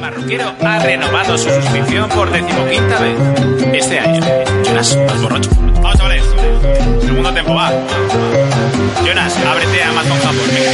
Marroquero ha renovado su suscripción por 15ª vez este año. Jonas, más borracho. Vamos, chavales. Segundo tiempo, va. Jonas, ábrete a Amazon Japón, venga.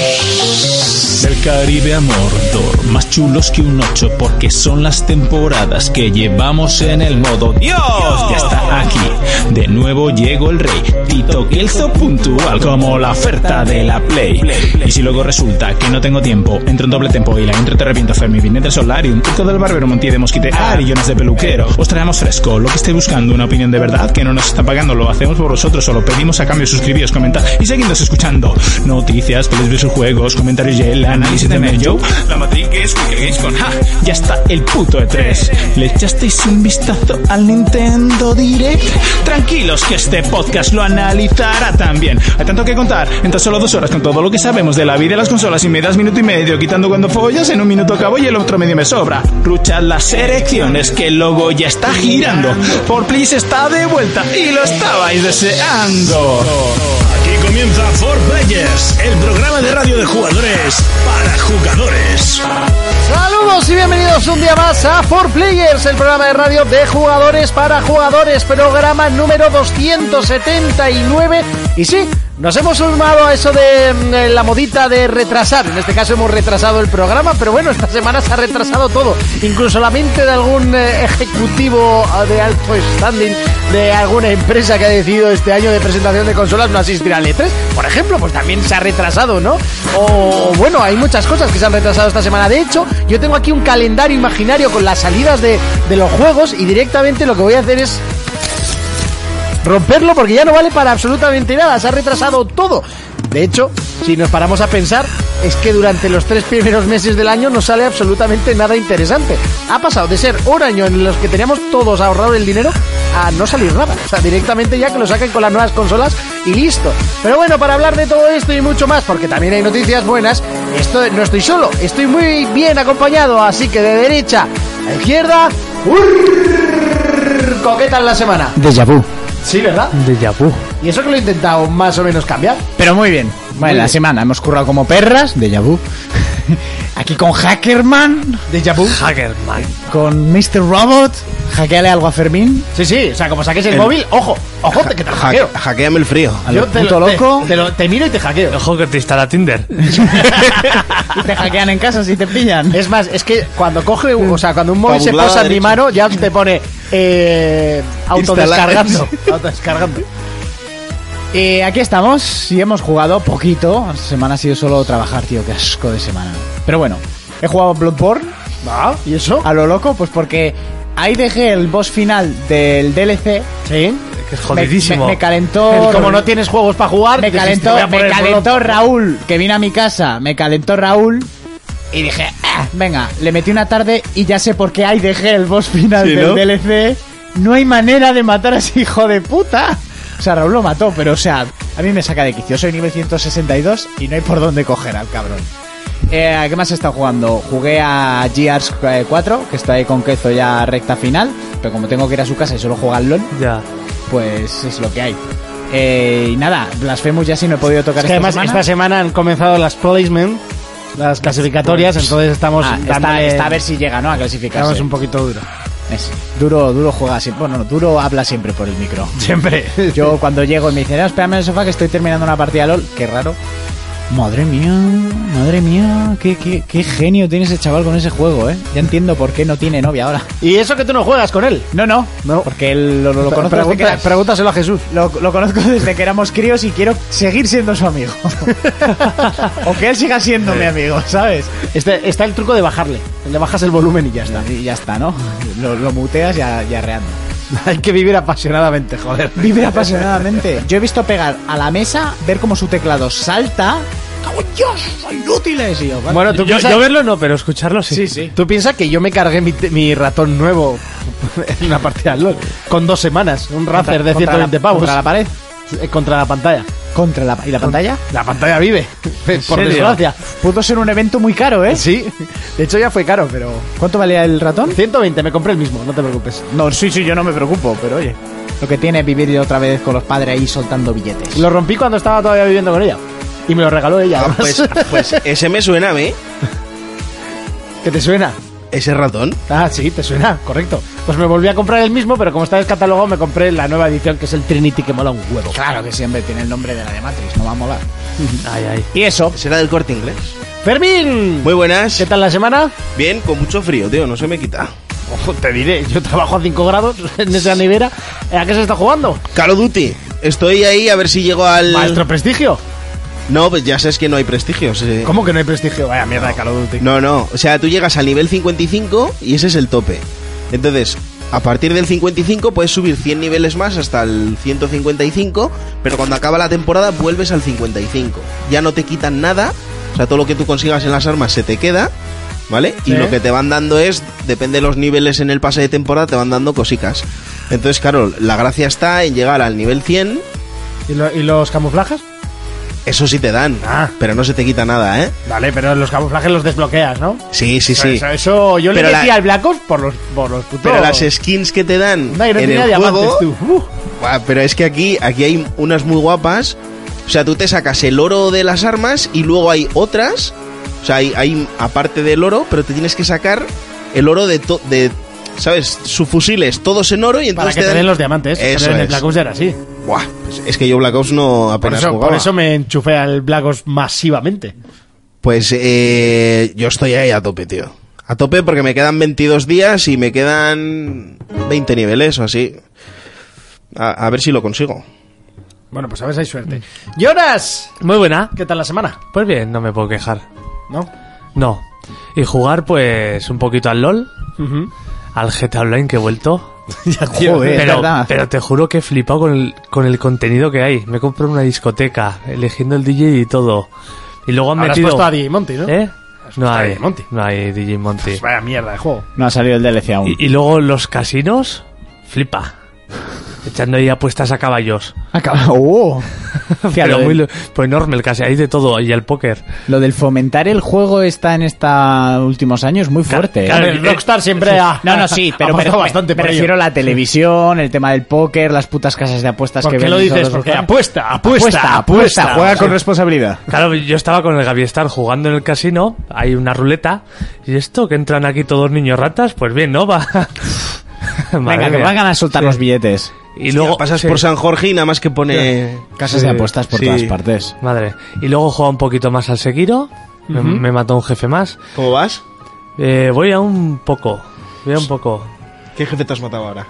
Del Caribe a Mordor, más chulos que un 8, porque son las temporadas que llevamos en el modo Dios. Ya está aquí, de nuevo llegó el rey, Tito Kelzo puntual como la oferta de la Play. Y si luego resulta que no tengo tiempo, entro en doble tempo y la intro te reviento. Fermi, Vinet del Solarium, Turco del Barbero, Monti de Mosquitear y Jonas de Peluquero. Os traemos fresco, lo que esté buscando, una opinión de verdad que no nos está pagando, lo hacemos por vosotros, solo pedimos a cambio suscribíos, comentad y seguidnos escuchando. Noticias, pelis, versus juegos, comentarios y el análisis de Mello. La matriz es Quick Games con ya está el puto E3. ¿Le echasteis un vistazo al Nintendo Direct? Tranquilos que este podcast lo analizará también. Hay tanto que contar en tan solo 2 horas con todo lo que sabemos de la vida de las consolas y me das minuto y medio, quitando cuando follas, en un minuto acabo y el otro medio me sobra. Ruchad las erecciones que el logo ya está girando. 4Players está de vuelta y lo estabais deseando. Aquí comienza 4Players, el programa de radio de jugadores para jugadores. Saludos y bienvenidos un día más a 4Players, el programa de radio de jugadores para jugadores, programa número 279. Y sí, nos hemos sumado a eso de la modita de retrasar. En este caso hemos retrasado el programa, pero bueno, esta semana se ha retrasado todo. Incluso la mente de algún ejecutivo de alto standing de alguna empresa que ha decidido este año de presentación de consolas no asistir al E3, por ejemplo, pues también se ha retrasado, ¿no? O bueno, hay muchas cosas que se han retrasado esta semana. De hecho, yo tengo aquí un calendario imaginario con las salidas de los juegos y directamente lo que voy a hacer es romperlo porque ya no vale para absolutamente nada, se ha retrasado todo. De hecho, si nos paramos a pensar, es que durante los 3 primeros meses del año no sale absolutamente nada interesante. Ha pasado de ser un año en los que teníamos todos ahorrado el dinero a no salir nada. O sea, directamente ya que lo saquen con las nuevas consolas y listo. Pero bueno, para hablar de todo esto y mucho más, porque también hay noticias buenas, no estoy solo, estoy muy bien acompañado, así que de derecha a izquierda, ¿qué tal la semana? Déjà vu. Sí, ¿verdad? Déjà vu. Y eso que lo he intentado más o menos cambiar. Pero muy bien. Bueno, la semana hemos currado como perras. Déjà vu. Aquí con Hackerman. Déjà vu. Hackerman. Con Mr. Robot. Hackeale algo a Fermín. Sí, sí. O sea, como saques el móvil, ojo, que te hackeo. Hackeame el frío. Yo puto loco. Te miro y te hackeo. Ojo que te instala Tinder. Y te hackean en casa si te pillan. Es más, es que cuando coge, o sea, cuando un móvil se posa en mi mano, ya te pone autodescargando. Autodescargando. Aquí estamos y hemos jugado poquito. Esta semana ha sido solo trabajar, tío. Qué asco de semana. Pero bueno, he jugado Bloodborne. ¿Y eso? A lo loco, pues porque ahí dejé el boss final del DLC. Sí. Que es jodidísimo. Me calentó. Como no tienes juegos para jugar, me calentó Raúl, que vino a mi casa. Me calentó Raúl. Y dije, venga, le metí una tarde y ya sé por qué ahí dejé el boss final del DLC. No hay manera de matar a ese hijo de puta. O sea, Raúl lo mató, pero o sea, a mí me saca de quicio. Soy nivel 162 y no hay por dónde coger al cabrón. ¿Qué más he estado jugando? Jugué a Gears 4, que está ahí con Kezo ya recta final, pero como tengo que ir a su casa y solo juega al LOL, ya, pues es lo que hay. Y nada, Blasphemous ya sí no he podido tocar esta semana han comenzado las placement, las clasificatorias, entonces estamos está a ver si llega, ¿no? A clasificarse. Estamos un poquito duro. Es duro juega siempre. Bueno, duro habla siempre por el micro. Siempre. Yo cuando llego y me dicen, espérame en el sofá que estoy terminando una partida LOL. Qué raro. Madre mía, qué genio tiene ese chaval con ese juego, ¿eh? Ya entiendo por qué no tiene novia ahora. ¿Y eso que tú no juegas con él? No, porque él lo conozco desde que pregúntaselo a Jesús. Lo conozco desde que éramos críos y quiero seguir siendo su amigo. O que él siga siendo mi amigo, ¿sabes? Está el truco de bajarle. Le bajas el volumen y ya está. Y ya está, ¿no? Lo muteas y arreando. Hay que vivir apasionadamente, joder. Vivir apasionadamente. Yo he visto pegar a la mesa, ver cómo su teclado salta. ¡Cago en Dios! ¡Son inútiles! Y yo, ¿vale? Bueno, yo verlo no, pero escucharlo sí. Sí. Tú piensas que yo me cargué mi ratón nuevo en una partida de LOL con 2 semanas. Un Razer de 120 pavos. ¿Contra la pared? Contra la pantalla. ¿Y la pantalla? La pantalla vive, por desgracia. Pudo ser un evento muy caro, ¿eh? Sí, de hecho ya fue caro, pero... ¿Cuánto valía el ratón? 120, me compré el mismo, no te preocupes. No, sí, yo no me preocupo, pero oye, lo que tiene es vivir otra vez con los padres ahí soltando billetes. Lo rompí cuando estaba todavía viviendo con ella y me lo regaló ella. Pues ese me suena a mí. ¿Qué te suena? ¿Ese ratón? Ah, sí, te suena, correcto. Pues me volví a comprar el mismo, pero como está descatalogado me compré la nueva edición, que es el Trinity, que mola un huevo. Claro que siempre tiene el nombre de la de Matrix, no va a molar. Ay, ay. Y eso. ¿Será del Corte Inglés? Fermín, Muy buenas. ¿qué tal la semana? Bien, con mucho frío, tío, no se me quita. Ojo, te diré, yo trabajo a 5 grados en esa nevera. ¿A qué se está jugando? Call of Duty. Estoy ahí a ver si llego al... Maestro Prestigio. No, pues ya sabes que no hay prestigios. ¿Cómo que no hay prestigio? Vaya mierda de Call of Duty. No. O sea, tú llegas al nivel 55 y ese es el tope. Entonces, a partir del 55 puedes subir 100 niveles más hasta el 155, pero cuando acaba la temporada vuelves al 55. Ya no te quitan nada, o sea, todo lo que tú consigas en las armas se te queda, ¿vale? Sí. Y lo que te van dando es, depende de los niveles en el pase de temporada, te van dando cosicas. Entonces, claro, la gracia está en llegar al nivel 100. ¿Y los camuflajes? Eso sí te dan, pero no se te quita nada, ¿eh? Vale, pero los camuflajes los desbloqueas, ¿no? Sí. Eso yo Pero le metí al Black Ops por los putos... Pero las skins que te dan Una en tenía el diamantes, juego... tú. Buah, pero es que aquí hay unas muy guapas. O sea, tú te sacas el oro de las armas y luego hay otras. O sea, hay aparte del oro, pero te tienes que sacar el oro de ¿sabes? Subfusiles, todos en oro y entonces Para que te den los diamantes. Eso pero en el es. Black Ops era así. Buah, pues es que yo Black Ops no apenas jugaba. Por eso me enchufé al Black Ops masivamente. Pues yo estoy ahí a tope, tío. A tope porque me quedan 22 días y me quedan 20 niveles o así. A ver si lo consigo. Bueno, pues a ver si hay suerte. Jonas, Muy buena. ¿qué tal la semana? Pues bien, no me puedo quejar. ¿No? No. Y jugar, pues, un poquito al LOL, al GTA Online que he vuelto. Ya, tío. Joder, es Pero, verdad. pero te juro que he flipado con el contenido que hay. Me he comprado una discoteca, eligiendo el DJ y todo. Y luego han Habrás metido... puesto a DJ Monty, ¿no? ¿Eh? No a hay, DJ Monty. no hay DJ Monty. Pues vaya mierda de juego. No ha salido el DLC aún. Y luego los casinos, flipa. Echando ahí apuestas a caballos. Acaba. Hostia, Pero lo, muy, del, pues enorme, casi hay de todo. Y el póker. lo del fomentar el juego está en estos últimos años muy fuerte. claro, Hombre, Rockstar siempre ha... No, sí, pero apostado bastante me por ello. refiero a la televisión, el tema del póker, las putas casas de apuestas ¿Por que qué ven lo todos dices? los Porque usuarios. apuesta. Juega con responsabilidad. Claro, yo estaba con el Gaviestar jugando en el casino. Hay una ruleta. ¿Y esto? ¿Que entran aquí todos niños ratas? Pues bien, ¿no? Va. Madre Venga, que mía. van a soltar los billetes. Y luego pasas sí. por San Jorge y nada más que pone... Casas Sí, de apuestas por sí. todas partes. Madre. Y luego juega un poquito más al Sekiro. Me mató un jefe más. ¿Cómo vas? Voy a un poco. ¿Qué jefe te has matado ahora?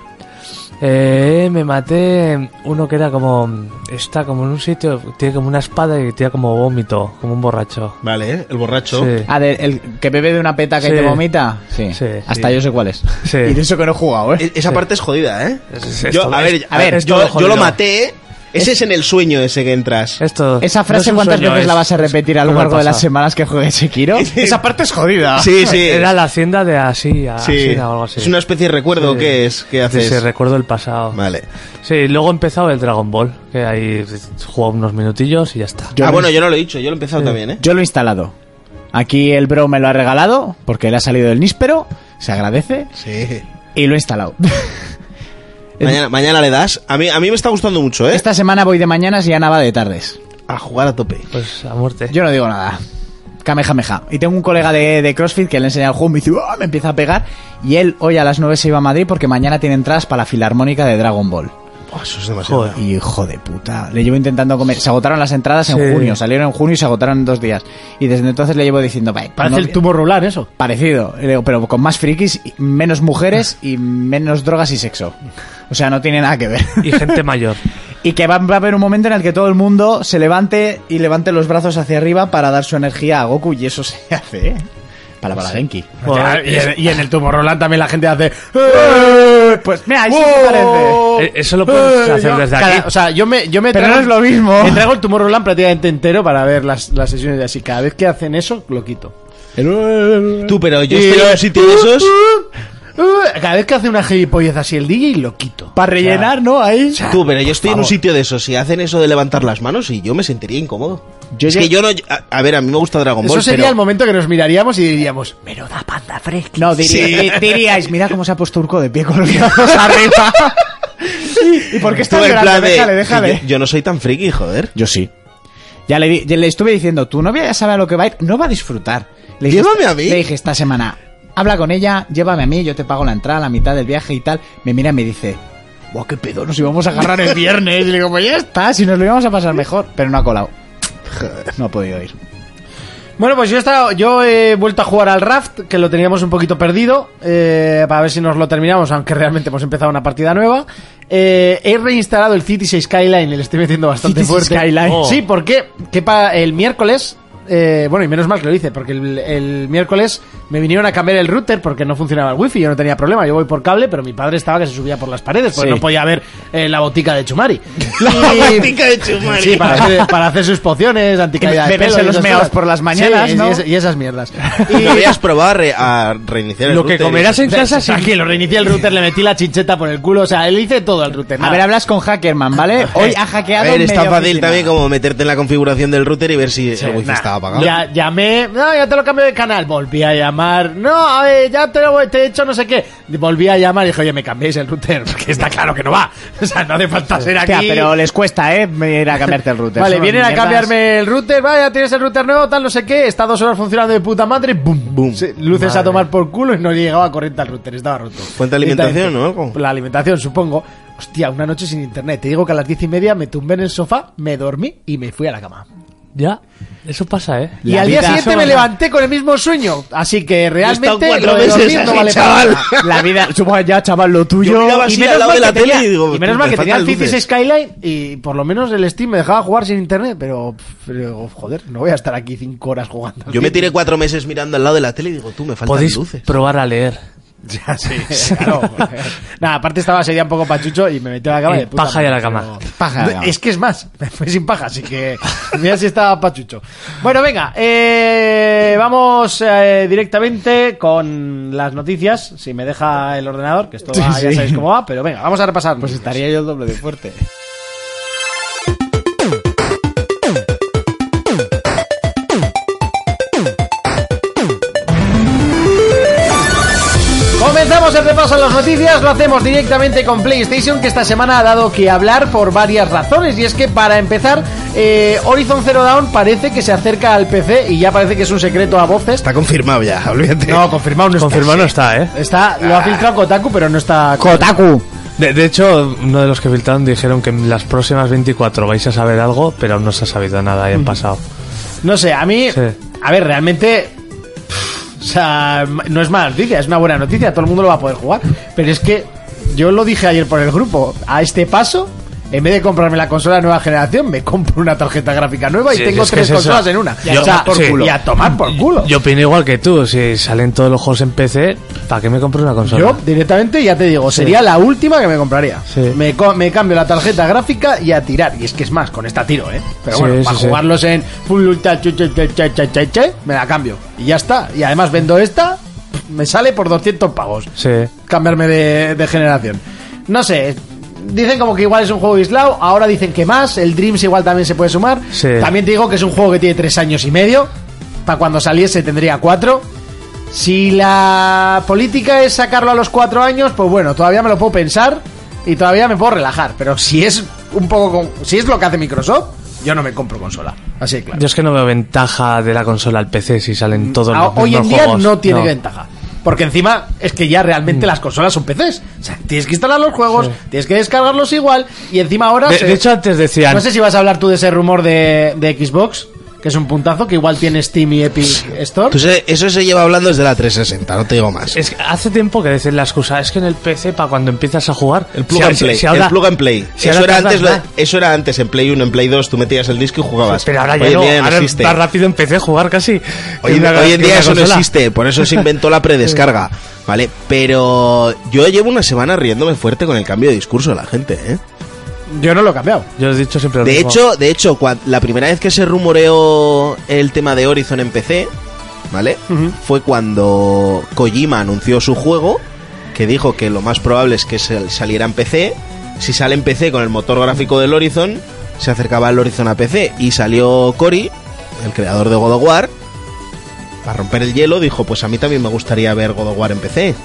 Me maté uno que era como... Está como en un sitio, tiene como una espada y tira como vómito, como un borracho. Vale, el borracho. Sí. Ah, el que bebe de una peta que Sí. te vomita. Sí. Sí. Hasta yo sé cuál es. Sí. Y de eso que no he jugado, Esa parte es jodida, ¿eh? Es Yo, todo- a ver, es todo yo lo jodido. maté. Ese es en el sueño ese que entras. Esto Esa frase, no es un ¿cuántas sueño, veces la es- vas a repetir a lo como el largo de las pasado. semanas que juegues Sekiro? Esa parte es jodida. Sí, sí. Era la hacienda de así, o algo así. Es una especie de recuerdo Sí. que es que haces. Sí, recuerdo el pasado. Vale. Sí, luego he empezado el Dragon Ball, que ahí he jugado unos minutillos y ya está. Bueno, yo no lo he dicho, yo lo he empezado también, ¿eh? Yo lo he instalado. Aquí el bro me lo ha regalado porque le ha salido del níspero. Se agradece. Sí. Y lo he instalado. Mañana le das. A mí me está gustando mucho, ¿eh? Esta semana voy de mañanas y Ana va de tardes. A jugar a tope. Pues a muerte. Yo no digo nada. Kamehameha. Y tengo un colega de CrossFit que le enseña el juego y me dice, "Oh", me empieza a pegar. Y él hoy a las 9 se iba a Madrid porque mañana tiene entradas para la Filarmónica de Dragon Ball. Eso es demasiado. Joder. Y hijo de puta. Le llevo intentando comer. Se agotaron las entradas en Sí. junio. Salieron en junio y se agotaron en 2 días. Y desde entonces le llevo diciendo, "Vaya, Parece no- el Tomorrowland eso. parecido. Le digo, pero con más frikis, menos mujeres y menos drogas y sexo. O sea, no tiene nada que ver. Y gente mayor. Y que va a haber un momento en el que todo el mundo se levante y levante los brazos hacia arriba para dar su energía a Goku. Y eso se hace, ¿eh? Para Genki. Joder, Y en el Tomorrowland también la gente hace... Pues mira, ahí sí me parece. Eso lo puedes hacer desde aquí. O sea, yo me Pero traigo- no es lo mismo. Me traigo el Tomorrowland prácticamente entero para ver las sesiones de así. Cada vez que hacen eso, lo quito. Tú, pero yo estoy en un sitio de esos. Cada vez que hace una gilipollez así el DJ, lo quito. Para rellenar, ¿no? Ahí. Tú, pero yo estoy en un sitio de esos. Si hacen eso de levantar las manos, y yo me sentiría incómodo. Es que yo no. A ver, a mí me gusta Dragon Ball. Eso sería pero- el momento que nos miraríamos y diríamos, menuda panda fresca. No, diríais, mira cómo se ha puesto Urco de pie con los brazos arriba. ¿Y por qué está Tú en llorando? plan de- Déjale. Yo no soy tan friki, joder. Yo sí. Ya le estuve diciendo, tu novia ya sabe a lo que va a ir, no va a disfrutar. Llévame a mí. Le dije esta semana, habla con ella, llévame a mí, yo te pago la entrada, la mitad del viaje y tal. Me mira y me dice, ¡buah, qué pedo! Nos íbamos a agarrar el viernes. Y le digo, pues ya está, si nos lo íbamos a pasar mejor. Pero no ha colado. No ha podido ir. Bueno, pues yo he vuelto a jugar al Raft, que lo teníamos un poquito perdido, para ver si nos lo terminamos, aunque realmente hemos empezado una partida nueva. He reinstalado el Cities Skyline y le estoy metiendo bastante Cities fuerte. Skyline. Oh. Sí, porque el miércoles... bueno, y menos mal que lo hice, porque el miércoles me vinieron a cambiar el router porque no funcionaba el wifi, yo no tenía problema, yo voy por cable, pero mi padre estaba que se subía por las paredes porque Sí. no podía ver la botica de Chumari. La botica de Chumari. Sí, para hacer sus pociones, anticaída de Beberse pelo y los esas meados cosas. por las mañanas, Sí, ¿no? y esas mierdas. Deberías probar a reiniciar el Lo que router. comerás en casa sí. Tranquilo, reinicié el router, le metí la chincheta por el culo, o sea, le hice todo al router. A ver, hablas con Hackerman, ¿vale? Hoy ha hackeado A ver, es tan media fácil oficina. también como meterte en la configuración del router y ver si el wifi estaba apagado. Ya llamé, no, ya te lo cambio de canal, volví a llamar, no, ya te he hecho no sé qué, volví a llamar y dije, oye, me cambiéis el router, porque está claro que no va, o sea, no hace falta ser aquí. Hostia, pero les cuesta, ir a cambiarte el router. Vale, Son vienen a mierdas. cambiarme el router, vaya, tienes el router nuevo, tal, no sé qué, está 2 horas funcionando de puta madre, boom, Boom. sí, luces a tomar por culo y no llegaba corriente al router, estaba roto. ¿Fuente de alimentación o algo? La alimentación, supongo. Hostia, una noche sin internet. Te digo que a las 10:30 me tumbé en el sofá, me dormí y me fui a la cama. Ya, eso pasa, Y La al día vida siguiente sola. me levanté con el mismo sueño. Así que realmente He estado 4 lo de meses dormir no así, vale chaval. para nada. La vida, supongo ya, chaval, lo tuyo. Yo miraba así al lado de la tele y digo, Y menos "Tú, mal me que tenía el faltan Cities luces". Skyline y por lo menos el Steam me dejaba jugar sin internet, pero joder, no voy a estar aquí 5 horas jugando. Yo me tiré 4 meses mirando al lado de la tele y digo, tú, me faltan Podéis luces. probar a leer. Ya, sí, claro. Nada, aparte estaba ese día un poco pachucho y me metió a la cama Y de puta paja y a la madre, cama. pero- Paja y a la cama. Es que es más, me fui sin paja, así que mira si estaba pachucho. Bueno, venga, vamos directamente con las noticias, si me deja el ordenador, que esto va, ya Sí. sabéis cómo va, pero venga, vamos a repasar. Pues estaría yo el doble de fuerte. Comenzamos el repaso a las noticias, lo hacemos directamente con PlayStation, que esta semana ha dado que hablar por varias razones. Y es que, para empezar, Horizon Zero Dawn parece que se acerca al PC y ya parece que es un secreto a voces. Está confirmado ya, olvídate. No, confirmado no está. Confirmado no está, ¿eh? Está, lo ha filtrado Kotaku, pero no está... Kotaku. De hecho, uno de los que filtraron dijeron que en las próximas 24 vais a saber algo, pero aún no se ha sabido nada en pasado. No sé, a mí... Sí. A ver, realmente... O sea, no es mala noticia, es una buena noticia, todo el mundo lo va a poder jugar. Pero es que yo lo dije ayer por el grupo, a este paso, en vez de comprarme la consola de nueva generación, me compro una tarjeta gráfica nueva y Sí, tengo es que 3 es eso. consolas en una. Yo- O sea, sí. y a tomar por culo. Yo opino igual que tú, si salen todos los juegos en PC, ¿para qué me compro una consola? Yo directamente, ya te digo, sería la última que me compraría. Sí. Me cambio la tarjeta gráfica y a tirar. Y es que es más, con esta tiro, ¿eh? Pero Sí, bueno, sí, para sí. jugarlos en full ultra, me la cambio. Y ya está. Y además vendo esta, me sale por 200 pavos. Sí. Cambiarme de generación. No sé. Dicen como que igual es un juego aislado. Ahora dicen que más. El Dreams igual también se puede sumar. Sí. También te digo que es un juego que tiene 3 años y medio. Para cuando saliese tendría 4. Si la política es sacarlo a los 4 años, pues bueno, todavía me lo puedo pensar y todavía me puedo relajar. Pero si es un poco si es lo que hace Microsoft, yo no me compro consola. Así de claro. Yo es que no veo ventaja de la consola al PC si salen todos los Hoy en mismos día juegos. no tiene ventaja. Porque encima es que ya realmente las consolas son PCs. O sea, tienes que instalar los juegos, tienes que descargarlos igual. Y encima ahora... De hecho, antes decían... No sé si vas a hablar tú de ese rumor de Xbox, que es un puntazo, que igual tiene Steam y Epic Store. Tú eso se lleva hablando desde la 360, no te digo más. Es que hace tiempo que decían la excusa, es que en el PC para cuando empiezas a jugar... El plug and play. ahora- el plug and play. si eso, ahora era tardas antes, más. eso era antes en Play 1, en Play 2, tú metías el disco y jugabas. Pero ahora Hoy ya en no, día ahora existe. más rápido empecé a jugar casi. Hoy en día eso no existe, por eso se inventó la predescarga, ¿vale? Pero yo llevo una semana riéndome fuerte con el cambio de discurso de la gente, ¿eh? Yo no lo he cambiado. Yo he dicho siempre lo mismo. De hecho, la primera vez que se rumoreó el tema de Horizon en PC, ¿vale? Fue cuando Kojima anunció su juego, que dijo que lo más probable es que saliera en PC. Si sale en PC con el motor gráfico del Horizon, se acercaba el Horizon a PC. Y salió Cory, el creador de God of War, para romper el hielo, dijo, pues a mí también me gustaría ver God of War en PC.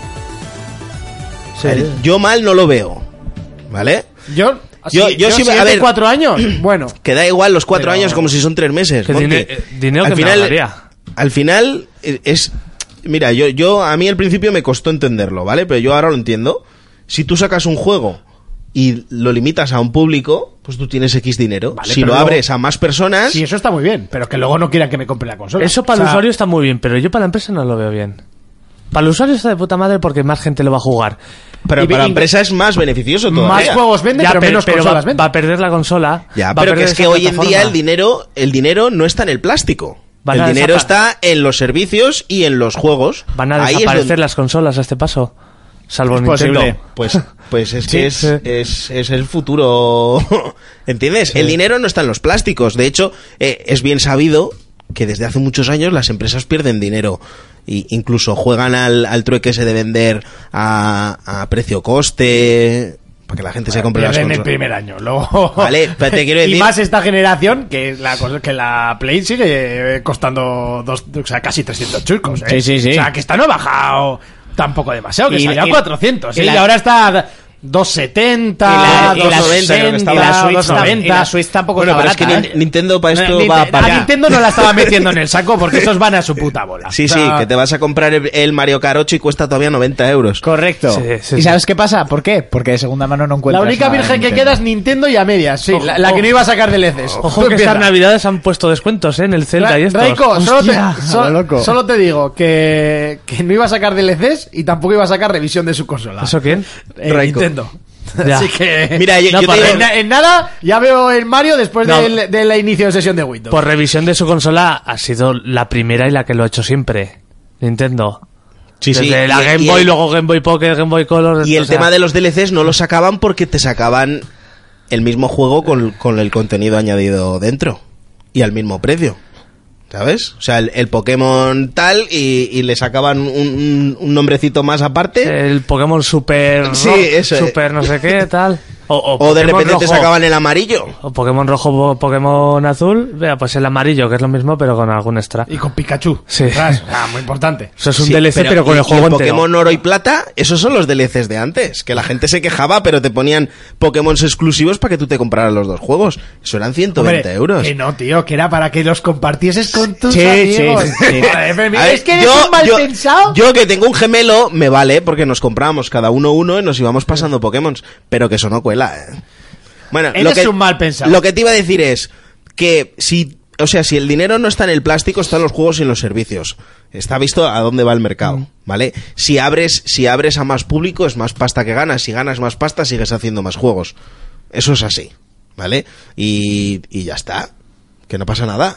Yo mal no lo veo, ¿vale? Yo sí, si a es de ver. 4 años, bueno. Que da igual los 4 Pero- años como si son 3 meses. Que Monty. dinero al que me final, ahorraría. al final es Mira, yo a mí al principio me costó entenderlo, ¿vale? Pero yo ahora lo entiendo. Si tú sacas un juego y lo limitas a un público, pues tú tienes X dinero. Vale, si pero lo luego- abres a más personas... Sí, eso está muy bien, pero que luego no quieran que me compre la consola. Eso para O el sea, usuario está muy bien, pero yo para la empresa no lo veo bien. Para el usuario está de puta madre porque más gente lo va a jugar. Pero Y- para la y- empresa es más beneficioso más todavía. juegos vende, pero menos consolas vende. va a perder la consola. Ya, va a pero que perder es que esa hoy en día plataforma. el dinero no está en el plástico. Van El a dinero desapa- está en los servicios y en los juegos. Van a Ahí es desaparecer donde- las consolas a este paso. Salvo Es Nintendo. posible. Pues es que Sí. es el futuro. ¿Entiendes? El dinero no está en los plásticos. De hecho, es bien sabido que desde hace muchos años las empresas pierden dinero. Y incluso juegan al trueque ese de vender a precio coste. Para que la gente se compre las pierden el consolas. primer año, luego... Vale, pero te quiero Y decir- más esta generación, que la Play sigue costando casi 300 churcos, ¿eh? Sí, sí, sí. O sea, que esta no ha bajado tampoco demasiado, que Y salía a la- 400, y ¿eh? la- Y ahora está 270, Y la 290, y la Switch 290. y la Switch tampoco Bueno, está pero es que barata, ¿eh? Nintendo para esto Ninte- va a a parar. Nintendo no la estaba metiendo en el saco porque esos van a su puta bola. Sí, O sea, sí, que te vas a comprar el Mario Kart 8 y cuesta todavía 90 euros. Correcto. Sí, sí, ¿Y sí. sabes qué pasa? ¿Por qué? Porque de segunda mano no La encuentras única nada de virgen que Nintendo. queda es Nintendo y a medias, sí, Ojo, la que no iba a sacar DLCs. Ojo que Empieza. estas navidades han puesto descuentos, en el Zelda y estos. Raiko, Hostia, a lo loco. solo te digo que no iba a sacar DLCs y tampoco iba a sacar revisión de su consola. ¿Eso quién? Raiko. Nintendo. Ya. Así que... Mira, yo No, te para- digo- en nada ya veo el Mario después No. del inicio de sesión de Windows. Por revisión de su consola ha sido la primera y la que lo ha hecho siempre. Nintendo. Sí, sí. Desde la Game Boy, luego Game Boy Pocket, Game Boy Color... Y el o sea, tema de los DLCs no lo sacaban porque te sacaban el mismo juego con el contenido añadido dentro. Y al mismo precio. ¿Sabes? O sea, el Pokémon tal y le sacaban un nombrecito más aparte. El Pokémon Super... Sí, eso es. Super no sé qué, tal. O de Pokémon repente te rojo. sacaban el amarillo. O Pokémon rojo, Pokémon azul. Vea, pues el amarillo, que es lo mismo, pero con algún extra. Y con Pikachu. Sí. Detrás. Muy importante. Eso es un Sí, DLC, pero con el juego y entero. Pokémon Oro y Plata, esos son los DLCs de antes. Que la gente se quejaba, pero te ponían Pokémon exclusivos para que tú te compraras los dos juegos. Eso eran 120 Hombre, euros. Que no, tío, que era para que los compartieses con tus Sí, amigos. sí, sí. Joder, pero A ver, es que eres un mal pensado. Yo que tengo un gemelo, me vale, porque nos comprábamos cada uno y nos íbamos pasando Pokémon. Pero que eso no cuela, Bueno, Eres un mal pensado. Lo que te iba a decir es que si el dinero no está en el plástico, está en los juegos y en los servicios. Está visto a dónde va el mercado, ¿vale? Si abres a más público, es más pasta que ganas. Si ganas más pasta, sigues haciendo más juegos. Eso es así, ¿vale? Y ya está. Que no pasa nada.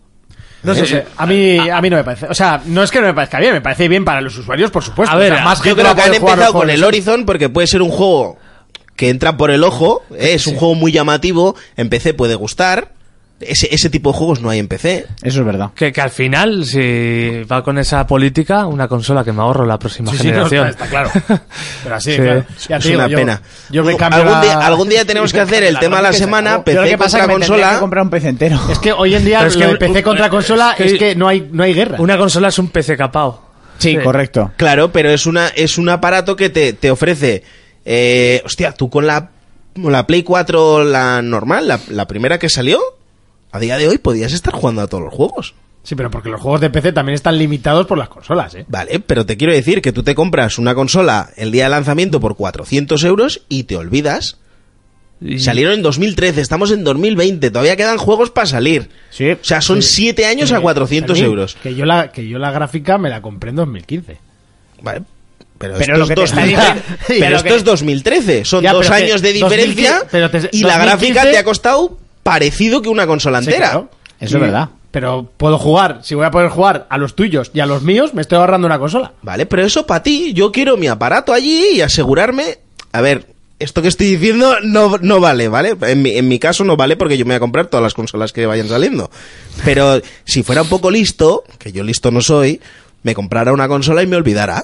No sé, a mí no me parece. O sea, no es que no me parezca bien, me parece bien para los usuarios, por supuesto. A ver, O sea, más Yo gente creo va a que han poder jugar empezado los con el juegos. Horizon porque puede ser un juego que entra por el ojo, es un juego muy llamativo, en PC puede gustar, ese tipo de juegos no hay en PC. Eso es verdad. Que al final, si va con esa política, una consola que me ahorro la próxima Sí, sí, no, generación. está claro. Pero así, Sí. claro. Ya Es te digo, una pena. Yo me cambio Algún día tenemos que hacer el tema de la semana, Yo lo PC que pasa es contra que me tendría que consola. comprar un PC entero. Es que hoy en día Pero es lo que de PC contra consola que- es que no hay guerra. Una consola es un PC capao. Sí, correcto. Claro, pero es un aparato que te ofrece. Hostia, tú con la Play 4, la normal, la primera que salió, a día de hoy podías estar jugando a todos los juegos. Sí, pero porque los juegos de PC también están limitados por las consolas, ¿eh? Vale, pero te quiero decir que tú te compras una consola el día de lanzamiento por 400 euros y te olvidas. Y- Salieron en 2013, estamos en 2020, todavía quedan juegos para salir. Sí. O sea, son 7 años a 400 Fermín, euros. Que yo la gráfica me la compré en 2015. Vale. Pero Pero esto lo es que te está 2000 diciendo- pero pero esto que- es 2013, son Ya, 2 pero que años de 2015, diferencia pero y la 2015 gráfica te ha costado parecido que una consola Sí, entera. claro. Eso es verdad. Pero puedo jugar, si voy a poder jugar a los tuyos y a los míos, me estoy ahorrando una consola. Vale, pero eso para ti, yo quiero mi aparato allí y asegurarme... A ver, esto que estoy diciendo no vale, ¿vale? En mi caso no vale porque yo me voy a comprar todas las consolas que vayan saliendo. Pero si fuera un poco listo, que yo listo no soy, me comprara una consola y me olvidara.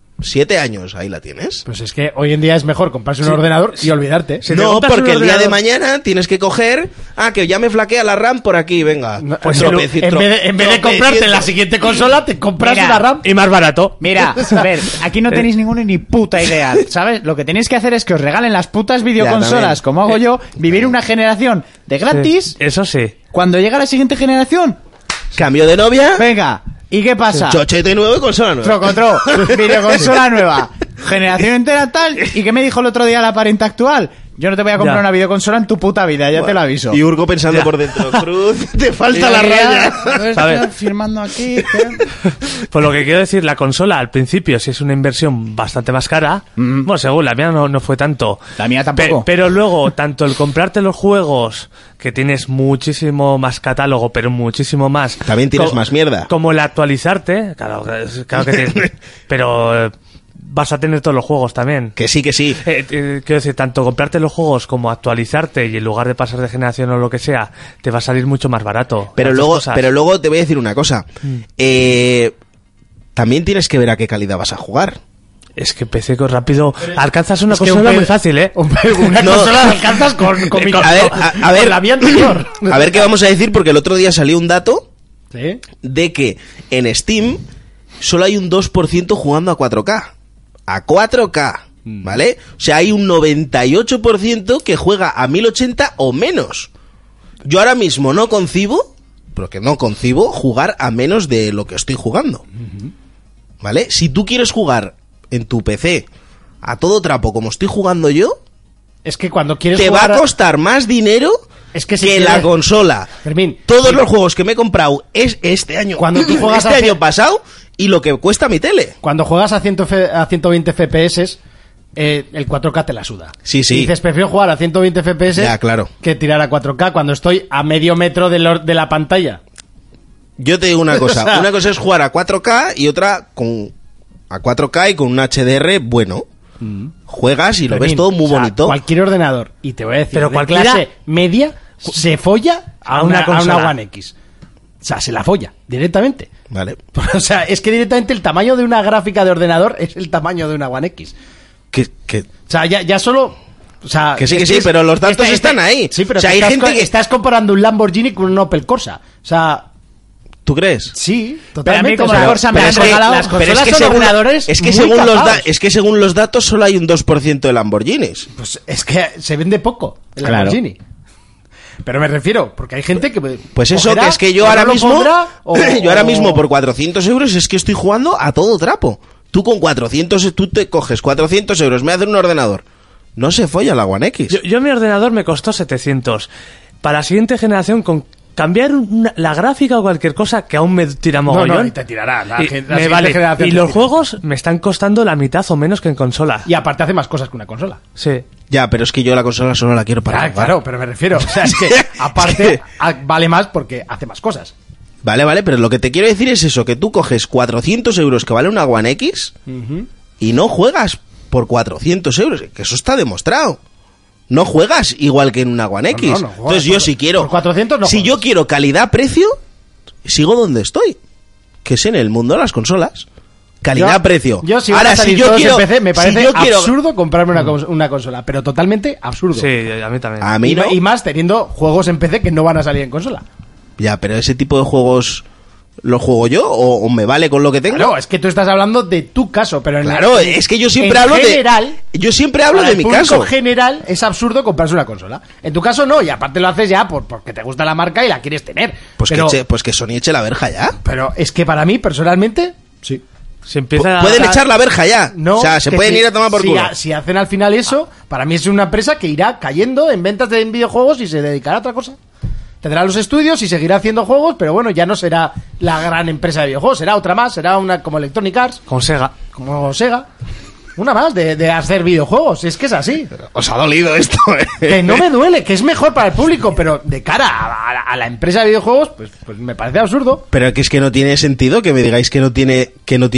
7 años, ahí la tienes. Pues es que hoy en día es mejor comprarse un ordenador y olvidarte. Si te No, compras porque un el día de ordenador- mañana tienes que coger... que ya me flaquea la RAM por aquí, venga. No, Pues en tropeci- vez de comprarte la siguiente consola, te compras Mira, una RAM. Y más barato. Mira, a ver, aquí no tenéis ninguna ni puta idea, ¿sabes? Lo que tenéis que hacer es que os regalen las putas videoconsolas, también. como hago yo, vivir una generación de gratis. Eso sí. Cuando llega la siguiente generación, Cambio de novia. venga, ¿Y qué pasa? Chochete nuevo y consola nueva. Trocotro, videoconsola nueva, generación entera tal. ¿Y qué me dijo el otro día la pariente actual? Yo no te voy a comprar una videoconsola en tu puta vida, ya te lo aviso. Y Urco pensando por dentro, Cruz, te falta la raya. Estoy firmando aquí. Pues lo que quiero decir, la consola al principio sí es una inversión bastante más cara. Bueno, según la mía no fue tanto. La mía tampoco. Pero luego, tanto el comprarte los juegos, que tienes muchísimo más catálogo, pero muchísimo más. También tienes más mierda. Como el actualizarte, claro que tienes. Pero vas a tener todos los juegos también. Que sí, que sí. Quiero decir, tanto comprarte los juegos como actualizarte, y en lugar de pasar de generación o lo que sea, te va a salir mucho más barato. Pero luego te voy a decir una cosa. También tienes que ver a qué calidad vas a jugar. Es que PC con rápido alcanzas una consola muy fácil, ¿eh? Una consola la alcanzas con mi a ver, la mía anterior. A ver qué vamos a decir, porque el otro día salió un dato ¿Sí? de que en Steam solo hay un 2% jugando a 4K. A 4K, ¿vale? O sea, hay un 98% que juega a 1080 o menos. Yo ahora mismo no concibo, porque no concibo, jugar a menos de lo que estoy jugando. ¿Vale? Si tú quieres jugar en tu PC a todo trapo como estoy jugando yo, es que cuando quieres te jugar va a costar más dinero que la consola. Fermín, todos los juegos que me he comprado este año, cuando tú juegas año pasado, y lo que cuesta mi tele. Cuando juegas a 120 FPS, el 4K te la suda. Sí, sí. Y dices, prefiero jugar a 120 FPS ya, claro, que tirar a 4K cuando estoy a medio metro de la pantalla. Yo te digo una cosa. O sea, una cosa es jugar a 4K y otra a 4K y con un HDR bueno. Juegas y lo ves todo muy bonito. Cualquier ordenador, y te voy a decir, pero cualquier clase media se folla a una One X. O sea, se la folla directamente. Vale. O sea, es que directamente el tamaño de una gráfica de ordenador es el tamaño de una One X. O sea, ya solo... O sea, que sí, pero los datos están ahí. Sí, pero o sea, hay gente que... estás comparando un Lamborghini con un Opel Corsa. O sea... ¿Tú crees? Sí, totalmente. Pero a mí como la Corsa me han regalado... Las consolas son ordenadores es que según los datos solo hay un 2% de Lamborghinis. Pues es que se vende poco el Lamborghini. Pero me refiero, porque hay gente que... Pues eso, que es que yo ahora mismo... Yo ahora mismo por 400 euros es que estoy jugando a todo trapo. Tú con 400... Tú te coges 400 euros, me haces un ordenador. No se folla la One X. Yo mi ordenador me costó 700. Para la siguiente generación, con cambiar la gráfica o cualquier cosa, que aún me tira mogollón. No, y te tirará. Me vale. Y los juegos me están costando la mitad o menos que en consola. Y aparte hace más cosas que una consola. Sí. Ya, pero es que yo la consola solo la quiero para jugar. Claro, pero me refiero. O sea, es que aparte vale más porque hace más cosas. Vale, pero lo que te quiero decir es eso, que tú coges 400 euros que vale una One X y no juegas por 400 euros, que eso está demostrado. No juegas igual que en una One X. No entonces yo si quiero... Por 400 no si juegas. yo quiero calidad-precio, sigo donde estoy, que es en el mundo de las consolas. Calidad-precio. Yo si ahora, si yo quiero... en PC, me parece quiero... absurdo comprarme una consola, pero totalmente absurdo. Sí, a mí también. A mí no. Y más teniendo juegos en PC que no van a salir en consola. Ya, pero ese tipo de juegos... ¿Lo juego yo o me vale con lo que tengo? No, es que tú estás hablando de tu caso, pero es que yo siempre hablo yo siempre hablo de mi caso. En general es absurdo comprarse una consola. En tu caso no, y aparte lo haces ya porque te gusta la marca y la quieres tener. Pues que Sony eche la verja ya. Pero es que para mí, personalmente, sí. Pueden echar la verja ya. No, o sea, se pueden ir a tomar por culo. Si hacen al final eso, para mí es una empresa que irá cayendo en ventas de videojuegos y se dedicará a otra cosa. Tendrá los estudios y seguirá haciendo juegos, pero bueno, ya no será la gran empresa de videojuegos, será otra más, será una como Electronic Arts. Como Sega. Una más de hacer videojuegos, es que es así. Os ha dolido esto, Que no me duele, que es mejor para el público, pero de cara a la empresa de videojuegos, pues me parece absurdo. Pero que es que no tiene sentido que me digáis que no tiene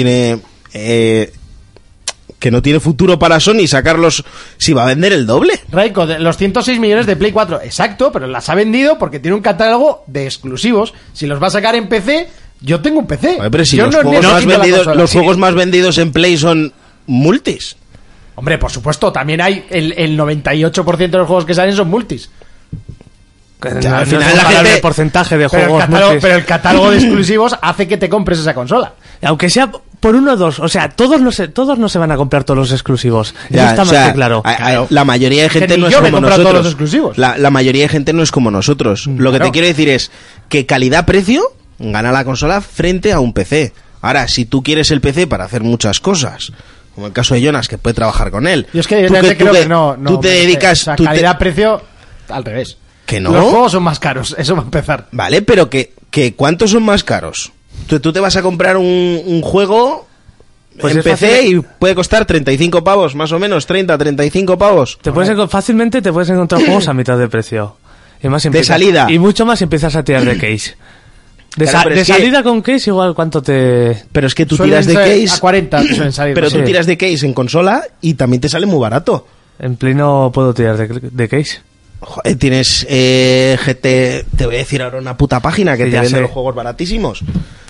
futuro para Sony sacarlos si va a vender el doble. Raiko, los 106 millones de Play 4, exacto, pero las ha vendido porque tiene un catálogo de exclusivos. Si los va a sacar en PC, yo tengo un PC. Oye, pero si yo los juegos más vendidos en Play son multis. Hombre, por supuesto, también hay el 98% de los juegos que salen son multis. Ya, al final la gente... el porcentaje de juegos pero el catálogo de exclusivos hace que te compres esa consola. Aunque sea por uno o dos, o sea, todos no se van a comprar todos los exclusivos. Ya, eso está más que claro. La mayoría de gente no es como nosotros. Todos los exclusivos. La mayoría de gente no es como nosotros. Lo que te quiero decir es que calidad-precio, gana la consola frente a un PC. Ahora, si tú quieres el PC para hacer muchas cosas, como el caso de Jonas, que puede trabajar con él. Yo es que creo que no. Tú te dedicas... O sea, calidad-precio, al revés. ¿Que no? Los juegos son más caros, eso va a empezar. Vale, pero que ¿cuántos son más caros? Tú te vas a comprar un juego pues en PC y puede costar 35 pavos, más o menos, 30, 35 pavos. Fácilmente te puedes encontrar juegos a mitad de precio. Y más de salida. Y mucho más si empiezas a tirar de case. De salida con case igual cuánto te... Pero es que tú tiras de case... A 40 suelen salir. Pero tú tiras de case en consola y también te sale muy barato. En Play no puedo tirar de case. Joder, tienes GT... Te voy a decir ahora una puta página que te vende los juegos baratísimos.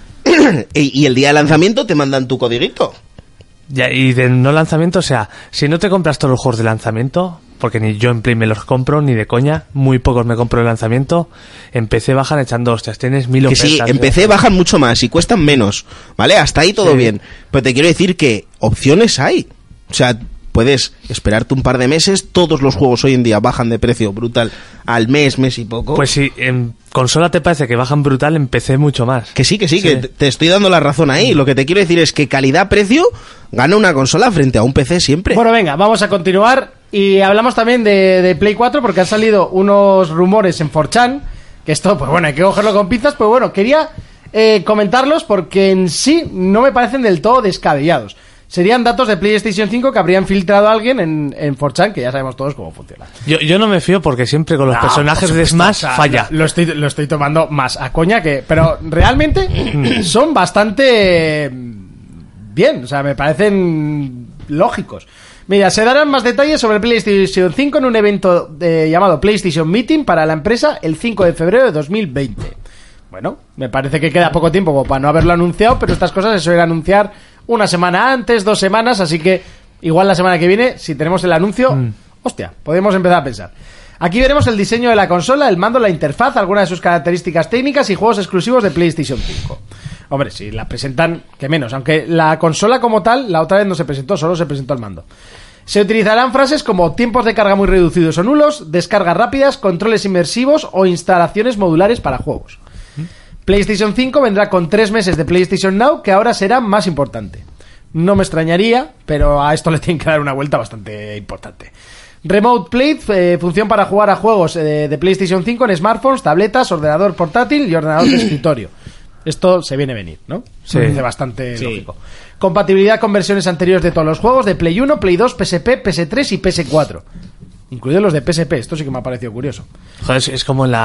Y el día de lanzamiento te mandan tu codiguito. Ya, y de no lanzamiento, o sea, si no te compras todos los juegos de lanzamiento, porque ni yo en Play me los compro, ni de coña, muy pocos me compro de lanzamiento, en PC bajan echando hostias, tienes 1000 ofertas. Que sí, en PC bajan mucho más y cuestan menos, ¿vale? Hasta ahí todo bien. Pero te quiero decir que opciones hay. O sea, puedes esperarte un par de meses, todos los juegos hoy en día bajan de precio brutal al mes y poco. Pues si en consola te parece que bajan brutal, en PC mucho más. Que sí, que te estoy dando la razón ahí. Lo que te quiero decir es que calidad-precio gana una consola frente a un PC siempre. Bueno, venga, vamos a continuar y hablamos también de Play 4 porque han salido unos rumores en 4chan, que esto, pues bueno, hay que cogerlo con pinzas, pero bueno, quería comentarlos porque en sí no me parecen del todo descabellados. Serían datos de PlayStation 5 que habrían filtrado a alguien en 4chan, que ya sabemos todos cómo funciona. Yo no me fío porque siempre con los personajes de Smash falla. Lo estoy tomando más a coña que... Pero realmente son bastante bien, o sea, me parecen lógicos. Mira, se darán más detalles sobre PlayStation 5 en un evento llamado PlayStation Meeting para la empresa el 5 de febrero de 2020. Bueno, me parece que queda poco tiempo como para no haberlo anunciado, pero estas cosas se suelen anunciar una semana antes, 2 semanas, así que igual la semana que viene, si tenemos el anuncio, hostia, podemos empezar a pensar. Aquí veremos el diseño de la consola, el mando, la interfaz, algunas de sus características técnicas y juegos exclusivos de PlayStation 5. Hombre, si la presentan, que menos, aunque la consola como tal, la otra vez no se presentó, solo se presentó el mando. Se utilizarán frases como tiempos de carga muy reducidos o nulos, descargas rápidas, controles inmersivos o instalaciones modulares para juegos. PlayStation 5 vendrá con 3 meses de PlayStation Now, que ahora será más importante. No me extrañaría, pero a esto le tienen que dar una vuelta bastante importante. Remote Play, función para jugar a juegos de PlayStation 5 en smartphones, tabletas, ordenador portátil y ordenador de escritorio. Esto se viene a venir, ¿no? Se dice bastante lógico. Compatibilidad con versiones anteriores de todos los juegos, de Play 1, Play 2, PSP, PS3 y PS4. Incluidos los de PSP, esto sí que me ha parecido curioso. Joder, es como en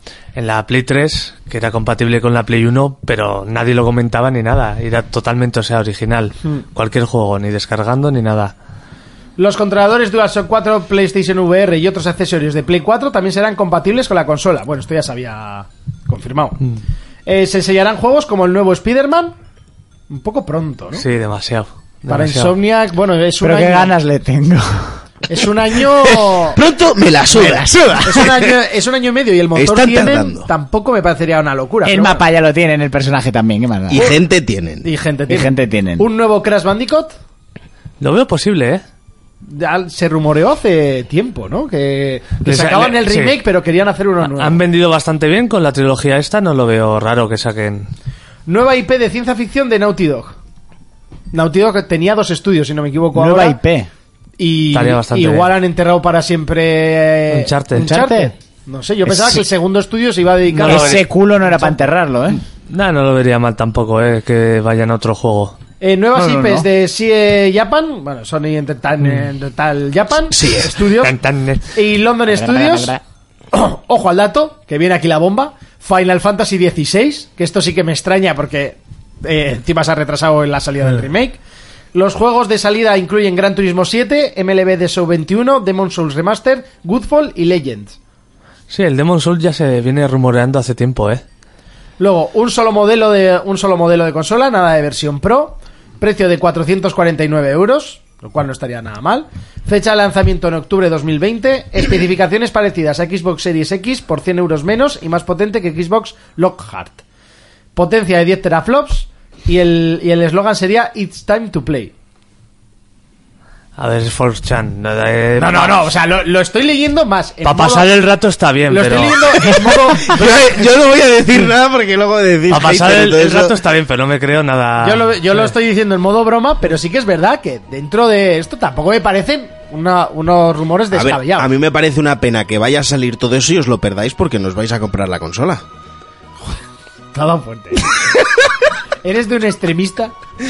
la Play 3, que era compatible con la Play 1, pero nadie lo comentaba ni nada. Era totalmente, original. Cualquier juego, ni descargando ni nada. Los controladores DualShock 4, PlayStation VR y otros accesorios de Play 4 también serán compatibles con la consola. Bueno, esto ya se había confirmado. Se enseñarán juegos como el nuevo Spider-Man. Un poco pronto, ¿no? Sí, demasiado. Para Insomniac, bueno, es un Pero año... qué ganas le tengo. Es un año... Pronto me la suda. Es un año y medio y el motor Están tienen, tardando. Tampoco me parecería una locura. El mapa ya lo tienen, el personaje también, ¿qué más da? Y gente tienen. Y gente tienen. Un nuevo Crash Bandicoot. Lo veo posible, ¿eh? Ya se rumoreó hace tiempo, ¿no? Que sacaban el remake, pero querían hacer uno nuevo. Han vendido bastante bien con la trilogía esta, no lo veo raro que saquen. Nueva IP de ciencia ficción de Naughty Dog. Naughty Dog tenía 2 estudios, si no me equivoco. Nueva ahora. IP. Y bastante igual bien. Han enterrado para siempre Uncharted. No sé, yo pensaba que el segundo estudio se iba a dedicar a... Ese culo no era para enterrarlo, ¿eh? No lo vería mal tampoco, que vayan a otro juego. Nuevas IPs de CIE Japan, bueno, Sony Entertainment Japan Studios y London Studios. Ojo al dato, que viene aquí la bomba. Final Fantasy XVI, que esto sí que me extraña porque encima se ha retrasado en la salida del remake. Los juegos de salida incluyen Gran Turismo 7, MLB The Show 21, Demon's Souls Remastered, Goodfall y Legends. Sí, el Demon's Souls ya se viene rumoreando hace tiempo, ¿eh? Luego, un solo modelo de consola, nada de versión Pro. Precio de 449 euros, lo cual no estaría nada mal. Fecha de lanzamiento en octubre de 2020. Especificaciones parecidas a Xbox Series X por 100 euros menos y más potente que Xbox Lockhart. Potencia de 10 teraflops y el eslogan sería It's time to play. A ver, es 4chan. No, o sea, lo estoy leyendo más. Para pasar el rato está bien, lo pero... estoy leyendo en modo... Yo no voy a decir nada porque luego decís... Para pasar "Hey, pero el todo rato eso". está bien, pero no me creo nada... Yo lo estoy diciendo en modo broma, pero sí que es verdad que dentro de esto tampoco me parecen unos rumores A ver, descabellados. a mí me parece una pena que vaya a salir todo eso y os lo perdáis porque no os vais a comprar la consola. Todo fuerte. ¿Eres de un extremista?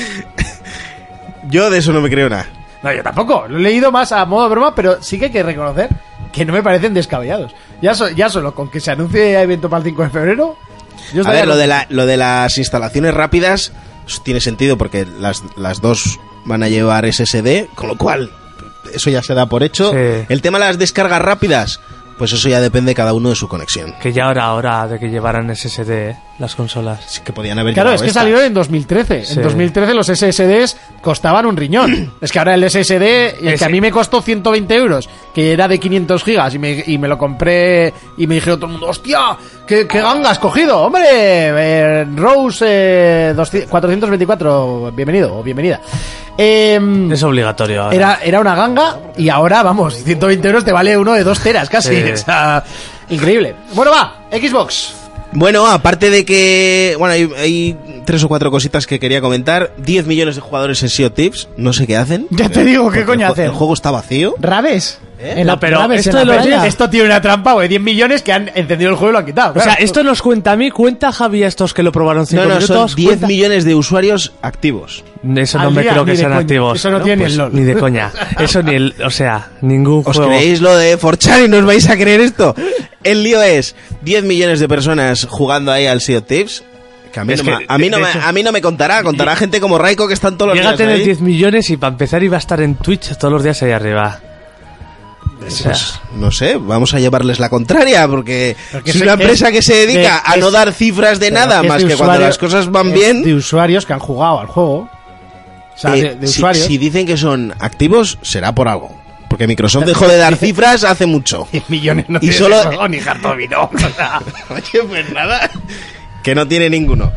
Yo de eso no me creo nada. No, yo tampoco. Lo he leído más a modo broma, pero sí que hay que reconocer que no me parecen descabellados. Ya solo con que se anuncie evento para el 5 de febrero... Yo A estaría ver, contento. lo de las instalaciones rápidas tiene sentido porque las dos van a llevar SSD, con lo cual eso ya se da por hecho. Sí. El tema de las descargas rápidas, pues eso ya depende cada uno de su conexión. Que ya era hora de que llevaran SSD, las consolas. Sí, que podían haber Claro, llevado es que esta. salió en 2013. Sí. En 2013 los SSDs costaban un riñón. Es que ahora el SSD, el que a mí me costó 120 euros, que era de 500 gigas, y me lo compré y me dijeron todo el mundo, ¡hostia! ¿Qué ganga has cogido? ¡Hombre! Rose 424, bienvenido o bienvenida. Es obligatorio ahora. Era una ganga y ahora, vamos, 120 euros te vale uno de 2 teras casi. Sí. O sea, increíble. Bueno, va, Xbox. Bueno, aparte de que... Bueno, hay 3 o 4 cositas que quería comentar. 10 millones de jugadores en Sea of Thieves. No sé qué hacen. Ya te digo, ¿qué Porque coño el hacen? juego está vacío. ¿Rabes? En No, pero Rabes, esto en la de los playa. Esto tiene una trampa, güey. 10 millones que han encendido el juego y lo han quitado. O sea, claro. esto nos cuenta a mí, cuenta Javi a estos que lo probaron 5 No, minutos. son 10 cuenta- millones de usuarios activos. Eso no Al me día, creo ni que de sean coña. activos. Eso no tiene ni el LOL. Ni de coña. Eso ni el... O sea, ningún ¿Os juego... creéis lo de 4chan y no os vais a creer esto? El lío es 10 millones de personas jugando ahí al Sea of Thieves. Que a mí, Es no, que, a mí no de me, hecho- a mí no me contará. Contará gente como Raiko que están todos los Llega a días tener ahí. 10 millones y para empezar iba a estar en Twitch todos los días ahí arriba. O sea, Pues, no sé, vamos a llevarles la contraria, porque Porque es sé una que empresa es que se dedica de- a no es- dar cifras de Pero nada, es más de que cuando usuarios- las cosas van es bien. De usuarios que han jugado al juego. O sea, de Si- usuarios. si dicen que son activos, será por algo. Porque Microsoft dejó de dar cifras hace mucho. 10 millones no Y tiene solo- juego ni harto vino. O sea, Oye, pues nada. Que no tiene ninguno.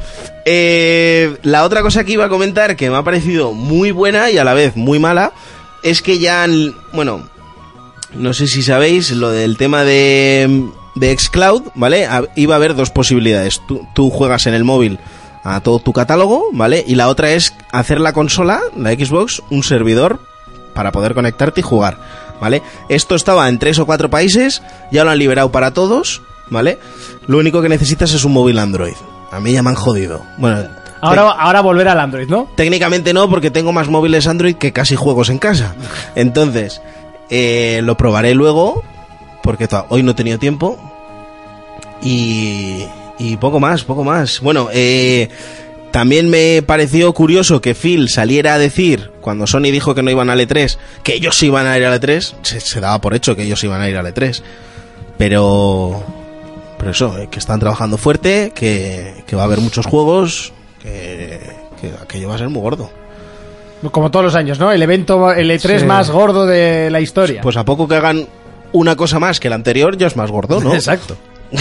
La otra cosa que iba a comentar, que me ha parecido muy buena y a la vez muy mala, es que ya han... Bueno, no sé si sabéis lo del tema de xCloud, ¿vale? Iba a haber dos posibilidades. Tú juegas en el móvil a todo tu catálogo, ¿vale? Y la otra es hacer la consola, la Xbox, un servidor para poder conectarte y jugar, ¿vale? Esto estaba en 3 o 4 países, ya lo han liberado para todos, ¿vale? Lo único que necesitas es un móvil Android. A mí ya me han jodido. Bueno, ahora volver al Android, ¿no? técnicamente no, porque tengo más móviles Android que casi juegos en casa. Entonces, lo probaré luego, porque hoy no he tenido tiempo. Y poco más. Bueno, también me pareció curioso que Phil saliera a decir, cuando Sony dijo que no iban al E3, que ellos iban a ir al E3. Se daba por hecho que ellos iban a ir al E3. Pero eso, que están trabajando fuerte, que va a haber muchos juegos, que aquello va a ser muy gordo. Como todos los años, ¿no? El evento, el E3 Sí. más gordo de la historia. Pues a poco que hagan una cosa más que el anterior, ya es más gordo, ¿no? Exacto.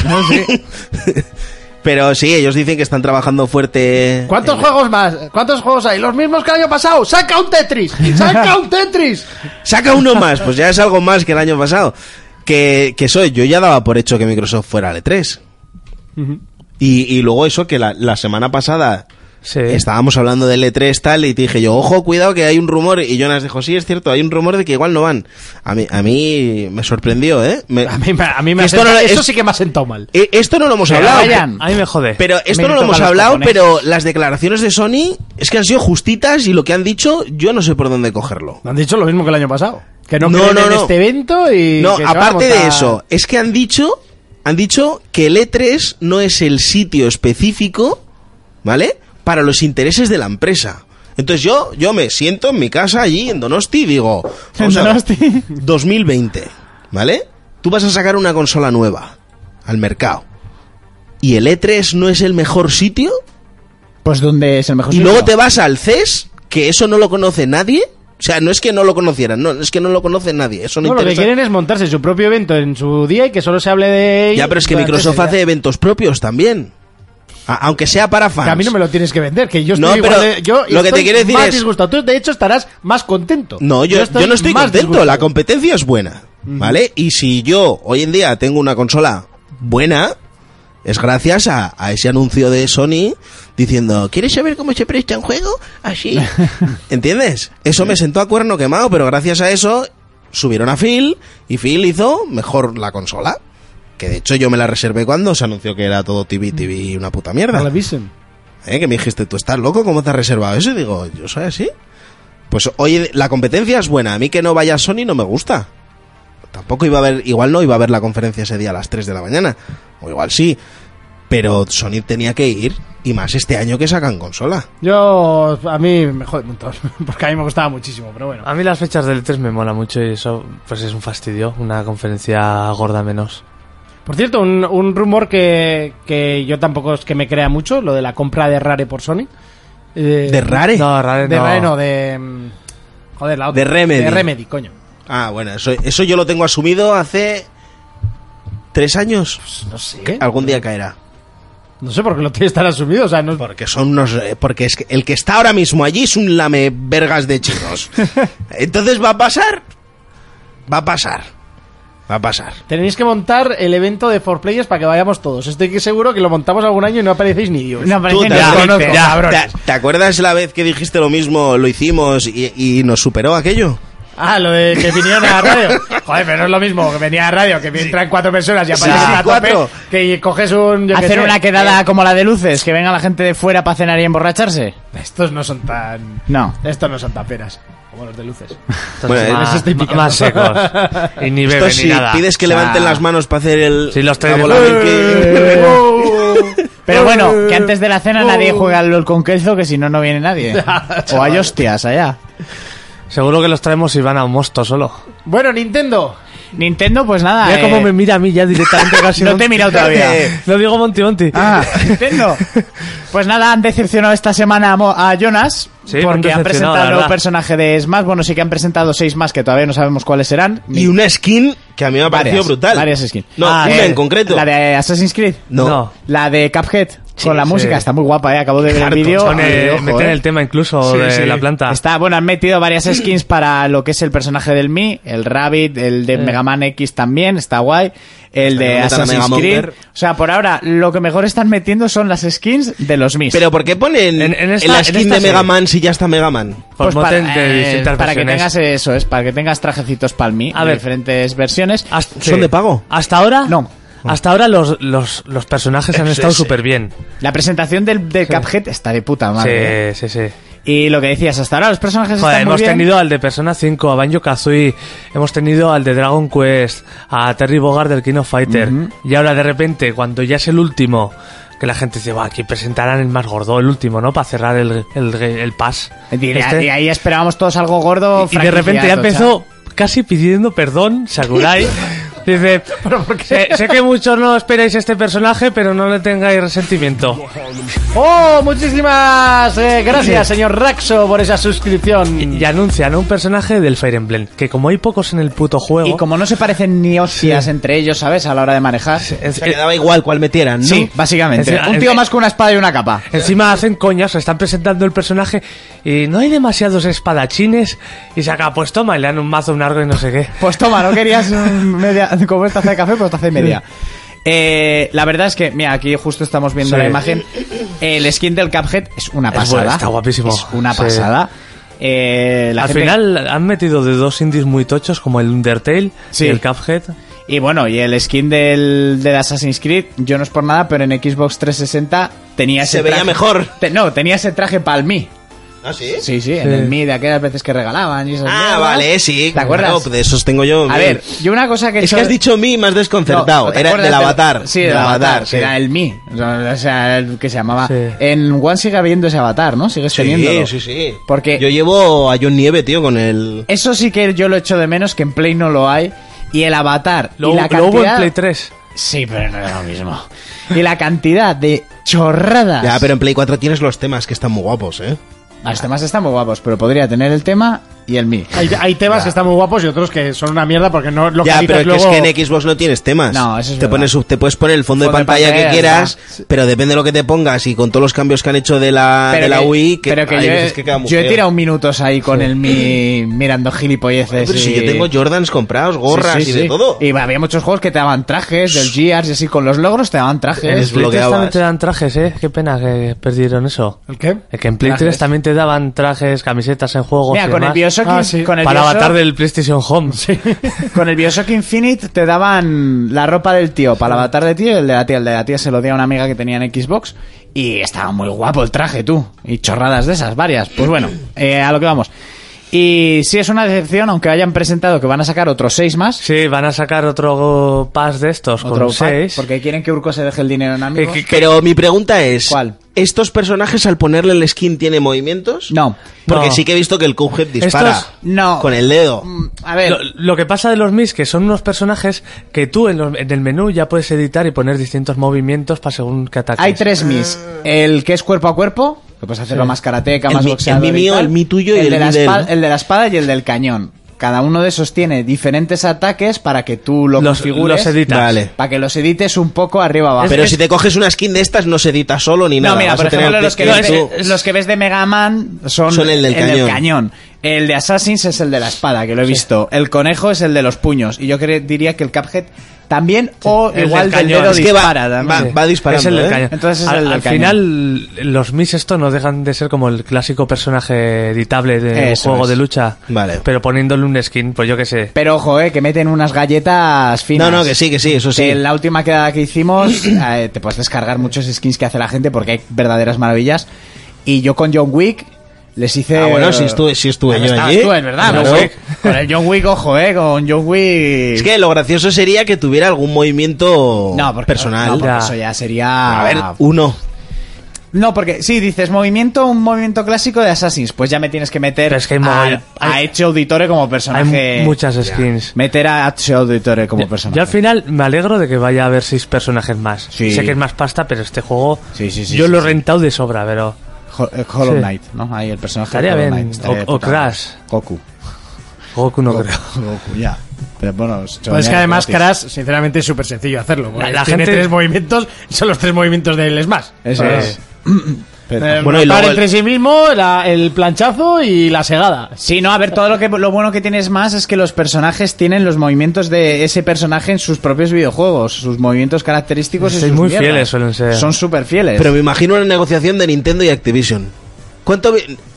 Pero sí, ellos dicen que están trabajando fuerte. ¿Cuántos juegos más? ¿Cuántos juegos hay? Los mismos que el año pasado. ¡Saca un Tetris! ¡Saca un Tetris! Saca uno más, pues ya es algo más que el año pasado. Yo ya daba por hecho que Microsoft fuera al E3. Y luego eso, que la semana pasada sí. estábamos hablando del E3 tal, y te dije yo, ojo, cuidado que hay un rumor, y Jonas dijo, sí, es cierto, hay un rumor de que igual no van. A mí me sorprendió, ¿eh? A mí me Esto ha no- eso es- sí que me ha sentado mal. Esto no lo hemos Pero hablado. vayan. A mí me jode. Pero esto Me no lo hemos toca los hablado, cojones. pero las declaraciones de Sony es que han sido justitas, y lo que han dicho, yo no sé por dónde cogerlo. Han dicho lo mismo que el año pasado. Que no, No, creen no, en no. este evento y... No, que se va a aparte de montar- eso, es que han dicho que el E3 no es el sitio específico, ¿vale? Para los intereses de la empresa. Entonces yo me siento en mi casa allí en Donosti y digo, vamos a ver, Donosti. 2020, ¿vale? Tú vas a sacar una consola nueva al mercado. ¿Y el E3 no es el mejor sitio? Pues donde es el mejor Y sitio. luego te vas al CES, que eso no lo conoce nadie. O sea, no es que no lo conocieran, no, es que no lo conoce nadie. Eso no No, lo que interesa. quieren es montarse su propio evento en su día y que solo se hable de ello. Ya, pero es que durante Microsoft ese día. hace eventos propios también. Aunque sea para fans. Que a mí no me lo tienes que vender, que yo estoy No, igual pero de, yo lo que te estoy quiero decir más es- disgustado. Tú, de hecho, estarás más contento. No, yo no estoy más contento. disgustado. La competencia es buena, ¿vale? Y si yo hoy en día tengo una consola buena, es gracias a ese anuncio de Sony diciendo, ¿quieres saber cómo se presta un juego? Así. ¿Entiendes? Eso me sentó a cuerno quemado, pero gracias a eso subieron a Phil y Phil hizo mejor la consola. Que de hecho yo me la reservé cuando se anunció que era todo TV una puta mierda. Television. Que me dijiste, ¿tú estás loco? ¿Cómo te has reservado eso? Y digo, ¿yo soy así? Pues oye, la competencia es buena. A mí que no vaya Sony no me gusta. Tampoco iba a haber, igual no iba a haber la conferencia ese día a las 3 de la mañana. O igual sí. Pero Sony tenía que ir. Y más este año que sacan consola. A mí me jode un montón, porque a mí me gustaba muchísimo, pero bueno. A mí las fechas del 3 me mola mucho y eso pues es un fastidio, una conferencia gorda menos. Por cierto, un rumor que yo tampoco es que me crea mucho, lo de la compra de Rare por Sony. ¿De Rare? No, Rare De no. Rare no, de... Joder, la otra. De Remedy. De Remedy, coño. Ah, bueno, eso yo lo tengo asumido hace 3 años. No sé. Algún día caerá. No sé por qué lo tienes tan asumido, o sea, no... Porque son unos... porque es que el que está ahora mismo allí es un lame vergas de chinos. Entonces va a pasar. Va a pasar. Va a pasar. Tenéis que montar el evento de 4Players para que vayamos todos. Estoy seguro que lo montamos algún año y no aparecéis ni Dios. No aparece Tú, ni te- la conozco, gente. cabrones. ¿Te acuerdas la vez que dijiste lo mismo, lo hicimos y nos superó aquello? Ah, lo de que vinieron a la radio. Joder, pero no es lo mismo que venía a la radio, que entran 4 personas y aparecen Sí, a tope, 4. que coges un... yo qué Hacer sé, una quedada como la de luces, que venga la gente de fuera para cenar y emborracharse. Estos no son tan... No. Estos no son tan peras como los de luces. Entonces, Bueno, más, eso estoy picando. más secos. Y ni Esto beben sí, ni nada. pides que levanten las manos para hacer el... Sí, los la traes bola de- Mickey. Pero bueno, que antes de la cena nadie juega al LOL con Kelzo, que si no, no viene nadie. O hay hostias allá. Seguro que los traemos y van a un mosto solo. Bueno, Nintendo. Nintendo, pues nada. Mira cómo me mira a mí ya directamente casi. No te he mirado todavía. No digo Monty. Ah, Nintendo. Pues nada, han decepcionado esta semana a Jonas. Sí, me han porque han decepcionado, presentado la el nuevo verdad. personaje de Smash. Bueno, sí que han presentado 6 más que todavía no sabemos cuáles serán. Y una skin que a mí me ha parecido brutal. Varias skins. No, una en concreto. La de Assassin's Creed. No. La de Cuphead. Con la sí. música está muy guapa, acabo de ver el Harto. vídeo. y, ojo, Meten el tema incluso Sí, de sí. la planta. Está, bueno, han metido varias skins para lo que es el personaje del Mi, el Rabbit, el de Mega Man X también, está guay, el Hasta que de no metan a Assassin's Mega Creed. Monger. O sea, por ahora, lo que mejor están metiendo son las skins de los Mis. Pero ¿por qué ponen En esta- en la en skin esta de sí. Mega Man si ya está Mega Man? Pues para, moten de distintas para que versiones. tengas eso, es para que tengas trajecitos para el Mi, A de ver. diferentes versiones. ¿Son de pago? ¿Hasta ahora? No. Hasta ahora los personajes han estado súper bien. La presentación del Cuphead está de puta madre. Sí, sí, sí. Y lo que decías, hasta ahora los personajes Joder, están muy hemos bien. tenido al de Persona 5, a Banjo-Kazooie, hemos tenido al de Dragon Quest, a Terry Bogard del King of Fighter, y ahora de repente, cuando ya es el último, que la gente dice, va, aquí presentarán el más gordo, el último, ¿no? Para cerrar el pass. Y ahí esperábamos todos algo gordo. Y de repente ya franquicia empezó casi pidiendo perdón, Sakurai. Dice, sé que muchos no esperáis este personaje, pero no le tengáis resentimiento. Oh, muchísimas gracias, señor Raxo, por esa suscripción. Y anuncian a un personaje del Fire Emblem, que como hay pocos en el puto juego... Y como no se parecen ni hostias entre ellos, ¿sabes? A la hora de manejar. O sea, que daba igual cuál metieran, ¿no? Sí, básicamente. Encima- Un tío más con una espada y una capa. Encima hacen coñas, están presentando el personaje y no hay demasiados espadachines y saca, pues toma, y le dan un mazo, un arco y no sé qué. Pues toma, no querías media, como esta taza de café, pues taza y media. La verdad es que, mira, aquí justo estamos viendo Sí. la imagen. El skin del Cuphead es una pasada. bueno, está guapísimo. Es una Sí. pasada. La Al gente- final han metido de 2 indies muy tochos como el Undertale Sí. y el Cuphead. Y bueno, y el skin del Assassin's Creed, yo no es por nada, pero en Xbox 360 tenía ese Se veía traje- mejor. No, tenía ese traje para el Mi. ¿Ah, sí? Sí, sí, en el Mi de aquellas veces que regalaban y esas Ah, mierdas. vale, sí. ¿Te acuerdas? Claro, de esos tengo yo. A ver, yo una cosa que... Es que has dicho mí más desconcertado. No, ¿te Era acuerdas del Avatar. Sí, del Avatar, sí. que era el Mi. O sea, el que se llamaba... Sí. En One sigue habiendo ese Avatar, ¿no? Sigues teniéndolo. Sí, sí, sí. Porque Yo llevo a John Nieve, tío, con el... eso sí que yo lo echo de menos, que en Play no lo hay. Y el Avatar Lo, y la lo cantidad... hubo en Play 3. Sí, pero no es lo mismo. Y la cantidad de chorradas... Ya, pero en Play 4 tienes los temas que están muy guapos, ¿eh? Los temas están muy guapos, pero podría tener el tema y el Mi. Hay temas que están muy guapos y otros que son una mierda porque no lo Ya, pero luego... es que en Xbox no tienes temas. No, eso es te puedes poner el fondo de pantalla que quieras, pero depende de lo que te pongas y con todos los cambios que han hecho de la Wii, pero que hay veces que queda muy yo he feo. tirado minutos ahí con el Mi mirando gilipolleces. Pero si yo tengo Jordans comprados, gorras y de todo. Y había muchos juegos que te daban trajes, del Gears y así, con los logros te daban trajes. Eres Play 3 bloqueabas. también te dan trajes, Qué pena que perdieron eso. ¿El qué? Es que en Play 3 Trajes. también te daban trajes, camisetas en juegos Mira, y con el demás. Bioshock, con el Para Bioshock- avatar del PlayStation Home. Con el Bioshock Infinite te daban la ropa del tío para el avatar de tío y el de la tía. El de la tía se lo dio a una amiga que tenía en Xbox y estaba muy guapo el traje, tú. Y chorradas de esas, varias. Pues bueno, a lo que vamos. Y sí es una decepción, aunque hayan presentado que van a sacar otros 6 más. Sí, van a sacar otro pass de estos Otro con pack, 6. porque quieren que Urco se deje el dinero en amigos. Pero mi pregunta es, ¿Cuál? ¿estos personajes al ponerle el skin tienen movimientos? No. Porque No. sí que he visto que el Cuphead dispara no. con el dedo. A ver, Lo que pasa de los Mis, que son unos personajes que tú en el menú ya puedes editar y poner distintos movimientos para según qué ataques. hay 3 Mis. El que es cuerpo a cuerpo, que puedes hacerlo más karateca, El más mi- boxeador el mi y mío, tal. el mi tuyo y el de la mi de él, espada, ¿no? el de la espada y el del cañón. Cada uno de esos tiene diferentes ataques para que tú los configures. los editas. Vale. Para que los edites un poco arriba abajo. Pero si te coges una skin de estas no se edita solo ni nada. No, mira, vas por a tener ejemplo, los que, que ves los que ves de Mega Man son el del cañón. El de Assassins es el de la espada, que lo he visto. El conejo es el de los puños. Y yo diría que el Cuphead también, o El igual del del cañón. dedo Es que dispara también. va disparando, Es el del ¿eh? cañón. Entonces es el del al cañón. final, los Mis estos no dejan de ser como el clásico personaje editable de un Eso juego es. de lucha. Vale. Pero poniéndole un skin, pues yo qué sé. Pero ojo, que meten unas galletas finas. No, que sí, eso sí. Que en la última quedada que hicimos te puedes descargar muchos skins que hace la gente porque hay verdaderas maravillas. Y yo con John Wick les hice... Bueno, si estuve yo Estabas allí. tú, es verdad. Claro. John Wick. Con el John Wick, ojo, con John Wick... Es que lo gracioso sería que tuviera algún movimiento No, porque, personal. no, porque Ya. eso ya sería... A ver, uno. No, porque sí, dices un movimiento clásico de Assassins, pues ya me tienes que meter Pero es que hay a mogollón- Ezio Auditore como personaje. Hay muchas skins. Meter a Ezio Auditore como personaje. Yo al final me alegro de que vaya a haber 6 personajes más. Sí. Sé que es más pasta, pero este juego Sí, yo lo he rentado de sobra, pero... Hollow Sí. Knight, ¿no? Ahí el personaje Estaría de Hollow bien. Knight, estaría de O puta Crash. madre. Goku. Goku no creo. Goku, ya. Pero bueno, Pues es que además Crash, sinceramente, es súper sencillo hacerlo. Porque La tiene gente- 3 movimientos, son los 3 movimientos del Smash. Eso es. Pero- Bueno, y Rotar luego entre sí mismo, el planchazo y la segada. Sí, no, a ver, lo bueno que tienes más es que los personajes tienen los movimientos de ese personaje en sus propios videojuegos, sus movimientos característicos y Sois sus muy mierdas. fieles, suelen ser. Son súper fieles. Pero me imagino una negociación de Nintendo y Activision. ¿Cuánto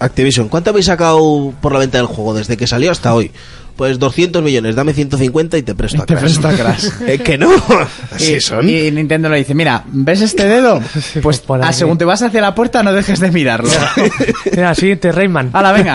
habéis sacado por la venta del juego desde que salió hasta hoy? Pues 200 millones, dame 150 y te presto a Te Crash. presto a Crash. Que no, así son. Y Nintendo le dice, mira, ¿ves este dedo? Pues por aquí. según te vas hacia la puerta no dejes de mirarlo. Mira, siguiente, Rayman. Hala, venga.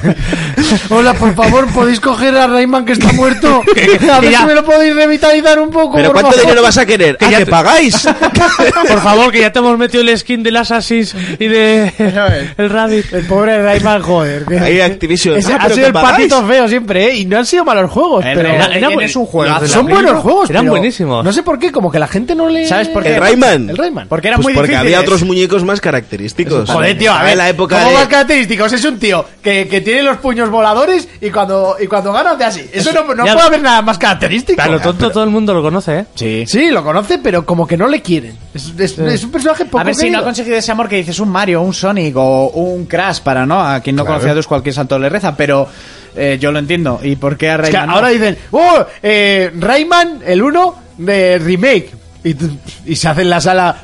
Hola, por favor, ¿podéis coger a Rayman que está muerto? A ver ya- si me lo podéis revitalizar un poco. ¿Pero por cuánto favor. dinero vas a querer? Que ¿A ya que te- pagáis? Por favor, que ya te hemos metido el skin del Assassin's y de el Rabbit. El pobre Rayman, joder. que- Ahí Activision. Ese Ah, ha ¿pero sido que el pagáis? patito feo siempre, ¿eh? Y no han sido malos juegos, pero... es un juego. Son buenos juegos, Eran pero buenísimos. No sé por qué, como que la gente no le... ¿Sabes por qué? ¿El Rayman? El Rayman. Porque eran Pues muy porque difíciles. había otros muñecos más característicos. Joder, tío, a Estaba ver, en la época ¿cómo de... más característicos? Es un tío que tiene los puños voladores y cuando gana hace así. Eso no ya- puede haber nada más característico. A lo tonto todo el mundo lo conoce, ¿eh? Sí. Sí, lo conoce, pero como que no le quieren. Es un personaje poco A ver si no querido. ha conseguido ese amor que dices un Mario, un Sonic o un Crash para, ¿no? A quien no conocía a Dios cualquier santo le reza, pero yo lo entiendo. ¿Y por qué a Es que Rayman no? ahora dicen, Rayman, el 1 de remake. Y se hace en la sala.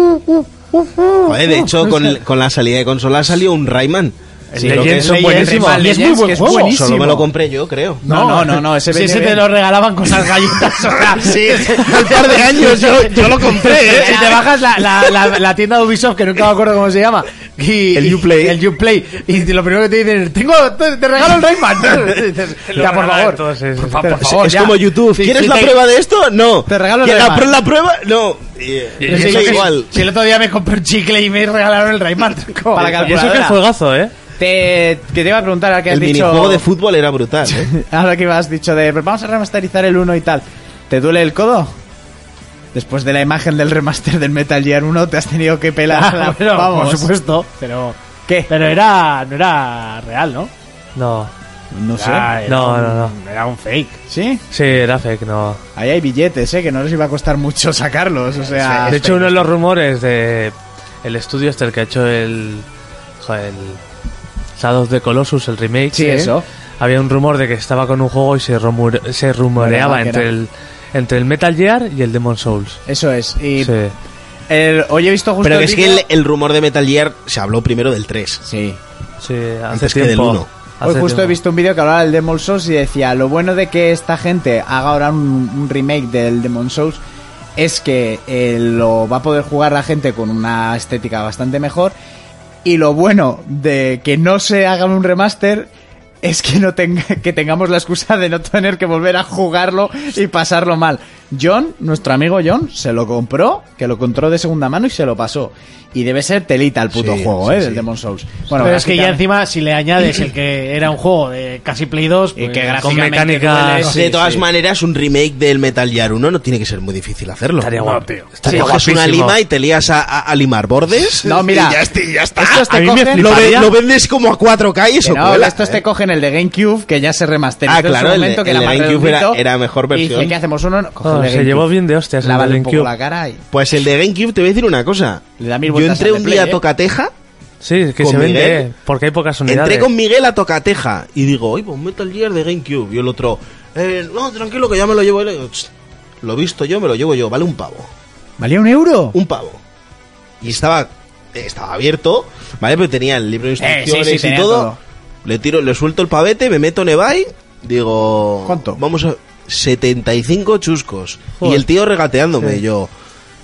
Joder, de hecho, con la salida de consola salió un Rayman. Sí, Creo que Legends son son buenísimos. buenísimos. Y es muy Legends, buen que es juego. buenísimo. Solo me lo compré yo, creo. No, ese Si vende ese te bien. lo regalaban con las galletas. O sea, Sí, un par de años yo lo compré, ¿eh? Si te bajas la tienda de Ubisoft, que nunca me acuerdo cómo se llama. El Uplay. El Uplay. Y lo primero que te dicen, te regalo el Rayman. Dices, Lo ya, por regalan favor. todos, sí, sí. Por favor, Es ya. como YouTube. Sí, ¿Quieres sí, la prueba de esto? No. Te regalo el ¿Quieres Rayman. la prueba? No. Y Sí, eso sí, igual. Si el otro día me compré un chicle y me regalaron el Rayman. Para Y eso que calculadora. es juegazo, ¿eh? Que te iba a preguntar a qué has El dicho... minijuego de fútbol era brutal, ¿eh? Ahora que has dicho de vamos a remasterizar el 1 y tal. ¿Te duele el codo? Después de la imagen del remaster del Metal Gear 1 te has tenido que pelar la... Bueno, por supuesto. Pero ¿Qué? no era real, ¿no? No. No sé. No. Era un fake. ¿Sí? Sí, era fake, no. Ahí hay billetes, que no les iba a costar mucho sacarlos, o sea... De hecho, uno de los rumores de el estudio el que ha hecho el Shadow of the Colossus, el remake. Sí, eso. Había un rumor de que estaba con un juego y se rumoreaba entre el Metal Gear y el Demon's Souls. Eso es. Y Sí. hoy he visto justo Pero el es vídeo- que el rumor de Metal Gear se habló primero del 3. Sí. Sí, hace Antes que tiempo. del 1. Hoy justo he visto un vídeo que hablaba del Demon's Souls y decía, lo bueno de que esta gente haga ahora un remake del Demon's Souls es que lo va a poder jugar la gente con una estética bastante mejor, y lo bueno de que no se haga un remaster es que que tengamos la excusa de no tener que volver a jugarlo y pasarlo mal. John, nuestro amigo John, se lo compró, que lo encontró de segunda mano y se lo pasó. Y debe ser telita el puto Sí, juego, sí, del sí. Demon's Souls. Bueno, Pero es que ya gráficamente- encima, si le añades el que era un juego de casi Play 2, Y pues, que con gráficamente mecánicas- duele, De todas maneras, un remake del Metal Gear 1 no tiene que ser muy difícil hacerlo. Estaría guapo, tío. Te Estaría coges una guapísimo. lima y te lías a limar bordes. No, mira, y ya está. estos te A mí me cogen- fliparía. Lo vendes como a 4K y eso Que no, cuela, estos ¿eh? te cogen el de GameCube, que ya se remasterizó Ah, claro, en su momento, el que de era más GameCube redondito, era mejor y versión. dice, ¿qué hacemos? Uno, coge No, el de se GameCube. llevó bien de hostias el de Lávale un poco GameCube. la cara y... Pues el de GameCube, te voy a decir una cosa. Le da mil Yo vueltas entré al un de día Play, a Tocateja. Sí, que con se vende, Miguel. porque hay pocas unidades. Entré con Miguel a Tocateja y digo, oye, pues Metal Gear de GameCube. Y el otro, no, tranquilo, que ya me lo llevo. Y le digo, lo he visto yo, me lo llevo yo, vale un pavo. ¿Valía €1? Un pavo. Y estaba abierto, ¿vale? Pero tenía el libro de instrucciones sí, y tenía todo. todo. Le suelto el pavete, me meto en eBay, digo... ¿Cuánto? Vamos a... 75 chuscos. Joder. Y el tío regateándome, Sí. yo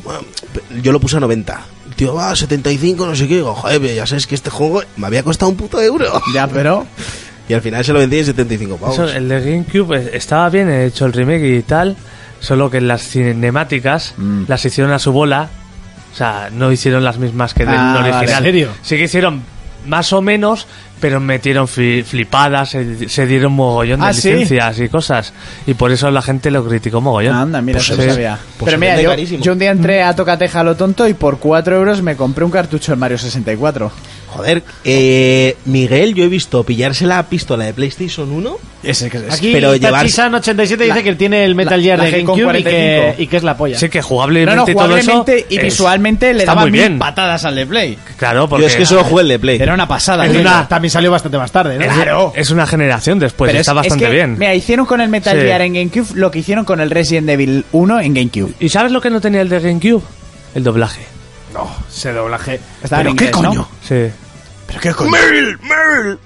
lo puse a 90. El tío, va, 75, no sé qué. Digo, joder, ya sabes que este juego me había costado un puto euro. Ya, pero... Y al final se lo vendí en 75 pavos. Eso, el de GameCube estaba bien hecho el remake y tal, solo que las cinemáticas las hicieron a su bola, o sea, no hicieron las mismas que del Ah, original. vale. ¿En serio? Sí que hicieron más o menos, pero metieron flipadas, se dieron mogollón de Ah, ¿sí? licencias y cosas, y por eso la gente lo criticó mogollón. Anda, mira, Pues eso sí. no sabía. Pues Pero se mira, vende carísimo. yo un día entré a Tocateja a lo tonto y por €4 me compré un cartucho del Mario 64. Joder, Miguel, yo he visto pillarse la pistola de PlayStation 1. Ese que es. Aquí Pero llevar- Tachisan87 dice que tiene el Metal Gear la de G con GameCube y 45. que es la polla. Sí que No, jugablemente y todo eso jugablemente y visualmente le está daba muy mil bien. patadas al de Play. Claro, porque Yo es que solo jugué el de Play. Era una pasada. Es tío. también salió bastante más tarde, ¿no? Claro. es una generación después, Pero está es bastante que, bien. Mira, hicieron con el Metal Sí. Gear en GameCube lo que hicieron con el Resident Evil 1 en GameCube. ¿Y sabes lo que no tenía el de GameCube? El doblaje. No, ese doblaje. Estaba en ¿Pero qué inglés, ¿no? coño? Sí. ¿Pero qué coño? ¡Meryl! ¡Meryl!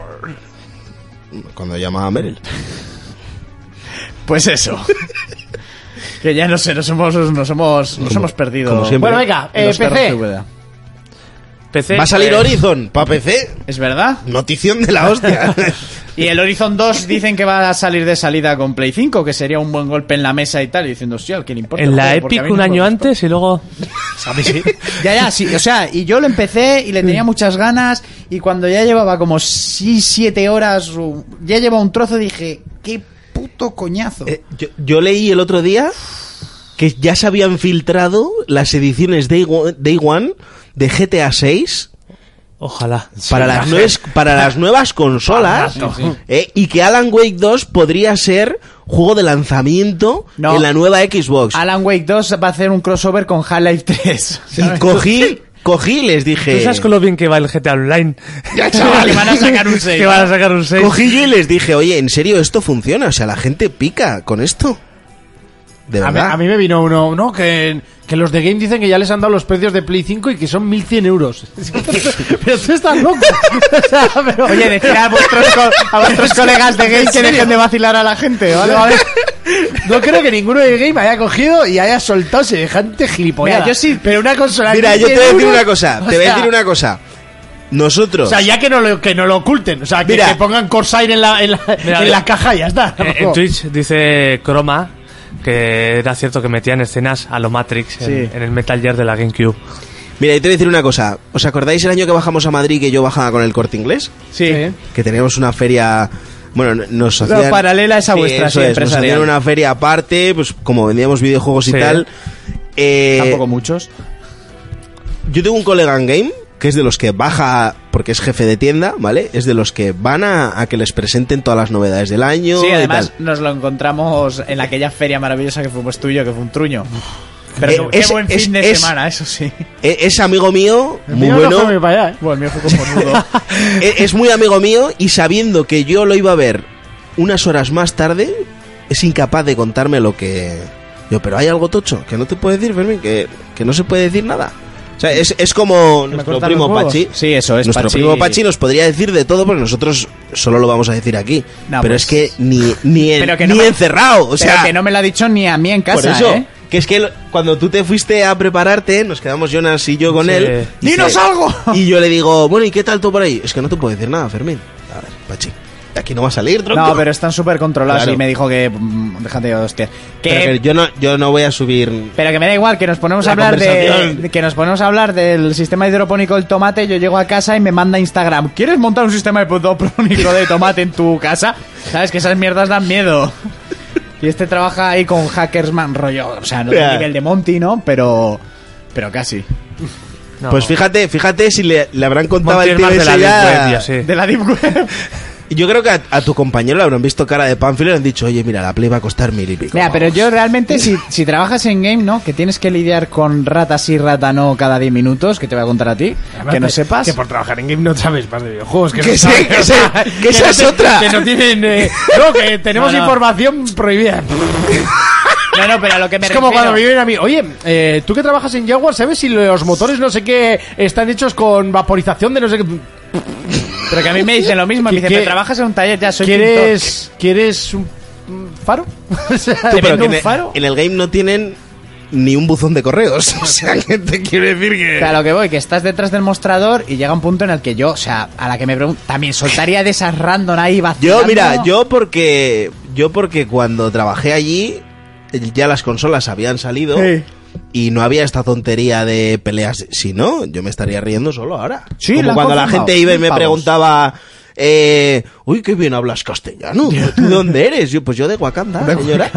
Cuando llamaba a Meryl. Pues eso. Que ya no sé, nos hemos perdido. como siempre. Bueno, venga, Los perros PC. de VD. PC, Va a salir Horizon para PC. ¿Es verdad? Notición de la hostia. Y el Horizon 2 dicen que va a salir de salida con Play 5, que sería un buen golpe en la mesa y tal. Y diciendo, hostia, ¿a quién le importa? en el la juego? Porque a Epic mí un no me año gustó. antes y luego... Ya, sí, o sea, y yo lo empecé y le tenía muchas ganas y cuando ya llevaba como 7 horas, ya llevaba un trozo, dije, qué puto coñazo. Yo leí el otro día que ya se habían filtrado las ediciones Day One de GTA 6 Ojalá. para las nuevas consolas, y que Alan Wake 2 podría ser juego de lanzamiento No. en la nueva Xbox. Alan Wake 2 va a hacer un crossover con Half-Life 3. Y cogí y les dije... ¿Tú sabes con lo bien que va el GTA Online? Ya, chaval, Que van a sacar un 6. Que van a sacar un 6. Cogí yo y les dije, oye, ¿en serio esto funciona? O sea, la gente pica con esto. De verdad. A mí me vino uno, ¿no? Que los de Game dicen que ya les han dado los precios de Play 5 y que son 1.100 euros. Pero tú estás loco. O sea, pero- Oye, decid a vuestros colegas de Game que dejen de vacilar a la gente, ¿vale? No creo que ninguno de Game haya cogido y haya soltado semejante gilipollada. Mira, yo sí- Pero una consola... Mira, yo te 1.100 voy a decir euros, una cosa. o Te voy a sea, decir una cosa. Nosotros... O sea, ya que no lo oculten. O sea, que Mira. pongan Corsair en la Mira, caja y ya está. En Twitch dice Chroma que era cierto que metían escenas a lo Matrix en el Metal Gear de la GameCube. Mira, yo te voy a decir una cosa. ¿Os acordáis el año que bajamos a Madrid que yo bajaba con el Corte Inglés? Sí. Que teníamos una feria... Bueno, nos hacían... paralela a esa vuestra, eso sí, es, nos empresarial. hacían una feria aparte, pues como vendíamos videojuegos y Sí. tal. Tampoco muchos. Yo tengo un colega en Game que es de los que baja, porque es jefe de tienda, ¿vale? Es de los que van a que les presenten todas las novedades del año. Sí, y además tal. nos lo encontramos en aquella feria maravillosa que fuimos tuyo, que fue un truño. Pero qué buen fin de semana, eso sí. Es amigo mío, muy mío bueno. no fue muy para allá, ¿eh? Bueno, el mío fue cojonudo. Es muy amigo mío y sabiendo que yo lo iba a ver unas horas más tarde, es incapaz de contarme lo que... Yo, pero hay algo tocho, que no te puedo decir, Fermín, que no se puede decir nada. O sea, es como nuestro cortan primo los huevos. Pachi. Sí, eso es. Nuestro Pachi. primo Pachi nos podría decir de todo, porque nosotros solo lo vamos a decir aquí. No, pero pues- es que ni Pero que no ni me- encerrado. O sea, Pero que no me lo ha dicho ni a mí en casa, por eso. ¿eh? Que es que cuando tú te fuiste a prepararte, nos quedamos Jonas y yo con Sí. él. y ¡Dinos dice- algo! Y yo le digo, bueno, ¿y qué tal tú por ahí? Es que no te puedo decir nada, Fermín. A ver, Pachi, de aquí no va a salir, tronco. No, pero están súper controlados Claro. y me dijo que... déjate de hostia. Pero que yo no voy a subir... Pero que me da igual, que nos ponemos a La hablar conversación. que nos ponemos a hablar del sistema hidropónico del tomate. Yo llego a casa y me manda Instagram. ¿Quieres montar un sistema hidropónico de tomate en tu casa? Sabes que esas mierdas dan miedo. Y este trabaja ahí con Hackersman rollo, o sea, no Ya. del nivel de Monty, ¿no? Pero casi. No. Pues fíjate si le habrán contado Monty al es tío más de la ese Deep ya... Web, ya sé. De la Deep Web. Yo creo que a tu compañero le habrán visto cara de Pánfilo y le han dicho, oye, mira, la Play va a costar 1.000 y pico. Mira, pero yo realmente, si trabajas en game, ¿no? Que tienes que lidiar con rata sí, rata no cada 10 minutos, que te voy a contar a ti, que no sepas. Que por trabajar en game no sabes más de videojuegos. Que Que no sí, sabes, que o sí, sea, que esa no es te- otra. Que no tienen... no, que tenemos No, no. información prohibida. No, pero a lo que me Es como refiero- cuando me vienen a mí, oye, tú que trabajas en Jaguar, ¿sabes si los motores no sé qué están hechos con vaporización de no sé qué? Pero que a mí me dicen lo mismo, me dicen, ¿Qué- ¿me trabajas en un taller? Ya soy ¿Quieres un faro? O sea, Tú, ¿te pero vendo que un faro? en el game no tienen ni un buzón de correos. O sea, que te quiero decir que... A lo que voy, que estás detrás del mostrador y llega un punto en el que yo, o sea, a la que me pregunto, también soltaría de esas random ahí vacilando. Yo, mira, yo porque cuando trabajé allí ya las consolas habían salido Sí. y no había esta tontería de peleas. Si no, yo me estaría riendo solo ahora. Sí, como la han cuando la confirmado, gente iba y me 1.000 pavos. preguntaba, uy, qué bien hablas castellano. ¿Tú de dónde eres? Yo, pues yo de Wakanda, señora.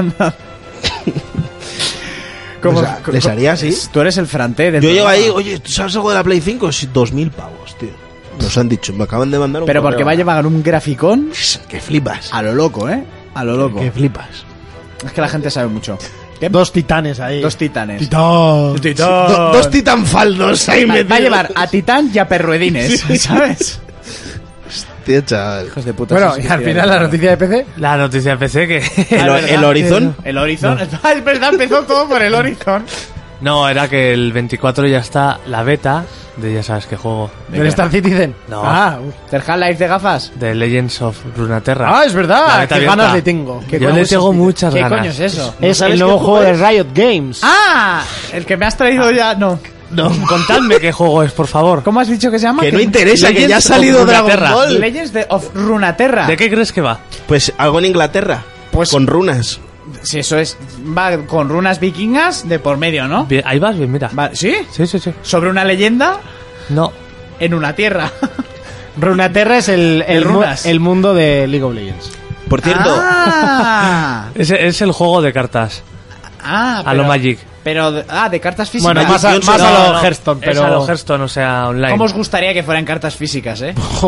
¿Cómo- O sea, les haría así. Tú eres el franté del Yo llego programa. ahí, oye, ¿tú sabes algo de la Play 5? Sí, 2.000 pavos, tío. Nos han dicho, me acaban de mandar un Pero porque correo. va a llevar un graficón Que flipas. a lo loco, ¿eh? A lo loco. Que flipas. Es que la gente sabe mucho. ¿Qué? Dos titanes ahí. Dos titanes. Titán. Dos titanfaldos ahí Va a metidos. llevar a Titán y a Perruedines, ¿sabes? Tío, chaval. Hijos de puta. Bueno, y al final la noticia de PC. La noticia de PC que... El Horizon. El Horizon. Ah, es verdad, empezó todo por el Horizon. No, era que el 24 ya está la beta de ya sabes qué juego. Del Star Citizen. No. Ah, ¿Del Half-Life de gafas? De Legends of Runeterra. es La verdad. beta Qué abierta. ganas le tengo. Qué Yo le ganas. tengo muchas ¿Qué ganas. coño es eso? Es ¿Sabes el qué nuevo juego juego de es? Riot Games. ¡Ah! El que me has traído ya, no. No, contadme qué juego es, por favor. ¿Cómo has dicho que se llama? Que no interesa, que ya ha Legends salido of Dragon Runeterra. Ball. Legends of Runeterra. ¿De qué crees que va? Pues algo en Inglaterra. Pues- con runas. Si eso es... Va con runas vikingas de por medio, ¿no? Bien, ahí vas bien, mira. ¿Sí? Sí, sí, sí. Sobre una leyenda No. en una tierra. Runeterra es el runas. mundo de League of Legends. Por cierto, Ah, Es el juego de cartas. ah, A lo Magic. Pero, de cartas físicas. Bueno, más a Johnson, lo Hearthstone, Es pero... a lo Hearthstone, o sea, online. ¿Cómo os gustaría que fueran cartas físicas,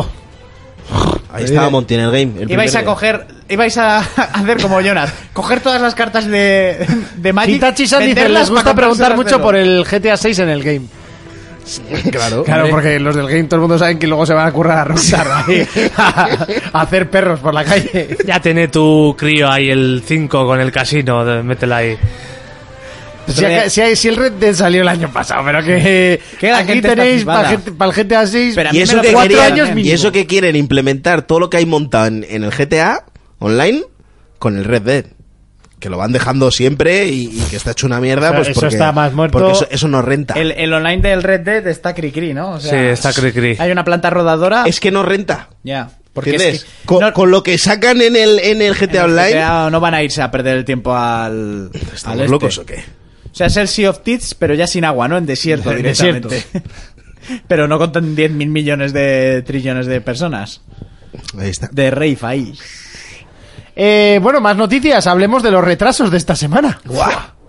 ahí estaba Monty en el game. el Ibais a primer coger... Ibais a hacer como Jonas. Coger todas las cartas de Magic. Hitachi-san dice, venderlas les gusta para preguntar comprárselas mucho de por el GTA 6 en el game. Claro. Claro, porque los del game todo el mundo saben que luego se van a currar a runtar ahí, a hacer perros por la calle. Ya tiene tu crío ahí el 5 con el casino, métela ahí. Si el Red Dead salió el año pasado, pero que la aquí gente está tenéis flipada. para el GTA 6 Pero a Y mí eso, me que lo 4 querían, años y mínimo. eso que quieren implementar todo lo que hay montado en el GTA online con el Red Dead. Que lo van dejando siempre y que está hecho una mierda. O sea, Pues eso porque, está más muerto. Porque eso no renta. El online del Red Dead está cri-cri, ¿no? O sea, Sí, está cri-cri. Hay una planta rodadora. Es que no renta. Ya. Porque ¿Entiendes? es que Con, no- con lo que sacan en el GTA en el Online. GTA no van a irse a perder el tiempo al... ¿Estamos al locos o qué? O sea, es el Sea of Thieves, pero ya sin agua, ¿no? En desierto En directamente. pero no con 10.000 millones de trillones de personas. Ahí está. De rave ahí. Bueno, más noticias. Hablemos de los retrasos de esta semana.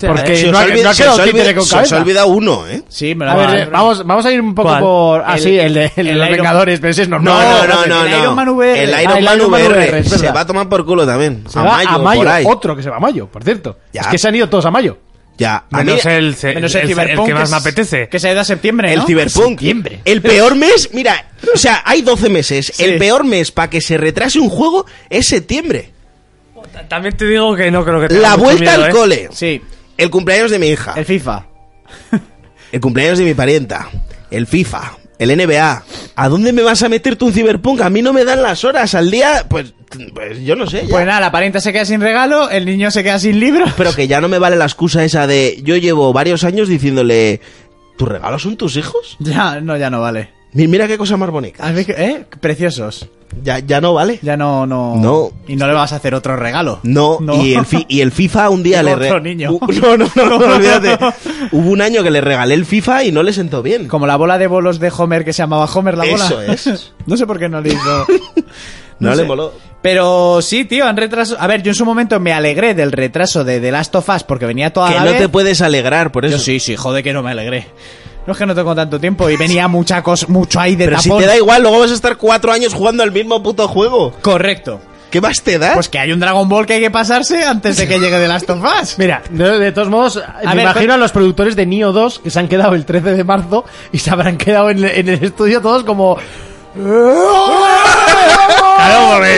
Porque Se os no ha quedado títere con se os cabeza. ha olvidado uno, ¿eh? Sí, me lo A va ver, vamos a ir un poco ¿Cuál? por... Ah, sí, el de los Iron- Vengadores, pero ese es normal. No. el Iron Man VR. El Ah, Iron el Man Iron Man VR, VR, es se verdad. va a tomar por culo también. Se va a por mayo, ahí. otro que se va a mayo, por cierto. Ya. Es que se han ido todos a mayo. Ya, a mí, Menos el Cyberpunk, que más me es- apetece. Que se ha ido a septiembre, el ¿no? Cyberpunk. Septiembre. El peor mes, mira, o sea, hay 12 meses. Sí. El peor mes para que se retrase un juego es septiembre. También te digo que no creo que tenga La mucho vuelta miedo, al ¿eh? cole. Sí, El cumpleaños de mi hija. el FIFA. El cumpleaños de mi parienta. El FIFA. El NBA. ¿A dónde me vas a meter tú un Cyberpunk? A mí no me dan las horas al día. Pues yo no sé. Ya. Pues nada, la parienta se queda sin regalo, el niño se queda sin libro. Pero que ya no me vale la excusa esa de... Yo llevo varios años diciéndole... ¿Tus regalos son tus hijos? Ya no vale. Mira qué cosa más bonita. ¿Has visto? Preciosos. Ya no vale. Ya no. No. Y no le vas a hacer otro regalo. No, y el FIFA un día Tengo le otro niño. No, olvídate. Hubo un año que le regalé el FIFA y no le sentó bien. Como la bola de bolos de Homer que se llamaba Homer la bola. Eso es. No sé por qué no le hizo. No sé. le moló. Pero sí, tío, han retrasado. A ver, yo en su momento me alegré del retraso de The Last of Us porque venía toda Que la no vez. te puedes alegrar por eso. Yo sí, joder que no me alegré. No es que no tengo tanto tiempo y venía mucho ahí de Pero si tapón. te da igual, luego vas a estar 4 años jugando al mismo puto juego. Correcto. ¿Qué más te da? Pues que hay un Dragon Ball que hay que pasarse antes de que llegue The Last of Us. Mira, de todos modos, me ver, imagino a los productores de Nioh 2 que se han quedado el 13 de marzo y se habrán quedado en el estudio todos como... Claro, porque...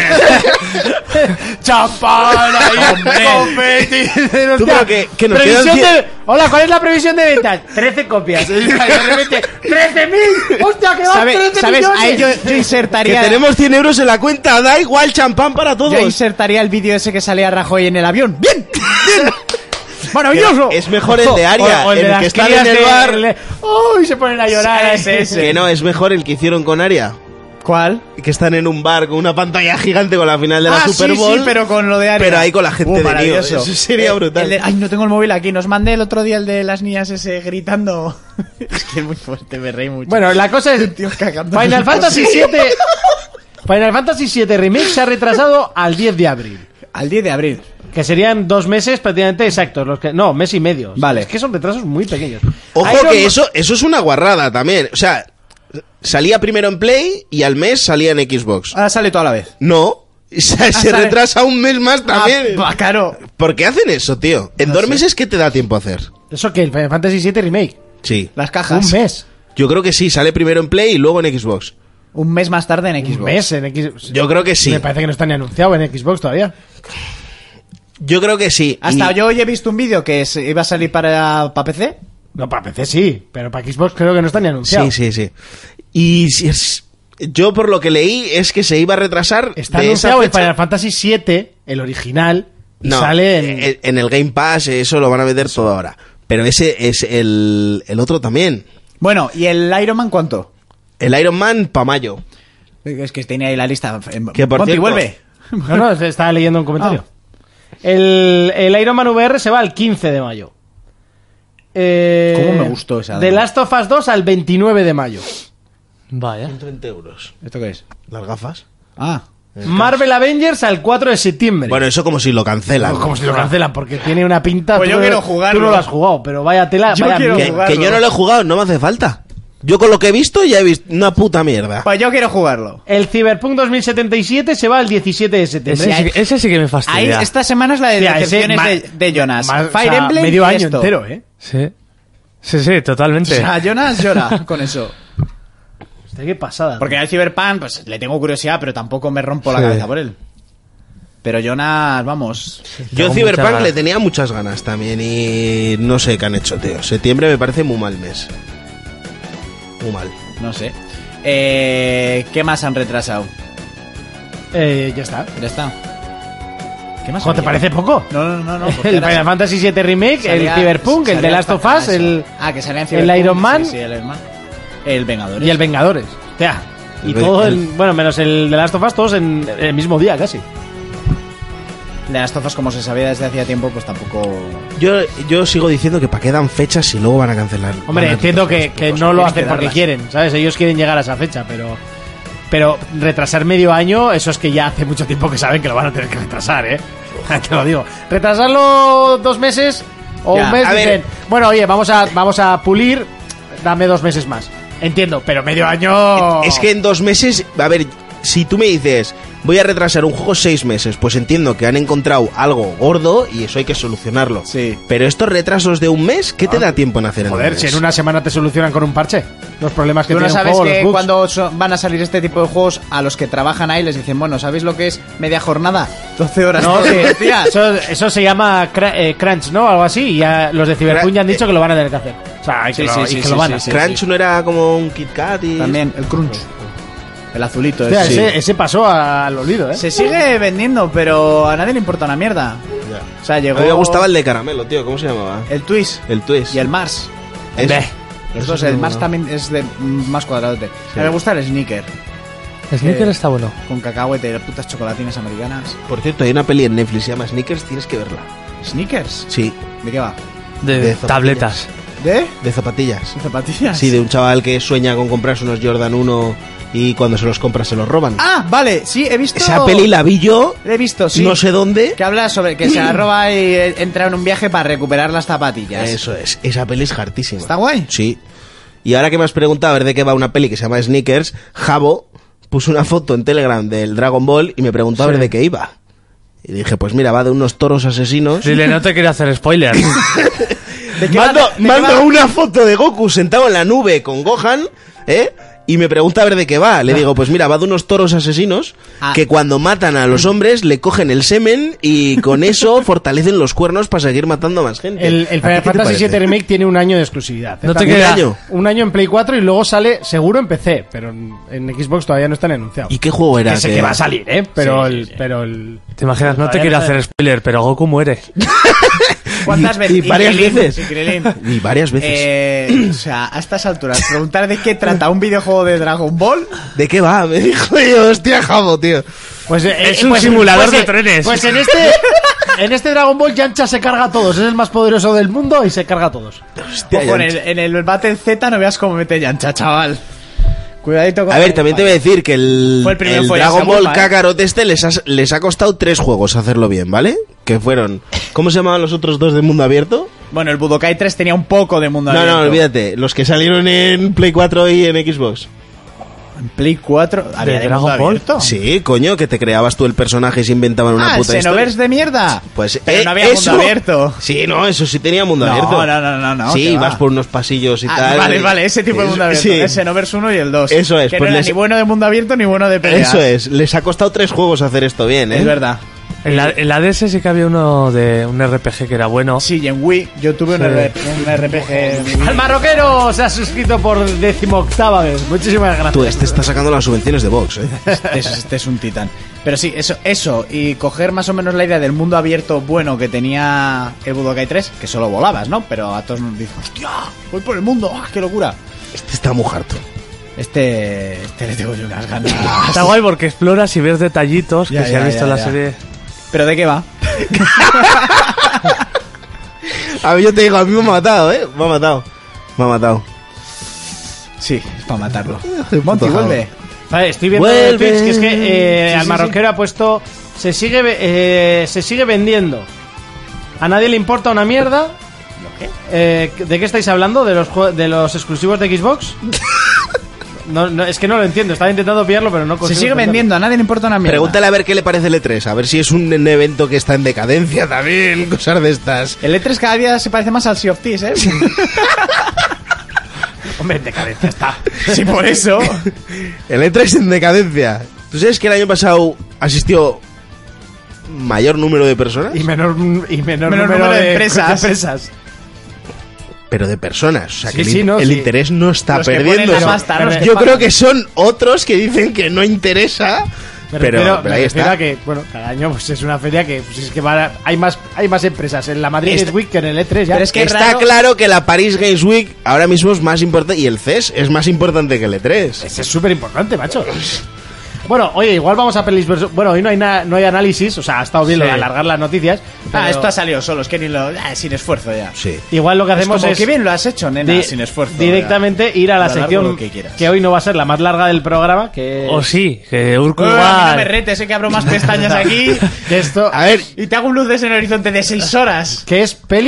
¡Champán! ¡Confeti! Tú, pero que nos Previsión quedan de... Hola, ¿cuál es la previsión de ventas? 13 copias. Y de repente, ¡13.000! ¡Hostia, que van 13 ¿Sabes? millones! Ahí yo Que insertaría... tenemos 100 euros en la cuenta, da igual, champán para todos. Yo insertaría el vídeo ese que salía Rajoy en el avión. ¡Bien! ¡Maravilloso! Es mejor el de Aria, O el de que las están crías en el de- bar. ¡Uy! Se ponen a llorar. Ese. Que no, es mejor el que hicieron con Aria. ¿Cuál? Que están en un bar con una pantalla gigante con la final de la Super Bowl. Sí, pero con lo de Aria. Pero ahí con la gente de Nioh. maravilloso. Eso sería brutal. Ay, no tengo el móvil aquí. Nos mandé el otro día el de las niñas ese gritando. Es que es muy fuerte, me reí mucho. Bueno, la cosa es... Tío, cagando. Final Fantasy VII... Final Fantasy VII Remake se ha retrasado al 10 de abril. Al 10 de abril. Que serían 2 meses prácticamente exactos. No, mes y medio. Vale. Es que son retrasos muy pequeños. Ojo Iron que Man- eso es una guarrada también. O sea, salía primero en Play y al mes salía en Xbox. Ahora sale toda la vez. No, se sale. retrasa un mes más también. Claro. ¿Por qué hacen eso, tío? En 2 meses, ¿qué te da tiempo a hacer? ¿Eso qué? El Final Fantasy VII Remake. Sí. Las cajas. Un mes. Yo creo que sí, sale primero en Play y luego en Xbox. Un mes más tarde en Xbox. Un mes en Xbox. Yo creo que sí. Me parece que no está ni anunciado en Xbox todavía. Yo creo que sí. Hasta Y- yo hoy he visto un vídeo que iba a salir para PC. No, para PC sí, pero para Xbox creo que no está ni anunciado. Sí. Y si es... Yo por lo que leí es que se iba a retrasar Está de esa anunciado el fecha. Final Fantasy VII, el original, y No, sale en... en el Game Pass eso lo van a meter todo ahora. Pero ese es el otro también. Bueno, ¿y el Iron Man cuánto? El Iron Man pa' mayo. Es que tenía ahí la lista. Que por Ponte y cierto- vuelve. No, estaba leyendo un comentario. El Iron Man VR se va al 15 de mayo. ¿Cómo me gustó esa? The Last of Us 2 al 29 de mayo. Vaya. 30 euros. ¿Esto qué es? Las gafas. Ah. Marvel Avengers al 4 de septiembre. Bueno, eso como si lo cancelan. No, como si lo cancelan, porque tiene una pinta... Pues tú yo no- quiero jugarlo. Tú no lo has jugado, pero vaya tela, Yo vaya quiero mierda. jugarlo. Que yo no lo he jugado, no me hace falta. Yo con lo que he visto ya he visto una puta mierda. Pues yo quiero jugarlo. El Cyberpunk 2077 se va al 17 de septiembre. Ese sí que me Ahí, fastidia. esta semana es la de Hostia, ese decepciones de Jonas. más- Fire o sea, Emblem medio y año esto. entero, ¿eh? Sí. Sí, O totalmente. sea, Jonas llora con eso. Hostia, qué pasada. Porque al Cyberpunk, pues le tengo curiosidad, pero tampoco me rompo la Sí. cabeza por él. Pero Jonas, vamos. Yo Tengo Cyberpunk muchas le ganas. tenía muchas ganas también y no sé qué han hecho, tío. Septiembre me parece muy mal mes. Muy mal. No sé. ¿Qué más han retrasado? Ya está. Ya está. ¿Qué más? ¿Cómo te había? parece poco? No. porque El ahora Final Fantasy VII Remake, salía- el Cyberpunk, el salía The Last of hasta- Us, el... que salía en el Cyberpunk, Iron Man. Sí, el Iron Man. El Vengadores. Y el Vengadores. Hostia. Y El- todo el- en... Bueno, menos el The Last of Us, todos en el mismo día casi. De las tofas, como se sabía desde hacía tiempo, pues tampoco. Yo sigo diciendo que para qué dan fechas si luego van a cancelar. Hombre, Van a- entiendo que pues no lo tienen hacen que porque darlas. quieren, ¿sabes? Ellos quieren llegar a esa fecha, pero retrasar medio año, eso es que ya hace mucho tiempo que saben que lo van a tener que retrasar, ¿eh? Te lo digo. Retrasarlo 2 meses, O Ya. un mes A ver. dicen, bueno, oye, vamos a pulir, dame 2 meses más. Entiendo, pero medio año... Es que en 2 meses, a ver, si tú me dices, voy a retrasar un juego 6 meses, pues entiendo que han encontrado algo gordo y eso hay que solucionarlo. Sí. Pero estos retrasos de un mes, ¿qué te da tiempo en hacer en un Joder, mes? si en una semana te solucionan con un parche los problemas que Tú no tiene un sabes juego, los que bugs. cuando van a salir este tipo de juegos, a los que trabajan ahí les dicen, bueno, ¿sabéis lo que es media jornada? 12 horas. No, todos sí, los días. eso se llama crunch, ¿no? Algo así. Y ya los de Cyberpunk ya han dicho que lo van a tener que hacer. O sea, Sí, que sí, lo, sí, y que sí, lo van sí, a sí. hacer. Crunch no era como un Kit Kat y... También el crunch. El azulito. Hostia, ese. ese pasó al olvido, ¿eh? Se sigue vendiendo, pero a nadie le importa una mierda. O sea, A llegó... mí me gustaba el de caramelo, tío, ¿cómo se llamaba? El Twist El Twist. y el Mars. Eso. Los Eso dos, es el muy Mars bueno. también es de más cuadradote. A mí me gusta el Sneaker. Sneaker está bueno. Con cacahuete y las putas chocolatinas americanas. Por cierto, hay una peli en Netflix, se llama Sneakers, tienes que verla. ¿Sneakers? Sí, ¿De qué va? De, De zapatillas. tabletas. ¿De? de zapatillas. ¿Zapatillas? Sí, de un chaval que sueña con comprarse unos Jordan 1 y cuando se los compra se los roban. Ah, vale, sí, he visto... Esa peli la vi yo, He visto, sí. no sé dónde. Que habla sobre que se la roba y entra en un viaje para recuperar las zapatillas. Eso es, esa peli es hartísima. ¿Está guay? Sí. Y ahora que me has preguntado a ver de qué va una peli que se llama Sneakers, Jabo puso una foto en Telegram del Dragon Ball y me preguntó a ver de qué iba. Y dije, pues mira, va de unos toros asesinos. Dile, no te quiero hacer spoilers. Mando una foto de Goku sentado en la nube con Gohan, ¿eh? Y me pregunta a ver de qué va. Le digo, pues mira, va de unos toros asesinos que cuando matan a los hombres le cogen el semen y con eso fortalecen los cuernos para seguir matando a más gente. El ¿A ti Final qué te Fantasy parece? VII Remake tiene 1 año de exclusividad. No te También queda- ¿Un año? Un año en Play 4 y luego sale seguro en PC, pero en Xbox todavía no están anunciados. ¿Y qué juego era? Que sé que va a salir, ¿eh? Pero el... ¿Te imaginas? No te Todavía quiero no sé. hacer spoiler, pero Goku muere. ¿Cuántas veces? Y varias veces. Increíble. Y varias veces. O sea, a estas alturas, preguntar de qué trata un videojuego de Dragon Ball. ¿De qué va? Me dijo yo, hostia, Jabo, tío. Pues, Es un simulador de trenes. Pues en este Dragon Ball Yamcha se carga a todos. Es el más poderoso del mundo y se carga a todos. Hostia, Ojo, ya- en el Battle Z no veas cómo mete Yancha, chaval. Cuidadito con... A ver, también te voy a decir que Fue el primer el follaje Dragon a Ball Bulma, ¿eh? Kakarot este les ha costado 3 juegos hacerlo bien, ¿vale? Que fueron... ¿Cómo se llamaban los otros 2 de mundo abierto? Bueno, el Budokai 3 tenía un poco de mundo No, abierto. no, olvídate. Los que salieron en Play 4 y en Xbox. En Play 4 había de Dragon mundo Ball? abierto. Sí, coño, que te creabas tú el personaje y se inventaban una Ah, el puta historia. Xenoverse de mierda. Pues Pero no había eso- mundo abierto. Sí, no, eso sí tenía mundo No, abierto. no, Sí, que va. vas por unos pasillos y Ah, tal. vale, vale, ese tipo de mundo abierto. Sí. El Xenoverse 1 y el 2. Eso es, Que pues no era les- ni bueno de mundo abierto ni bueno de pelea. Eso es, les ha costado 3 juegos hacer esto bien, ¿eh? Es verdad. En la DS sí que había uno de un RPG que era bueno. Sí, y en Wii yo tuve un RPG. Al marroquero se ha suscrito por 18ª vez. Muchísimas gracias. Tú, este está sacando las subvenciones de Vox, ¿eh? Este es un titán. Pero sí, eso, y coger más o menos la idea del mundo abierto bueno que tenía el Budokai 3, que solo volabas, ¿no? Pero a todos nos dicen, hostia, voy por el mundo, ¡ah, qué locura! Este está muy harto. Este le tengo yo unas ganas. Está guay porque exploras y ves detallitos Ya, que se ya, ha visto ya, en la ya. serie. ¿Pero de qué va? A ver, yo te digo, a mí me ha matado, ¿eh? Me ha matado. Me ha matado. Sí, es para matarlo. de Monty, puto vuelve. Vale, estoy viendo Vuelve. en Twitch que es que Sí, al sí, marroquero ha puesto se sigue vendiendo. A nadie le importa una mierda. ¿De qué estáis hablando? ¿De los exclusivos de Xbox? No, es que no lo entiendo. Estaba intentando pillarlo, pero no Se consigo sigue entenderlo. vendiendo, a nadie le importa una mierda. Pregúntale a ver qué le parece el E3, a ver si es un evento que está en decadencia también, cosas de estas. El E3 cada día se parece más al Sea of Thieves, ¿eh? Hombre, en decadencia está. Sí, por eso. El E3 en decadencia. ¿Tú sabes que el año pasado asistió mayor número de personas? Y menor número de empresas. Pero de personas. O sea, Sí, que sí, no, el sí. interés no está Los que perdiendo. ponen la pasta, los que Yo pagan. creo que son otros que dicen que no interesa. Me Pero refiero ahí a está. que, bueno, cada año pues es una feria que, pues, es que hay más empresas en la Madrid Este- Games Week que en el E3 ya. Pero es que Está raro- claro que la Paris Games Week ahora mismo es más importante y el CES es más importante que el E3. Ese es súper importante, macho. Bueno, oye, igual vamos a pelis versus... Bueno, hoy no hay análisis, o sea, ha estado bien lo de Sí. alargar las noticias. Ah, pero esto ha salido solo, es que ni lo... sin esfuerzo ya. Sí. Igual lo que hacemos como, es... qué bien lo has hecho, nena, di- sin esfuerzo. directamente ir a la Alargo sección lo que quieras. que hoy no va a ser la más larga del programa, que... O sí, que Urco A mí no me igual. retes, sé que abro más pestañas aquí que esto... A ver, y te hago un luces en el horizonte de 6 horas. Que es pelis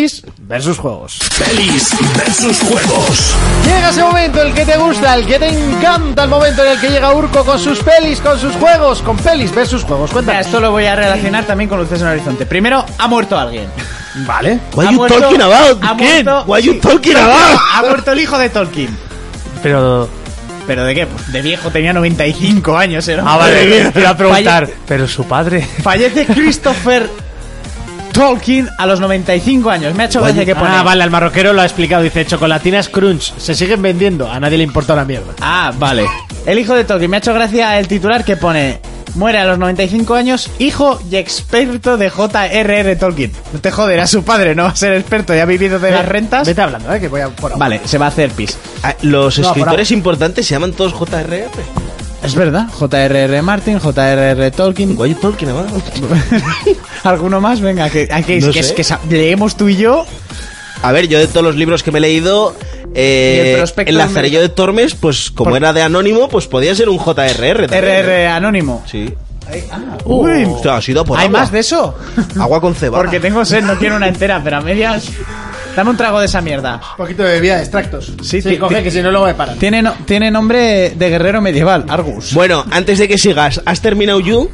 versus juegos. Pelis versus juegos. Llega ese momento, el que te gusta, el que te encanta, el momento en el que llega Urco con sus pelis, con sus juegos, con pelis versus juegos. Cuéntame. Esto lo voy a relacionar también con Luces en el Horizonte. Primero, ha muerto alguien. Vale. What you talking about? ¿Quién? What you talking about? Ha muerto el hijo de Tolkien. Pero ¿Pero de qué? Pues de viejo, tenía 95 años, ¿eh? vale, te iba a preguntar. Pero su padre. Fallece Christopher Tolkien a los 95 años. Me ha hecho gracia que pone. Ah, vale, el marroquero lo ha explicado. Dice, chocolatinas Crunch, se siguen vendiendo. A nadie le importa una mierda. Ah, vale. El hijo de Tolkien. Me ha hecho gracia el titular que pone: muere a los 95 años, hijo y experto de J.R.R. Tolkien. No te joder, a su padre no va a ser experto, ya ha vivido de las rentas. Vete hablando, que voy a por ahora. Vale, se va a hacer pis. Los escritores importantes se llaman todos J.R.R. Es verdad, J.R.R. Martin, J.R.R. Tolkien. What you talking about? ¿Alguno más? Venga, que No sé. leemos tú y yo. A ver, yo de todos los libros que me he leído, el prospecto el Lazarillo de Tormes, pues como era de anónimo, pues podía ser un JRR también. RR anónimo. Sí. Uy, Hostia, ha sido por ¿hay agua. más de eso? Agua con cebada. Porque tengo sed, no quiero una entera, pero a medias. Dame un trago de esa mierda. Un poquito de bebida, extractos. Sí, coge, que si no luego me paran. Tiene nombre de guerrero medieval, Argus. Bueno, antes de que sigas, ¿has terminado You?